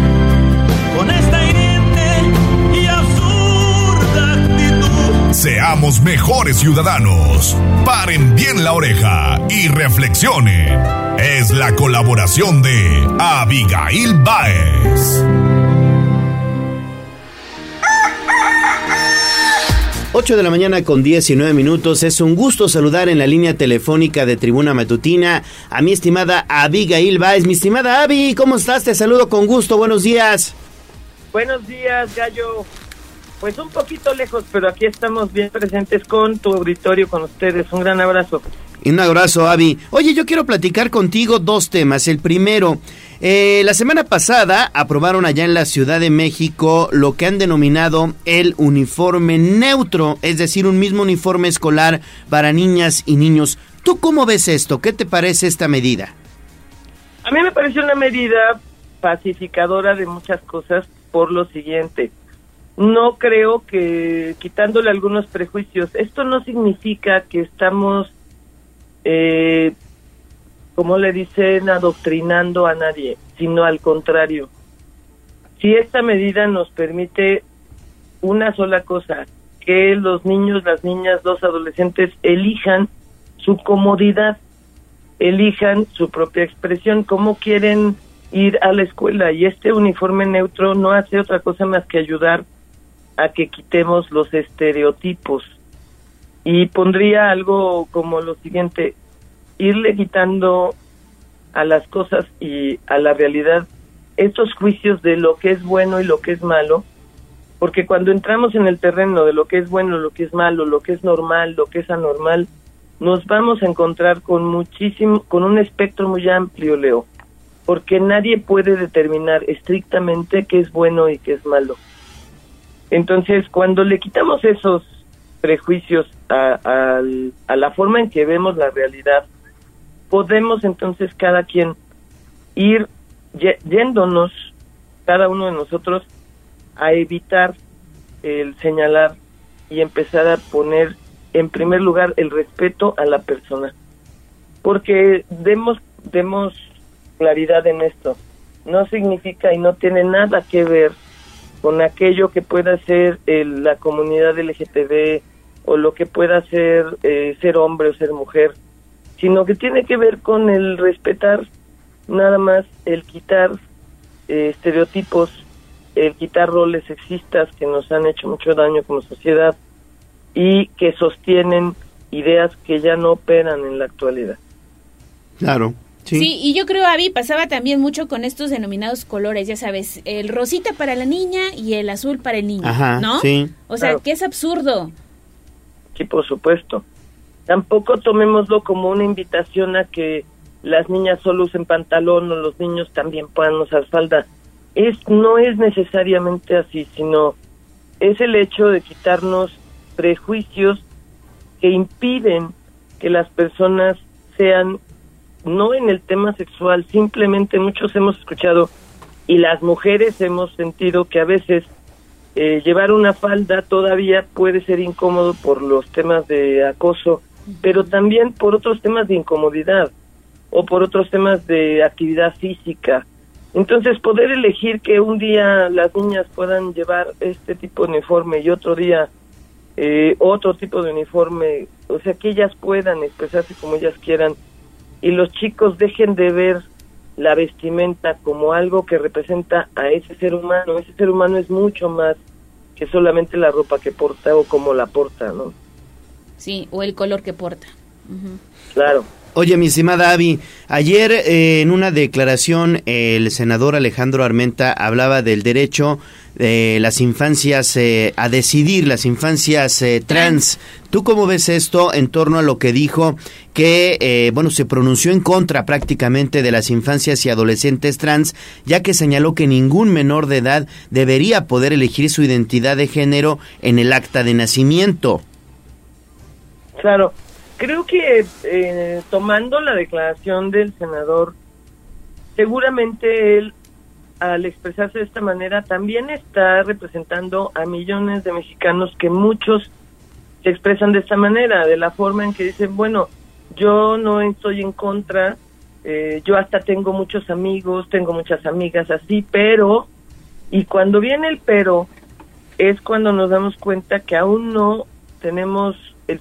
Con esta hiriente y absurda actitud. Se habla seamos mejores ciudadanos. Paren bien la oreja y reflexionen. Es la colaboración de Abigail Báez. 8 de la mañana con 19 minutos. Es un gusto saludar en la línea telefónica de Tribuna Matutina a mi estimada Abigail Báez. Mi estimada Abby, ¿cómo estás? Te saludo con gusto. Buenos días. Buenos días, Gallo. Pues un poquito lejos, pero aquí estamos bien presentes con tu auditorio, con ustedes. Un gran abrazo. Un abrazo, Abby. Oye, yo quiero platicar contigo dos temas. El primero, la semana pasada aprobaron allá en la Ciudad de México lo que han denominado el uniforme neutro, es decir, un mismo uniforme escolar para niñas y niños. ¿Tú cómo ves esto? ¿Qué te parece esta medida? A mí me parece una medida pacificadora de muchas cosas por lo siguiente. No creo que, quitándole algunos prejuicios, esto no significa que estamos, como le dicen, adoctrinando a nadie, sino al contrario. Si esta medida nos permite una sola cosa, que los niños, las niñas, los adolescentes elijan su comodidad, elijan su propia expresión, cómo quieren ir a la escuela, y este uniforme neutro no hace otra cosa más que ayudar a que quitemos los estereotipos. Y pondría algo como lo siguiente: irle quitando a las cosas y a la realidad estos juicios de lo que es bueno y lo que es malo, porque cuando entramos en el terreno de lo que es bueno, lo que es malo, lo que es normal, lo que es anormal, nos vamos a encontrar con un espectro muy amplio, Leo, porque nadie puede determinar estrictamente qué es bueno y qué es malo. Entonces, cuando le quitamos esos prejuicios a la forma en que vemos la realidad, podemos entonces cada quien ir yéndonos, cada uno de nosotros, a evitar el señalar y empezar a poner en primer lugar el respeto a la persona. Porque demos claridad en esto. No significa y no tiene nada que ver con aquello que pueda ser la comunidad LGTB o lo que pueda ser ser hombre o ser mujer, sino que tiene que ver con el respetar nada más, el quitar estereotipos, el quitar roles sexistas que nos han hecho mucho daño como sociedad y que sostienen ideas que ya no operan en la actualidad. Claro. Sí, y yo creo, Abby, pasaba también mucho con estos denominados colores, ya sabes, el rosita para la niña y el azul para el niño, ¿no? Sí. O sea, Claro. que es absurdo. Sí, por supuesto. Tampoco tomémoslo como una invitación a que las niñas solo usen pantalón o los niños también puedan usar falda. No es necesariamente así, sino es el hecho de quitarnos prejuicios que impiden que las personas sean, no en el tema sexual, simplemente muchos hemos escuchado y las mujeres hemos sentido que a veces llevar una falda todavía puede ser incómodo por los temas de acoso, pero también por otros temas de incomodidad o por otros temas de actividad física. Entonces, poder elegir que un día las niñas puedan llevar este tipo de uniforme y otro día otro tipo de uniforme, o sea, que ellas puedan expresarse como ellas quieran y los chicos dejen de ver la vestimenta como algo que representa a ese ser humano. Ese ser humano es mucho más que solamente la ropa que porta o cómo la porta, ¿no? Sí, o el color que porta. Uh-huh. Claro. Oye, mi estimada Abby, ayer en una declaración el senador Alejandro Armenta hablaba del derecho de las infancias a decidir, las infancias trans. ¿Tú cómo ves esto en torno a lo que dijo que, se pronunció en contra prácticamente de las infancias y adolescentes trans, ya que señaló que ningún menor de edad debería poder elegir su identidad de género en el acta de nacimiento? Claro. Creo que tomando la declaración del senador, seguramente él, al expresarse de esta manera, también está representando a millones de mexicanos que muchos se expresan de esta manera, de la forma en que dicen, bueno, yo no estoy en contra, yo hasta tengo muchos amigos, tengo muchas amigas así, pero, y cuando viene el pero, es cuando nos damos cuenta que aún no tenemos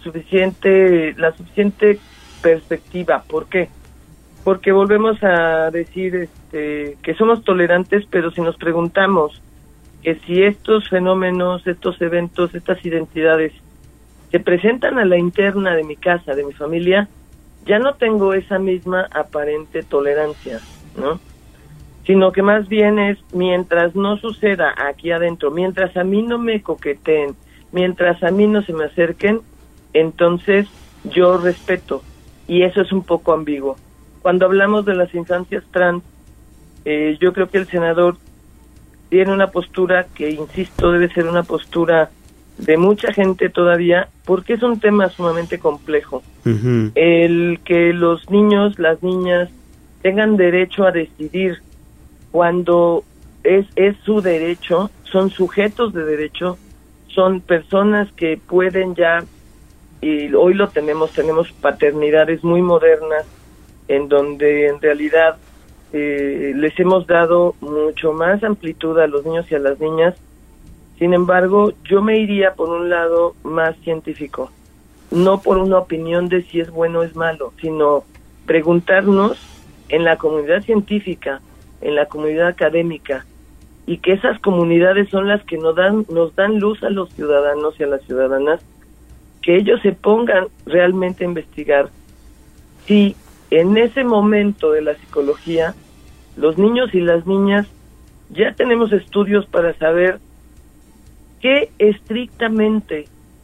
la suficiente perspectiva. ¿Por qué? Porque volvemos a decir que somos tolerantes, pero si nos preguntamos que si estos fenómenos, estos eventos, estas identidades se presentan a la interna de mi casa, de mi familia, ya no tengo esa misma aparente tolerancia, ¿no? Sino que más bien es, mientras no suceda aquí adentro, mientras a mí no me coqueteen, mientras a mí no se me acerquen, entonces yo respeto, y eso es un poco ambiguo. Cuando hablamos de las infancias trans, yo creo que el senador tiene una postura que, insisto, debe ser una postura de mucha gente todavía, porque es un tema sumamente complejo. Uh-huh. El que los niños, las niñas, tengan derecho a decidir cuando es su derecho, son sujetos de derecho, son personas que pueden ya, y hoy lo tenemos paternidades muy modernas, en donde en realidad les hemos dado mucho más amplitud a los niños y a las niñas. Sin embargo, yo me iría por un lado más científico, no por una opinión de si es bueno o es malo, sino preguntarnos en la comunidad científica, en la comunidad académica, y que esas comunidades son las que nos dan luz a los ciudadanos y a las ciudadanas, que ellos se pongan realmente a investigar si en ese momento de la psicología, los niños y las niñas, ya tenemos estudios para saber qué estrictamente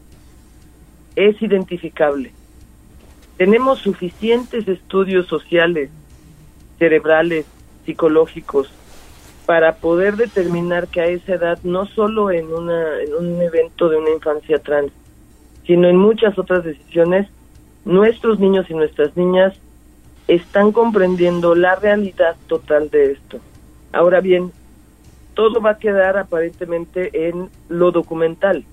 es identificable. Tenemos suficientes estudios sociales, cerebrales, psicológicos, para poder determinar que a esa edad, no solo en un evento de una infancia trans, sino en muchas otras decisiones, nuestros niños y nuestras niñas están comprendiendo la realidad total de esto. Ahora bien, todo va a quedar aparentemente en lo documental.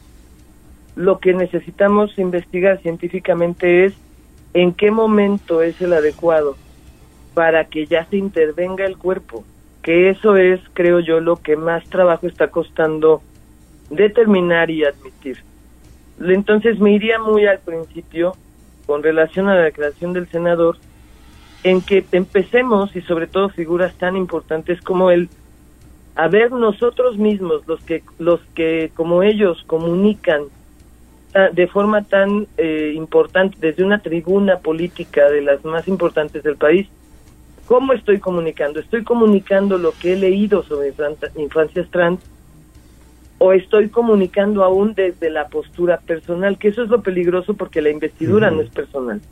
Lo que necesitamos investigar científicamente es en qué momento es el adecuado para que ya se intervenga el cuerpo, que eso es, creo yo, lo que más trabajo está costando determinar y admitir. Entonces me iría muy al principio con relación a la declaración del senador, en que empecemos, y sobre todo figuras tan importantes como él, a ver nosotros mismos, los que como ellos comunican de forma tan importante desde una tribuna política de las más importantes del país, ¿cómo estoy comunicando? ¿Estoy comunicando lo que he leído sobre infancias trans o estoy comunicando aún desde la postura personal? Que eso es lo peligroso, porque la investidura no es personal.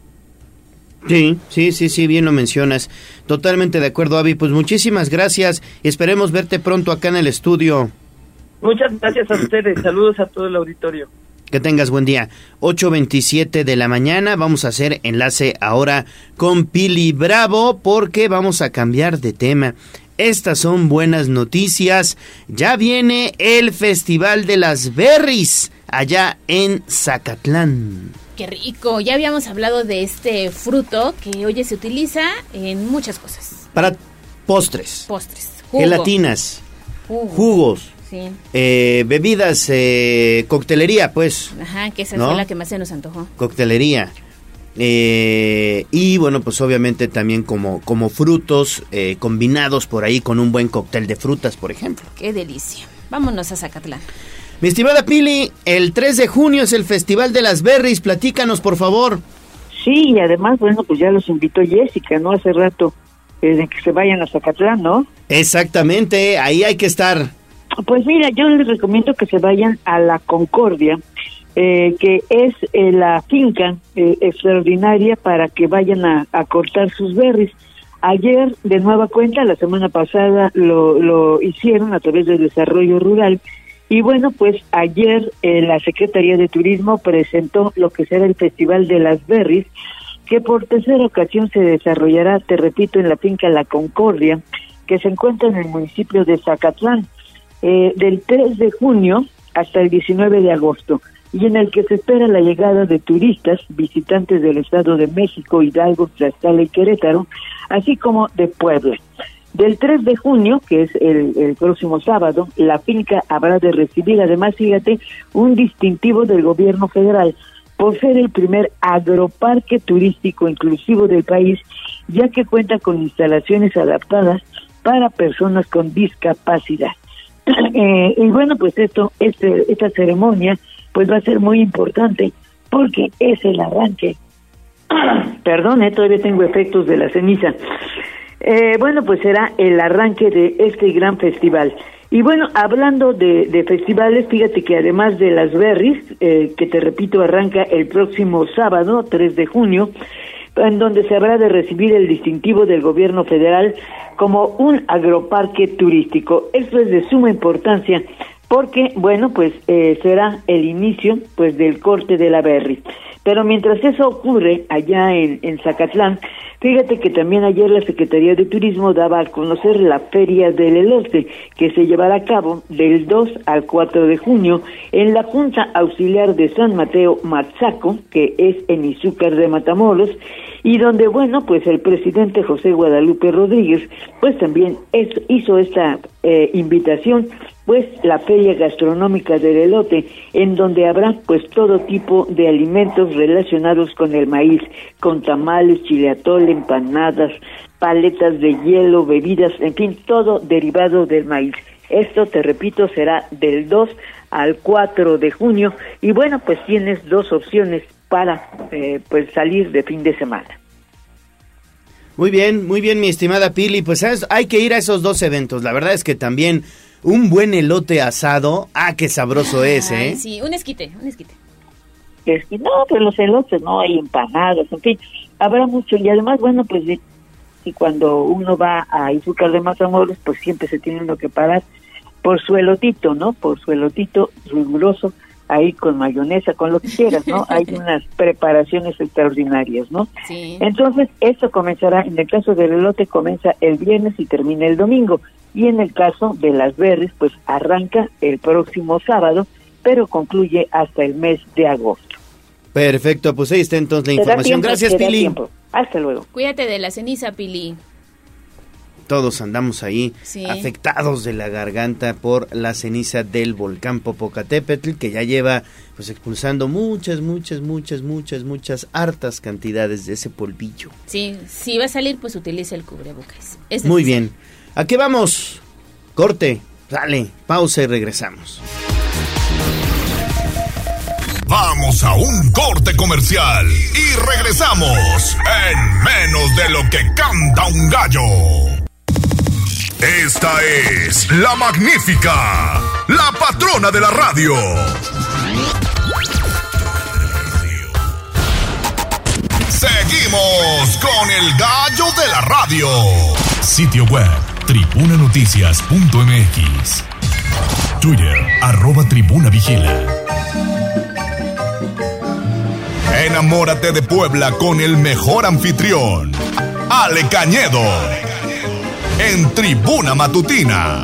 Sí, bien lo mencionas. Totalmente de acuerdo, Avi. Pues muchísimas gracias. Esperemos verte pronto acá en el estudio. Muchas gracias a ustedes. Saludos a todo el auditorio. Que tengas buen día. 8:27 de la mañana. Vamos a hacer enlace ahora con Pili Bravo, porque vamos a cambiar de tema. Estas son buenas noticias. Ya viene el Festival de las Berries allá en Zacatlán. ¡Qué rico! Ya habíamos hablado de este fruto que hoy se utiliza en muchas cosas. Para postres. Jugo. Gelatinas. Jugos. Sí. Bebidas, coctelería, pues. Ajá, que esa ¿no? fue la que más se nos antojó. Coctelería. Y bueno, pues obviamente también como frutos combinados por ahí con un buen cóctel de frutas, por ejemplo. ¡Qué delicia! Vámonos a Zacatlán. Mi estimada Pili, el 3 de junio es el Festival de las Berries. Platícanos, por favor. Sí, y además, bueno, pues ya los invitó Jessica, ¿no? Hace rato, de que se vayan a Zacatlán, ¿no? Exactamente, ahí hay que estar. Pues mira, yo les recomiendo que se vayan a La Concordia, que es la finca extraordinaria para que vayan a cortar sus berries. Ayer, de nueva cuenta, la semana pasada lo hicieron a través del desarrollo rural. Y bueno, pues ayer la Secretaría de Turismo presentó lo que será el Festival de las Berries, que por tercera ocasión se desarrollará, te repito, en la finca La Concordia, que se encuentra en el municipio de Zacatlán, del 3 de junio hasta el 19 de agosto, y en el que se espera la llegada de turistas, visitantes del Estado de México, Hidalgo, Tlaxcala y Querétaro, así como de Puebla. Del 3 de junio, que es el próximo sábado, la finca habrá de recibir, además, fíjate, un distintivo del gobierno federal por ser el primer agroparque turístico inclusivo del país, ya que cuenta con instalaciones adaptadas para personas con discapacidad. Y bueno, pues esta ceremonia pues va a ser muy importante porque es el arranque. Perdón, todavía tengo efectos de la ceniza. Bueno, pues será el arranque de este gran festival. Y bueno, hablando de festivales, fíjate que además de las berries, que te repito, arranca el próximo sábado, 3 de junio, en donde se habrá de recibir el distintivo del gobierno federal como un agroparque turístico. Esto es de suma importancia porque, bueno, pues será el inicio pues del corte de la berry. Pero mientras eso ocurre allá en Zacatlán, fíjate que también ayer la Secretaría de Turismo daba a conocer la Feria del Elote, que se llevará a cabo del 2 al 4 de junio en la Junta Auxiliar de San Mateo Matzaco, que es en Izúcar de Matamoros, y donde, bueno, pues el presidente José Guadalupe Rodríguez, pues también hizo esta invitación, pues la Feria Gastronómica del Elote, en donde habrá pues todo tipo de alimentos relacionados con el maíz, con tamales, chile atole, empanadas, paletas de hielo, bebidas, en fin, todo derivado del maíz. Esto, te repito, será del 2 al 4 de junio, y bueno, pues tienes dos opciones para pues salir de fin de semana. Muy bien, mi estimada Pili, pues hay que ir a esos dos eventos. La verdad es que también un buen elote asado, qué sabroso es, ¿eh? Sí, un esquite. Es que no, pues los elotes, no, hay empanadas, en fin, habrá mucho, y además, bueno, pues y cuando uno va a Izúcar de Matamoros, pues siempre se tiene uno que parar por su elotito, ¿no? Por su elotito riguroso, ahí con mayonesa, con lo que quieras, ¿no? Hay unas preparaciones extraordinarias, ¿no? Sí. Entonces, esto comenzará, en el caso del elote, comienza el viernes y termina el domingo, y en el caso de las berries, pues arranca el próximo sábado, pero concluye hasta el mes de agosto. Perfecto, pues ahí está entonces la información. Gracias, Pili. Hasta luego. Cuídate de la ceniza, Pili. Todos andamos ahí afectados de la garganta por la ceniza del volcán Popocatépetl, que ya lleva pues expulsando muchas hartas cantidades de ese polvillo. Sí, si va a salir, pues utiliza el cubrebocas. Muy bien. ¿A qué vamos? Corte, dale, pausa y regresamos. Vamos a un corte comercial y regresamos en menos de lo que canta un gallo. Esta es La Magnífica, la patrona de la radio. Seguimos con el gallo de la radio. Sitio web, tribunanoticias.mx. Twitter, @tribunavigila. Enamórate de Puebla con el mejor anfitrión, Ale Cañedo, en Tribuna Matutina.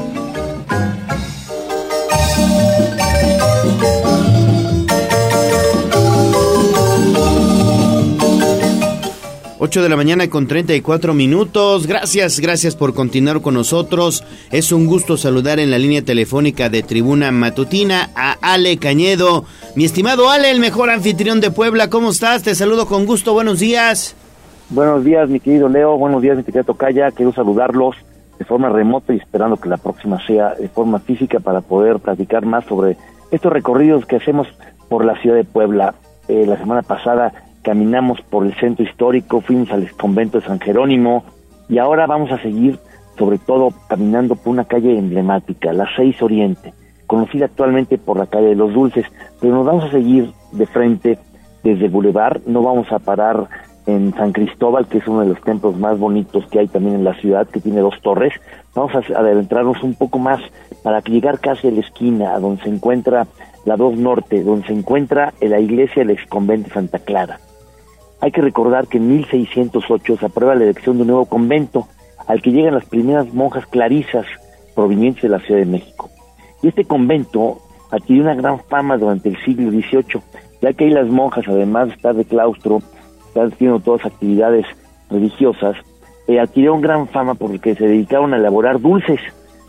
Ocho de la mañana con 34 minutos. Gracias por continuar con nosotros. Es un gusto saludar en la línea telefónica de Tribuna Matutina a Ale Cañedo. Mi estimado Ale, el mejor anfitrión de Puebla, ¿cómo estás? Te saludo con gusto, buenos días. Buenos días, mi querido Leo, buenos días, mi querida Tocaya. Quiero saludarlos de forma remota y esperando que la próxima sea de forma física para poder platicar más sobre estos recorridos que hacemos por la ciudad de Puebla. La semana pasada caminamos por el centro histórico, fuimos al convento de San Jerónimo y ahora vamos a seguir sobre todo caminando por una calle emblemática, la 6 Oriente, conocida actualmente por la calle de los Dulces, pero nos vamos a seguir de frente desde el Boulevard, no vamos a parar en San Cristóbal, que es uno de los templos más bonitos que hay también en la ciudad, que tiene 2 torres. Vamos a adentrarnos un poco más para llegar casi a la esquina, a donde se encuentra la 2 Norte, donde se encuentra la iglesia del exconvento de Santa Clara. Hay que recordar que en 1608 se aprueba la elección de un nuevo convento, al que llegan las primeras monjas clarisas provenientes de la Ciudad de México. Y este convento adquirió una gran fama durante el siglo XVIII, ya que ahí las monjas, además de estar de claustro, están haciendo todas actividades religiosas, adquirieron gran fama porque se dedicaron a elaborar dulces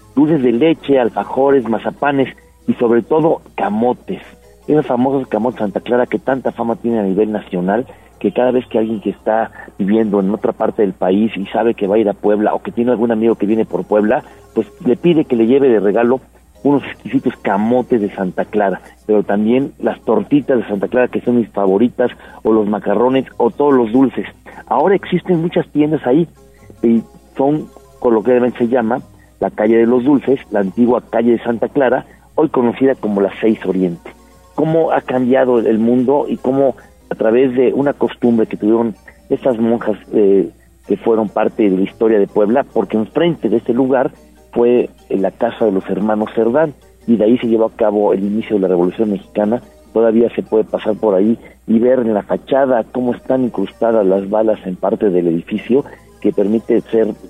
de leche, alfajores, mazapanes y sobre todo camotes. Esos famosos camotes Santa Clara que tanta fama tienen a nivel nacional, que cada vez que alguien que está viviendo en otra parte del país y sabe que va a ir a Puebla o que tiene algún amigo que viene por Puebla, pues le pide que le lleve de regalo unos exquisitos camotes de Santa Clara, pero también las tortitas de Santa Clara que son mis favoritas, o los macarrones, o todos los dulces. Ahora existen muchas tiendas ahí, y son, coloquialmente se llama, la calle de los dulces, la antigua calle de Santa Clara, hoy conocida como la 6 Oriente. Cómo ha cambiado el mundo y cómo a través de una costumbre que tuvieron estas monjas que fueron parte de la historia de Puebla, porque enfrente de este lugar fue la casa de los hermanos Cerdán, y de ahí se llevó a cabo el inicio de la Revolución Mexicana. Todavía se puede pasar por ahí y ver en la fachada cómo están incrustadas las balas en parte del edificio, que permite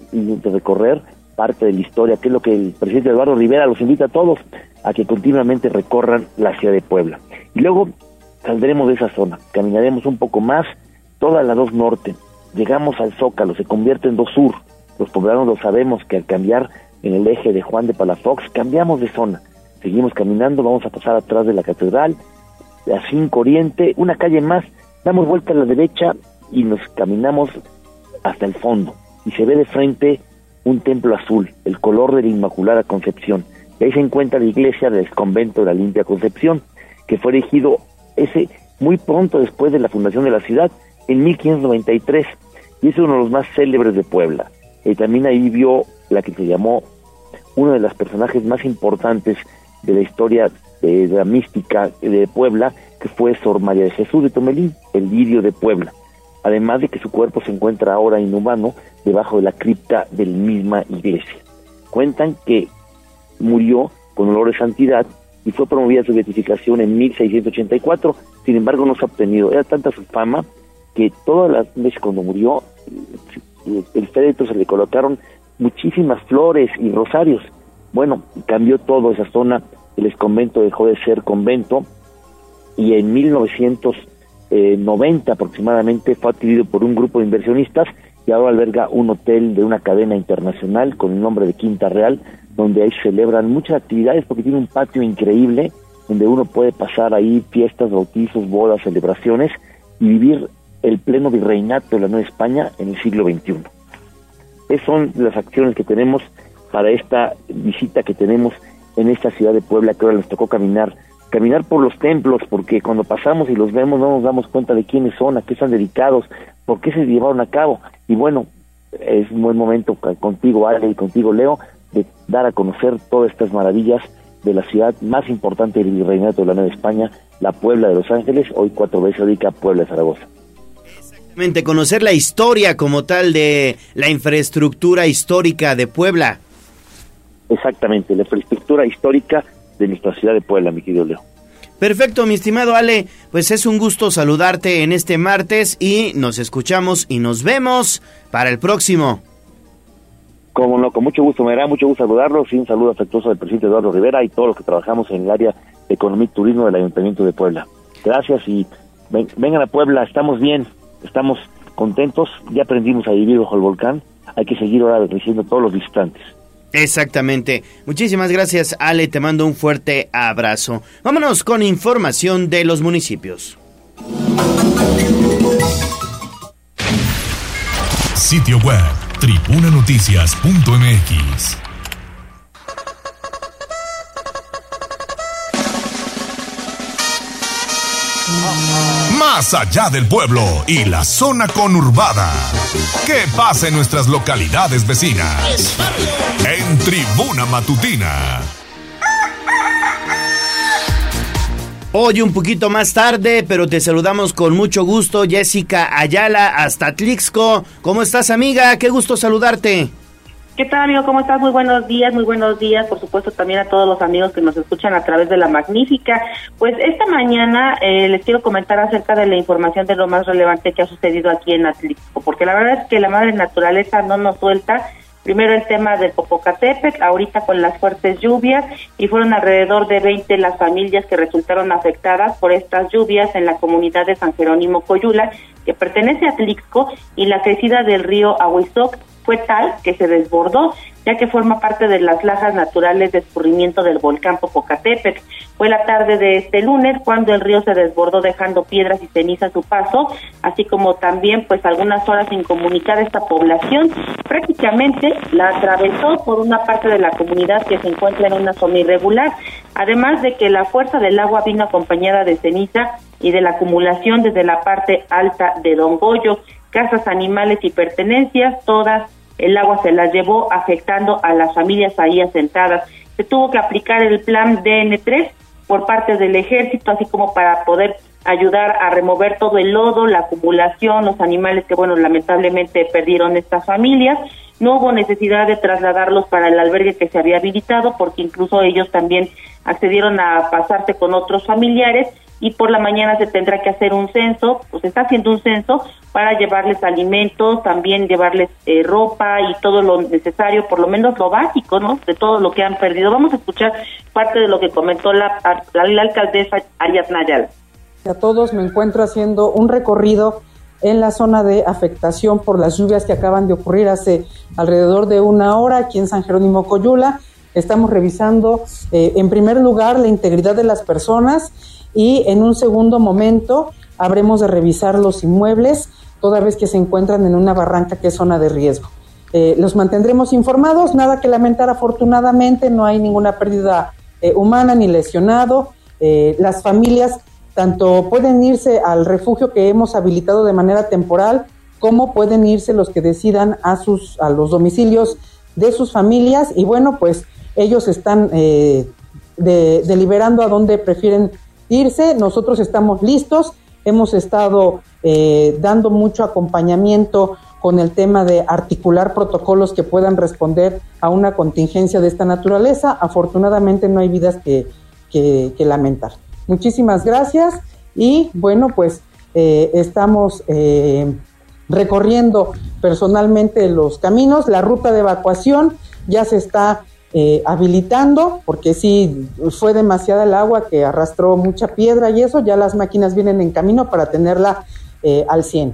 recorrer parte de la historia, que es lo que el presidente Eduardo Rivera los invita a todos a que continuamente recorran la ciudad de Puebla. Y luego saldremos de esa zona, caminaremos un poco más, toda la 2 Norte, llegamos al Zócalo, se convierte en 2 Sur. Los poblanos lo sabemos que al cambiar en el eje de Juan de Palafox, cambiamos de zona, seguimos caminando, vamos a pasar atrás de la catedral, a 5 Oriente, una calle más, damos vuelta a la derecha y nos caminamos hasta el fondo, y se ve de frente un templo azul, el color de la Inmaculada Concepción, y ahí se encuentra la iglesia del convento de la Limpia Concepción, que fue erigido muy pronto después de la fundación de la ciudad, en 1593, y es uno de los más célebres de Puebla. Y también ahí vio la que se llamó uno de los personajes más importantes de la historia de la mística de Puebla, que fue Sor María de Jesús de Tomelín, el lirio de Puebla. Además de que su cuerpo se encuentra ahora inhumano debajo de la cripta de la misma iglesia. Cuentan que murió con olor de santidad y fue promovida su beatificación en 1684, sin embargo no se ha obtenido. Era tanta su fama que todas las veces cuando murió, el féretro se le colocaron muchísimas flores y rosarios. Bueno, cambió todo esa zona, el exconvento dejó de ser convento, y en 1990 aproximadamente fue adquirido por un grupo de inversionistas y ahora alberga un hotel de una cadena internacional con el nombre de Quinta Real, donde ahí se celebran muchas actividades porque tiene un patio increíble donde uno puede pasar ahí fiestas, bautizos, bodas, celebraciones y vivir el pleno virreinato de la Nueva España en el siglo XXI. Esas son las acciones que tenemos para esta visita que tenemos en esta ciudad de Puebla, que ahora nos tocó caminar por los templos, porque cuando pasamos y los vemos no nos damos cuenta de quiénes son, a qué están dedicados, por qué se llevaron a cabo. Y bueno, es un buen momento contigo, Ale, y contigo, Leo, de dar a conocer todas estas maravillas de la ciudad más importante del virreinato de la Nueva España, la Puebla de Los Ángeles, hoy 4 veces rica Puebla de Zaragoza. Conocer la historia como tal de la infraestructura histórica de Puebla. Exactamente, la infraestructura histórica de nuestra ciudad de Puebla, mi querido Leo. Perfecto, mi estimado Ale, pues es un gusto saludarte en este martes y nos escuchamos y nos vemos para el próximo. Como no, con mucho gusto, me dará mucho gusto saludarlos y un saludo afectuoso del presidente Eduardo Rivera y todos los que trabajamos en el área de economía y turismo del Ayuntamiento de Puebla. Gracias y vengan a Puebla, estamos bien, estamos contentos, ya aprendimos a vivir bajo el volcán, hay que seguir ahora recibiendo todos los visitantes. Exactamente. Muchísimas gracias, Ale, te mando un fuerte abrazo. Vámonos con información de los municipios. Sitio web tribunanoticias.mx. Más allá del pueblo y la zona conurbada. ¿Qué pasa en nuestras localidades vecinas? En Tribuna Matutina. Hoy un poquito más tarde, pero te saludamos con mucho gusto, Jessica Ayala, hasta Tlixco. ¿Cómo estás, amiga? Qué gusto saludarte. ¿Qué tal, amigo? ¿Cómo estás? Muy buenos días, por supuesto también a todos los amigos que nos escuchan a través de La Magnífica. Pues esta mañana les quiero comentar acerca de la información de lo más relevante que ha sucedido aquí en Atlixco, porque la verdad es que la madre naturaleza no nos suelta Primero el tema del Popocatépetl, ahorita con las fuertes lluvias, y fueron alrededor de 20 las familias que resultaron afectadas por estas lluvias en la comunidad de San Jerónimo Coyula, que pertenece a Atlixco, y la crecida del río Ahuizoc fue tal que se desbordó, ya que forma parte de las lajas naturales de escurrimiento del volcán Popocatépetl. Fue la tarde de este lunes cuando el río se desbordó, dejando piedras y ceniza a su paso, así como también pues algunas horas sin comunicar a esta población. Prácticamente la atravesó por una parte de la comunidad que se encuentra en una zona irregular, además de que la fuerza del agua vino acompañada de ceniza y de la acumulación desde la parte alta de Don Goyo. Casas, animales y pertenencias, todas el agua se las llevó, afectando a las familias ahí asentadas. Se tuvo que aplicar el plan DN3 por parte del ejército, así como para poder ayudar a remover todo el lodo, la acumulación, los animales que, bueno, lamentablemente perdieron estas familias. No hubo necesidad de trasladarlos para el albergue que se había habilitado, porque incluso ellos también accedieron a pasarse con otros familiares, y por la mañana se tendrá que hacer un censo, pues se está haciendo un censo para llevarles alimentos, también llevarles ropa y todo lo necesario, por lo menos lo básico, ¿no?, de todo lo que han perdido. Vamos a escuchar parte de lo que comentó la alcaldesa Ariadna Ayala. A todos, me encuentro haciendo un recorrido en la zona de afectación por las lluvias que acaban de ocurrir hace alrededor de una hora aquí en San Jerónimo Coyula. Estamos revisando en primer lugar la integridad de las personas, y en un segundo momento habremos de revisar los inmuebles toda vez que se encuentran en una barranca que es zona de riesgo. Los mantendremos informados, nada que lamentar, afortunadamente no hay ninguna pérdida humana ni lesionado. Las familias tanto pueden irse al refugio que hemos habilitado de manera temporal, como pueden irse los que decidan a los domicilios de sus familias, y bueno, pues ellos están deliberando a dónde prefieren irse. Nosotros estamos listos, hemos estado dando mucho acompañamiento con el tema de articular protocolos que puedan responder a una contingencia de esta naturaleza. Afortunadamente no hay vidas que lamentar. Muchísimas gracias, y bueno, pues estamos recorriendo personalmente los caminos. La ruta de evacuación ya se está habilitando, porque sí fue demasiada el agua que arrastró mucha piedra y eso, ya las máquinas vienen en camino para tenerla al 100.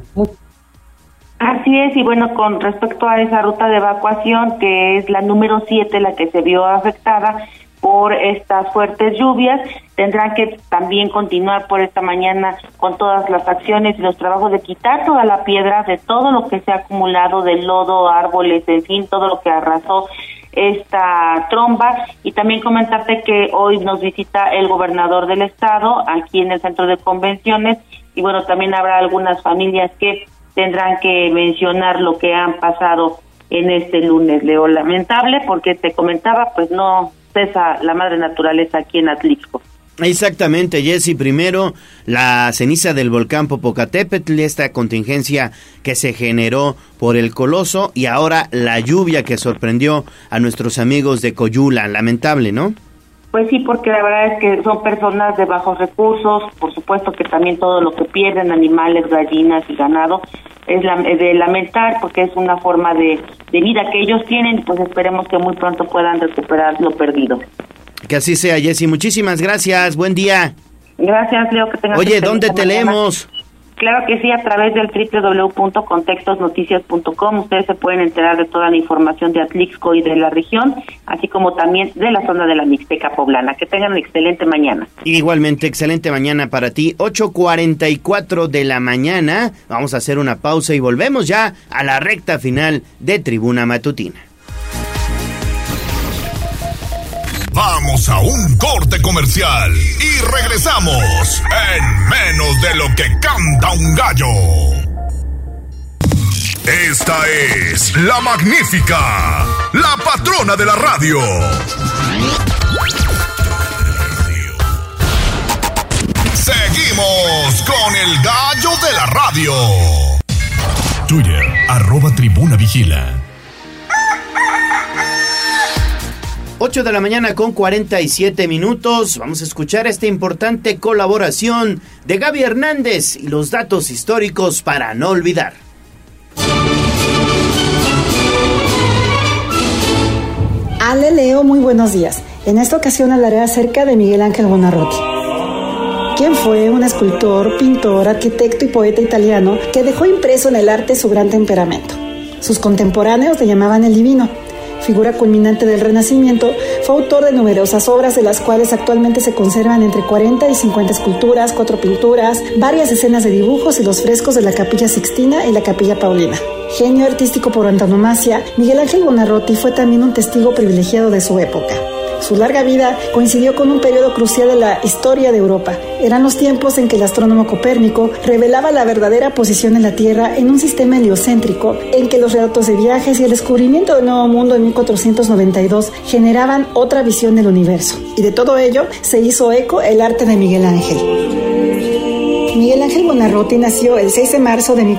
Así es, y bueno, con respecto a esa ruta de evacuación, que es la número 7, la que se vio afectada por estas fuertes lluvias, tendrán que también continuar por esta mañana con todas las acciones y los trabajos de quitar toda la piedra de todo lo que se ha acumulado, del lodo, árboles, en fin, todo lo que arrasó esta tromba. Y también comentarte que hoy nos visita el gobernador del estado aquí en el centro de convenciones, y bueno, también habrá algunas familias que tendrán que mencionar lo que han pasado en este lunes, Leo. Lamentable, porque te comentaba, pues no cesa la madre naturaleza aquí en Atlixco. Exactamente, Jessy. Primero, la ceniza del volcán Popocatépetl, esta contingencia que se generó por el coloso, y ahora la lluvia que sorprendió a nuestros amigos de Coyula. Lamentable, ¿no? Pues sí, porque la verdad es que son personas de bajos recursos, por supuesto que también todo lo que pierden, animales, gallinas y ganado, es de lamentar, porque es una forma de vida que ellos tienen, pues esperemos que muy pronto puedan recuperar lo perdido. Que así sea, Jessy. Muchísimas gracias. Buen día. Gracias, Leo. Que tengas. Oye, ¿dónde te leemos? Claro que sí, a través del www.contextosnoticias.com. Ustedes se pueden enterar de toda la información de Atlixco y de la región, así como también de la zona de la Mixteca Poblana. Que tengan una excelente mañana. Igualmente, excelente mañana para ti. 8:44 de la mañana. Vamos a hacer una pausa y volvemos ya a la recta final de Tribuna Matutina. Vamos a un corte comercial y regresamos en menos de lo que canta un gallo. Esta es la magnífica, la patrona de la radio. Seguimos con el gallo de la radio. Twitter, @tribunavigila. 8 de la mañana con 47 minutos. Vamos a escuchar esta importante colaboración de Gaby Hernández y los datos históricos para no olvidar. Ale, Leo, muy buenos días. En esta ocasión hablaré acerca de Miguel Ángel Buonarroti, quien fue un escultor, pintor, arquitecto y poeta italiano que dejó impreso en el arte su gran temperamento. Sus contemporáneos le llamaban el Divino. Figura culminante del Renacimiento, fue autor de numerosas obras, de las cuales actualmente se conservan entre 40 y 50 esculturas, 4 pinturas, varias escenas de dibujos y los frescos de la Capilla Sixtina y la Capilla Paulina. Genio artístico por antonomasia, Miguel Ángel Buonarroti fue también un testigo privilegiado de su época. Su larga vida coincidió con un periodo crucial de la historia de Europa. Eran los tiempos en que el astrónomo Copérnico revelaba la verdadera posición de la Tierra en un sistema heliocéntrico, en que los relatos de viajes y el descubrimiento del Nuevo Mundo en 1492 generaban otra visión del universo. Y de todo ello se hizo eco el arte de Miguel Ángel. Miguel Ángel Buonarroti nació el 6 de marzo de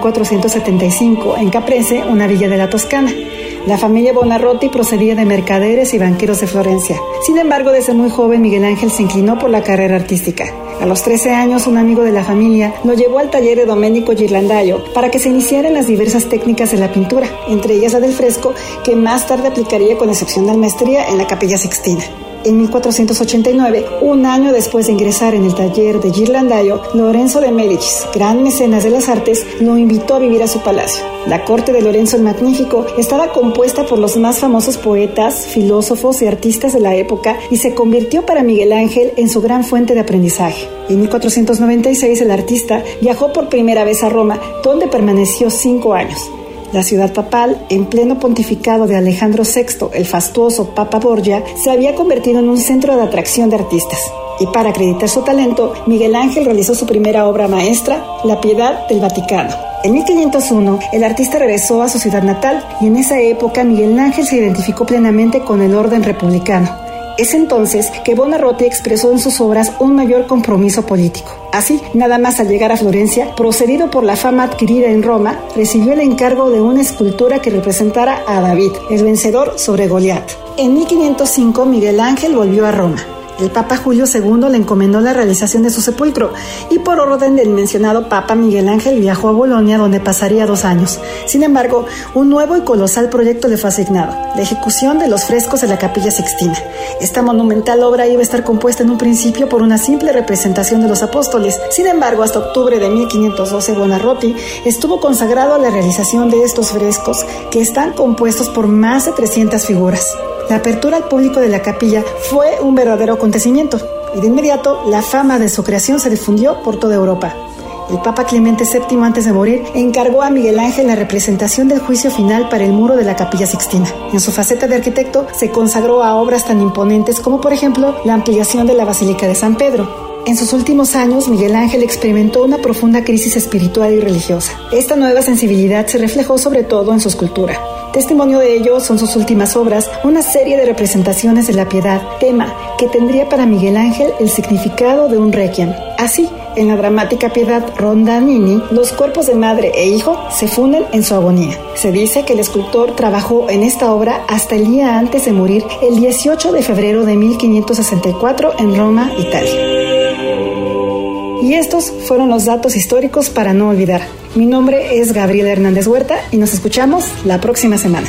1475 en Caprese, una villa de la Toscana. La familia Buonarroti procedía de mercaderes y banqueros de Florencia. Sin embargo, desde muy joven Miguel Ángel se inclinó por la carrera artística. A los 13 años, un amigo de la familia lo llevó al taller de Domenico Ghirlandaio para que se iniciara en las diversas técnicas de la pintura, entre ellas la del fresco, que más tarde aplicaría con excepcional maestría en la Capilla Sixtina. En 1489, un año después de ingresar en el taller de Ghirlandaio, Lorenzo de Médicis, gran mecenas de las artes, lo invitó a vivir a su palacio. La corte de Lorenzo el Magnífico estaba compuesta por los más famosos poetas, filósofos y artistas de la época y se convirtió para Miguel Ángel en su gran fuente de aprendizaje. En 1496, el artista viajó por primera vez a Roma, donde permaneció 5 años. La ciudad papal, en pleno pontificado de Alejandro VI, el fastuoso Papa Borgia, se había convertido en un centro de atracción de artistas. Y para acreditar su talento, Miguel Ángel realizó su primera obra maestra, La Piedad del Vaticano. En 1501, el artista regresó a su ciudad natal y en esa época Miguel Ángel se identificó plenamente con el orden republicano. Es entonces que Buonarroti expresó en sus obras un mayor compromiso político. Así, nada más al llegar a Florencia, procedido por la fama adquirida en Roma, recibió el encargo de una escultura que representara a David, el vencedor sobre Goliat. En 1505, Miguel Ángel volvió a Roma. El Papa Julio II le encomendó la realización de su sepulcro y por orden del mencionado Papa, Miguel Ángel viajó a Bolonia, donde pasaría 2 años. Sin embargo, un nuevo y colosal proyecto le fue asignado: la ejecución de los frescos de la Capilla Sixtina. Esta monumental obra iba a estar compuesta en un principio por una simple representación de los apóstoles. Sin embargo, hasta octubre de 1512, Buonarroti estuvo consagrado a la realización de estos frescos, que están compuestos por más de 300 figuras. La apertura al público de la capilla fue un verdadero acontecimiento y de inmediato la fama de su creación se difundió por toda Europa. El Papa Clemente VII, antes de morir, encargó a Miguel Ángel la representación del juicio final para el muro de la Capilla Sixtina. En su faceta de arquitecto se consagró a obras tan imponentes como, por ejemplo, la ampliación de la Basílica de San Pedro. En sus últimos años, Miguel Ángel experimentó una profunda crisis espiritual y religiosa. Esta nueva sensibilidad se reflejó sobre todo en su escultura. Testimonio de ello son sus últimas obras, una serie de representaciones de la piedad, tema que tendría para Miguel Ángel el significado de un requiem. Así, en la dramática Piedad Rondanini, los cuerpos de madre e hijo se funden en su agonía. Se dice que el escultor trabajó en esta obra hasta el día antes de morir, el 18 de febrero de 1564 en Roma, Italia. Y estos fueron los datos históricos para no olvidar. Mi nombre es Gabriela Hernández Huerta y nos escuchamos la próxima semana.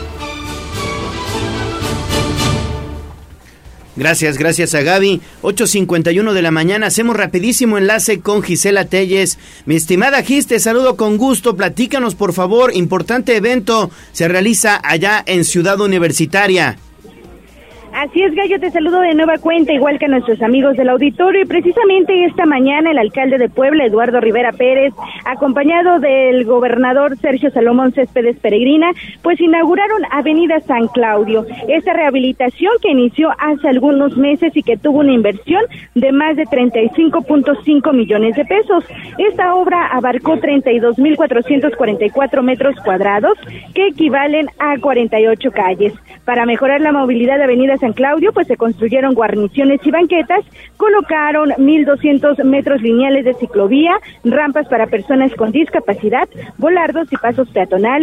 Gracias a Gaby. 8:51 de la mañana. Hacemos rapidísimo enlace con Gisela Telles. Mi estimada Gis, te saludo con gusto. Platícanos, por favor. Importante evento se realiza allá en Ciudad Universitaria. Así es, Gallo, te saludo de nueva cuenta, igual que a nuestros amigos del auditorio, y precisamente esta mañana el alcalde de Puebla, Eduardo Rivera Pérez, acompañado del gobernador Sergio Salomón Céspedes Peregrina, pues inauguraron Avenida San Claudio, esta rehabilitación que inició hace algunos meses y que tuvo una inversión de más de 35.5 millones de pesos. Esta obra abarcó 32.444 metros cuadrados, que equivalen a 48 calles. Para mejorar la movilidad de Avenida San Claudio, pues se construyeron guarniciones y banquetas, colocaron 1.200 metros lineales de ciclovía, rampas para personas con discapacidad, volardos y pasos peatonales,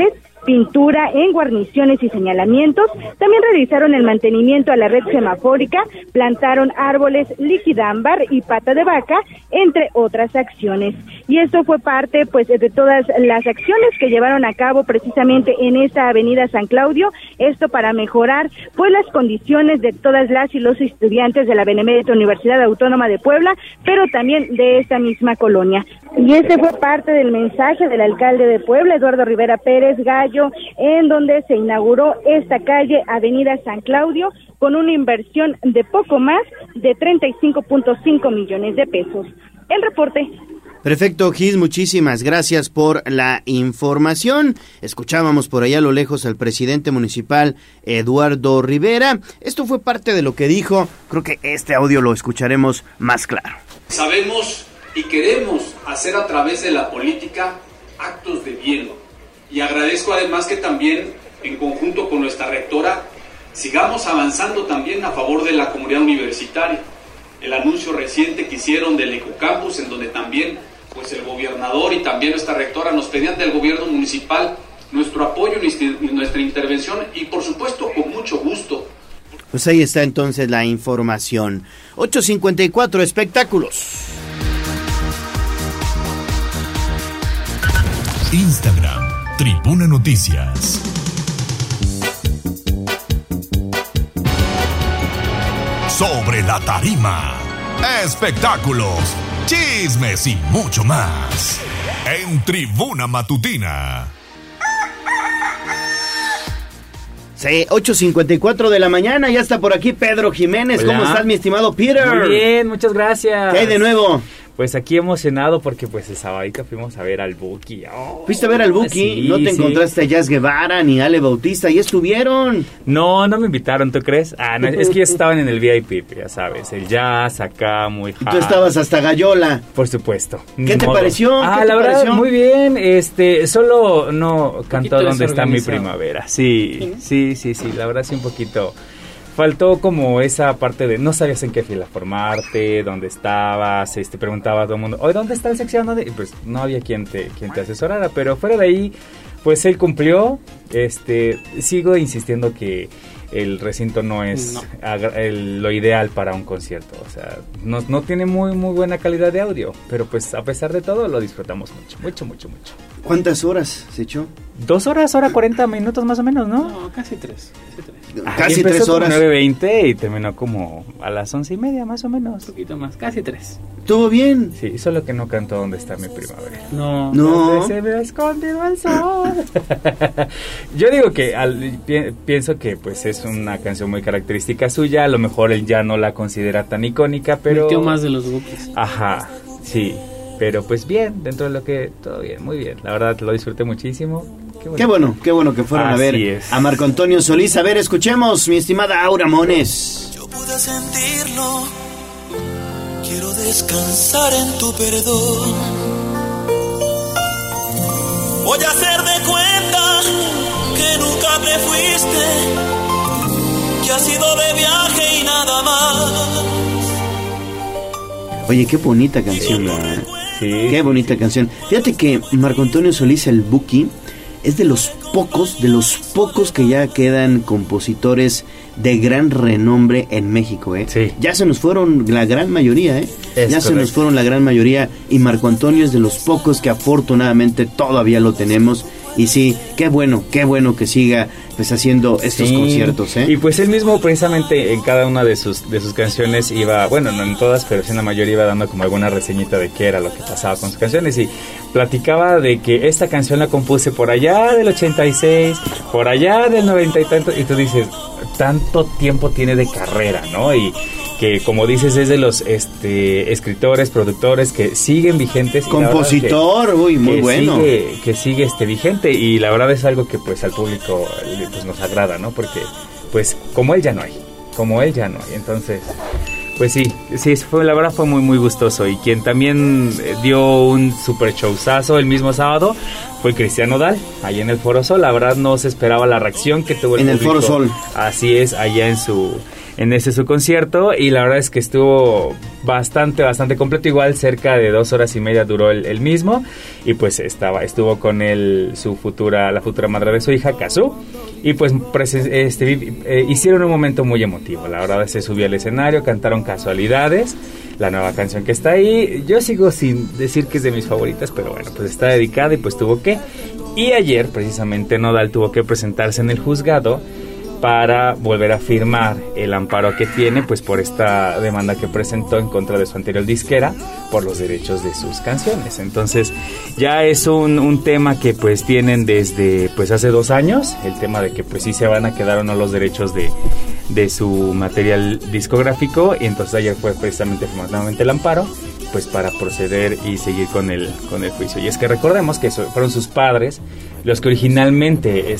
pintura en guarniciones y señalamientos. También realizaron el mantenimiento a la red semafórica, plantaron árboles liquidámbar y pata de vaca, entre otras acciones. Y esto fue parte pues de todas las acciones que llevaron a cabo precisamente en esta avenida San Claudio, esto para mejorar pues las condiciones de todas las y los estudiantes de la Benemérita Universidad Autónoma de Puebla, pero también de esta misma colonia. Y este fue parte del mensaje del alcalde de Puebla, Eduardo Rivera Pérez Gallo, en donde se inauguró esta calle Avenida San Claudio con una inversión de poco más de 35.5 millones de pesos. El reporte. Perfecto, Gis, muchísimas gracias por la información. Escuchábamos por allá a lo lejos al presidente municipal Eduardo Rivera. Esto fue parte de lo que dijo. Creo que este audio lo escucharemos más claro. Sabemos y queremos hacer a través de la política actos de bien. Y agradezco además que también, en conjunto con nuestra rectora, sigamos avanzando también a favor de la comunidad universitaria. El anuncio reciente que hicieron del Ecocampus, en donde también pues el gobernador y también nuestra rectora nos pedían del gobierno municipal nuestro apoyo y nuestra intervención, y por supuesto con mucho gusto. Pues ahí está entonces la información. 8:54, espectáculos. Instagram, Tribuna Noticias. Sobre la tarima, espectáculos, chismes y mucho más. En Tribuna Matutina. Sí, 8:54 de la mañana, ya está por aquí Pedro Jiménez. Hola. ¿Cómo estás, mi estimado Peter? Muy bien, muchas gracias. ¿Qué hay de nuevo? Pues aquí emocionado porque pues el sabadito fuimos a ver al Buki. Oh, ¿Fuiste a ver al Buki? sí, ¿No te encontraste a Jazz Guevara ni a Ale Bautista? ¿Y estuvieron? No me invitaron, ¿tú crees? No, es que ya estaban en el VIP, ya sabes, el jazz acá, muy hard. ¿Y tú estabas hasta Gallola? Por supuesto. ¿Qué te pareció? ¿Qué te pareció? Muy bien, solo no cantó Donde está mi primavera. Sí, la verdad sí un poquito. Faltó como esa parte de no sabías en qué fila formarte, dónde estabas, preguntaba a todo el mundo, oye, ¿dónde está la sección? ¿Dónde? Pues no había quien te asesorara, pero fuera de ahí, pues él cumplió. Sigo insistiendo que el recinto no es lo ideal para un concierto, o sea, no tiene muy buena calidad de audio, pero pues a pesar de todo lo disfrutamos mucho. ¿Cuántas horas se echó? 2 horas, hora 40 minutos más o menos, ¿no? No, casi 3. Casi 3 horas. 9:20 y terminó como a las 11:30 más o menos. Un poquito más, casi 3. ¿Estuvo bien? Sí, solo que no cantó Donde está mi primavera. No. Se me ha escondido el sol. Yo digo que pienso que pues es una canción muy característica suya. A lo mejor él ya no la considera tan icónica, pero metió más de los Bukis. Ajá, sí. Pero pues bien, dentro de lo que todo bien, muy bien. La verdad lo disfruté muchísimo. Qué bueno que fueron a ver a Marco Antonio Solís. A ver, escuchemos, mi estimada Aura Mones. Yo pude sentirlo, quiero descansar en tu perdón. Voy a hacer de cuenta que nunca te fuiste, que has ido de viaje y nada más. Oye, qué bonita canción, ¿verdad? Sí. Qué bonita canción. Fíjate que Marco Antonio Solís, el Buki, es de los pocos que ya quedan compositores de gran renombre en México, ¿eh? Sí. Ya se nos fueron la gran mayoría, ¿eh? Se nos fueron la gran mayoría, y Marco Antonio es de los pocos que afortunadamente todavía lo tenemos. Y sí, qué bueno que siga pues haciendo estos conciertos, ¿eh? Y pues él mismo precisamente en cada una de sus canciones iba, bueno, no en todas, pero sí en la mayoría iba dando como alguna reseñita de qué era lo que pasaba con sus canciones, y platicaba de que esta canción la compuse por allá del 86, por allá del 90 y tanto, y tú dices, tanto tiempo tiene de carrera, ¿no? Y que como dices es de los escritores, productores que siguen vigentes. Compositor, muy bueno. Que sigue vigente, y la verdad es algo que pues al público pues nos agrada, ¿no? Porque pues como él ya no hay, entonces pues sí, la verdad fue muy gustoso. Y quien también dio un super showzazo el mismo sábado fue Cristian Nodal, ahí en el Foro Sol. La verdad no se esperaba la reacción que tuvo el público. En el Foro Sol. Así es, allá en su en su concierto, y la verdad es que estuvo bastante completo, igual cerca de 2 horas y media duró el mismo, y pues estuvo con la futura madre de su hija, Kazu, y pues hicieron un momento muy emotivo. La verdad, se subió al escenario, cantaron Casualidades, la nueva canción que está ahí. Yo sigo sin decir que es de mis favoritas, pero bueno, pues está dedicada y pues tuvo que. Y ayer precisamente Nodal tuvo que presentarse en el juzgado para volver a firmar el amparo que tiene, pues por esta demanda que presentó en contra de su anterior disquera por los derechos de sus canciones. Entonces ya es un tema que pues tienen desde pues hace 2 años, el tema de que pues sí se van a quedar o no los derechos de su material discográfico, y entonces ayer fue precisamente firmado nuevamente el amparo, pues para proceder y seguir con el juicio. Y es que recordemos que fueron sus padres los que originalmente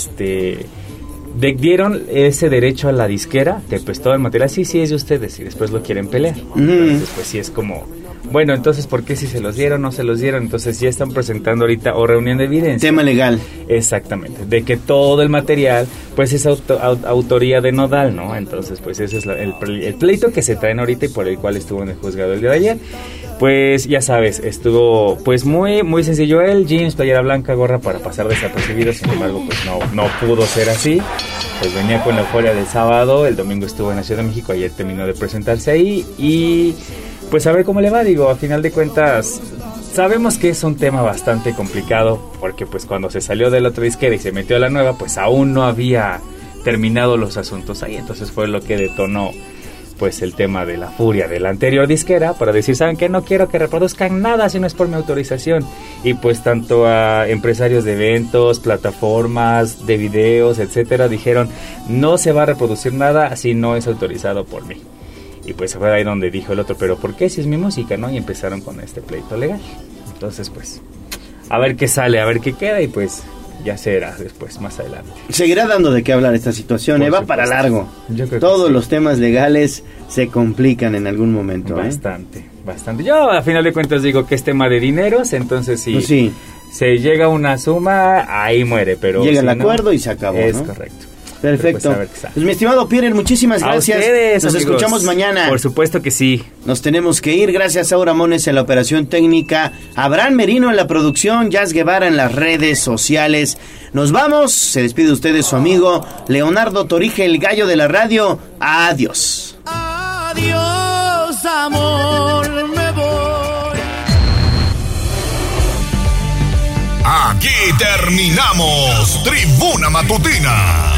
dieron ese derecho a la disquera, que pues todo el material sí es de ustedes, y después lo quieren pelear. Entonces pues sí es como, bueno, entonces ¿por qué si se los dieron, no se los dieron? Entonces ya están presentando ahorita o reunión de evidencia. Tema legal. Exactamente, de que todo el material pues es autoría de Nodal, ¿no? Entonces pues ese es el pleito que se traen ahorita y por el cual estuvo en el juzgado el día de ayer. Pues ya sabes, estuvo pues muy sencillo él, jeans, playera blanca, gorra para pasar desapercibido. Sin embargo, pues no pudo ser así. Pues venía con la euforia del sábado, el domingo estuvo en la Ciudad de México, ayer terminó de presentarse ahí y pues a ver cómo le va. Digo, a final de cuentas sabemos que es un tema bastante complicado, porque pues cuando se salió de la otra disquera y se metió a la nueva, pues aún no había terminado los asuntos ahí. Entonces fue lo que detonó pues el tema de la furia de la anterior disquera para decir, ¿saben qué? No quiero que reproduzcan nada si no es por mi autorización. Y pues tanto a empresarios de eventos, plataformas de videos, etcétera, dijeron, no se va a reproducir nada si no es autorizado por mí. Y pues fue ahí donde dijo el otro, pero ¿por qué? Si es mi música, ¿no? Y empezaron con este pleito legal. Entonces pues a ver qué sale, a ver qué queda, y pues ya será después, más adelante. Seguirá dando de qué hablar esta situación, va para largo. Yo creo Todos que sí. Los temas legales se complican en algún momento. Bastante. Yo a final de cuentas digo que es tema de dineros, entonces pues sí. Se llega a una suma, ahí muere, pero llega si el acuerdo y se acabó, es ¿no? Correcto. Perfecto. Pues mi estimado Pierre, muchísimas gracias. A ustedes, Nos amigos. escuchamos mañana. Por supuesto que sí. Nos tenemos que ir. Gracias a Aura Mones en la operación técnica, Abraham Merino en la producción, Jazz Guevara en las redes sociales. Nos vamos. Se despide usted de su amigo Leonardo Torije, el gallo de la radio. Adiós. Adiós, amor, me voy. Aquí terminamos Tribuna Matutina.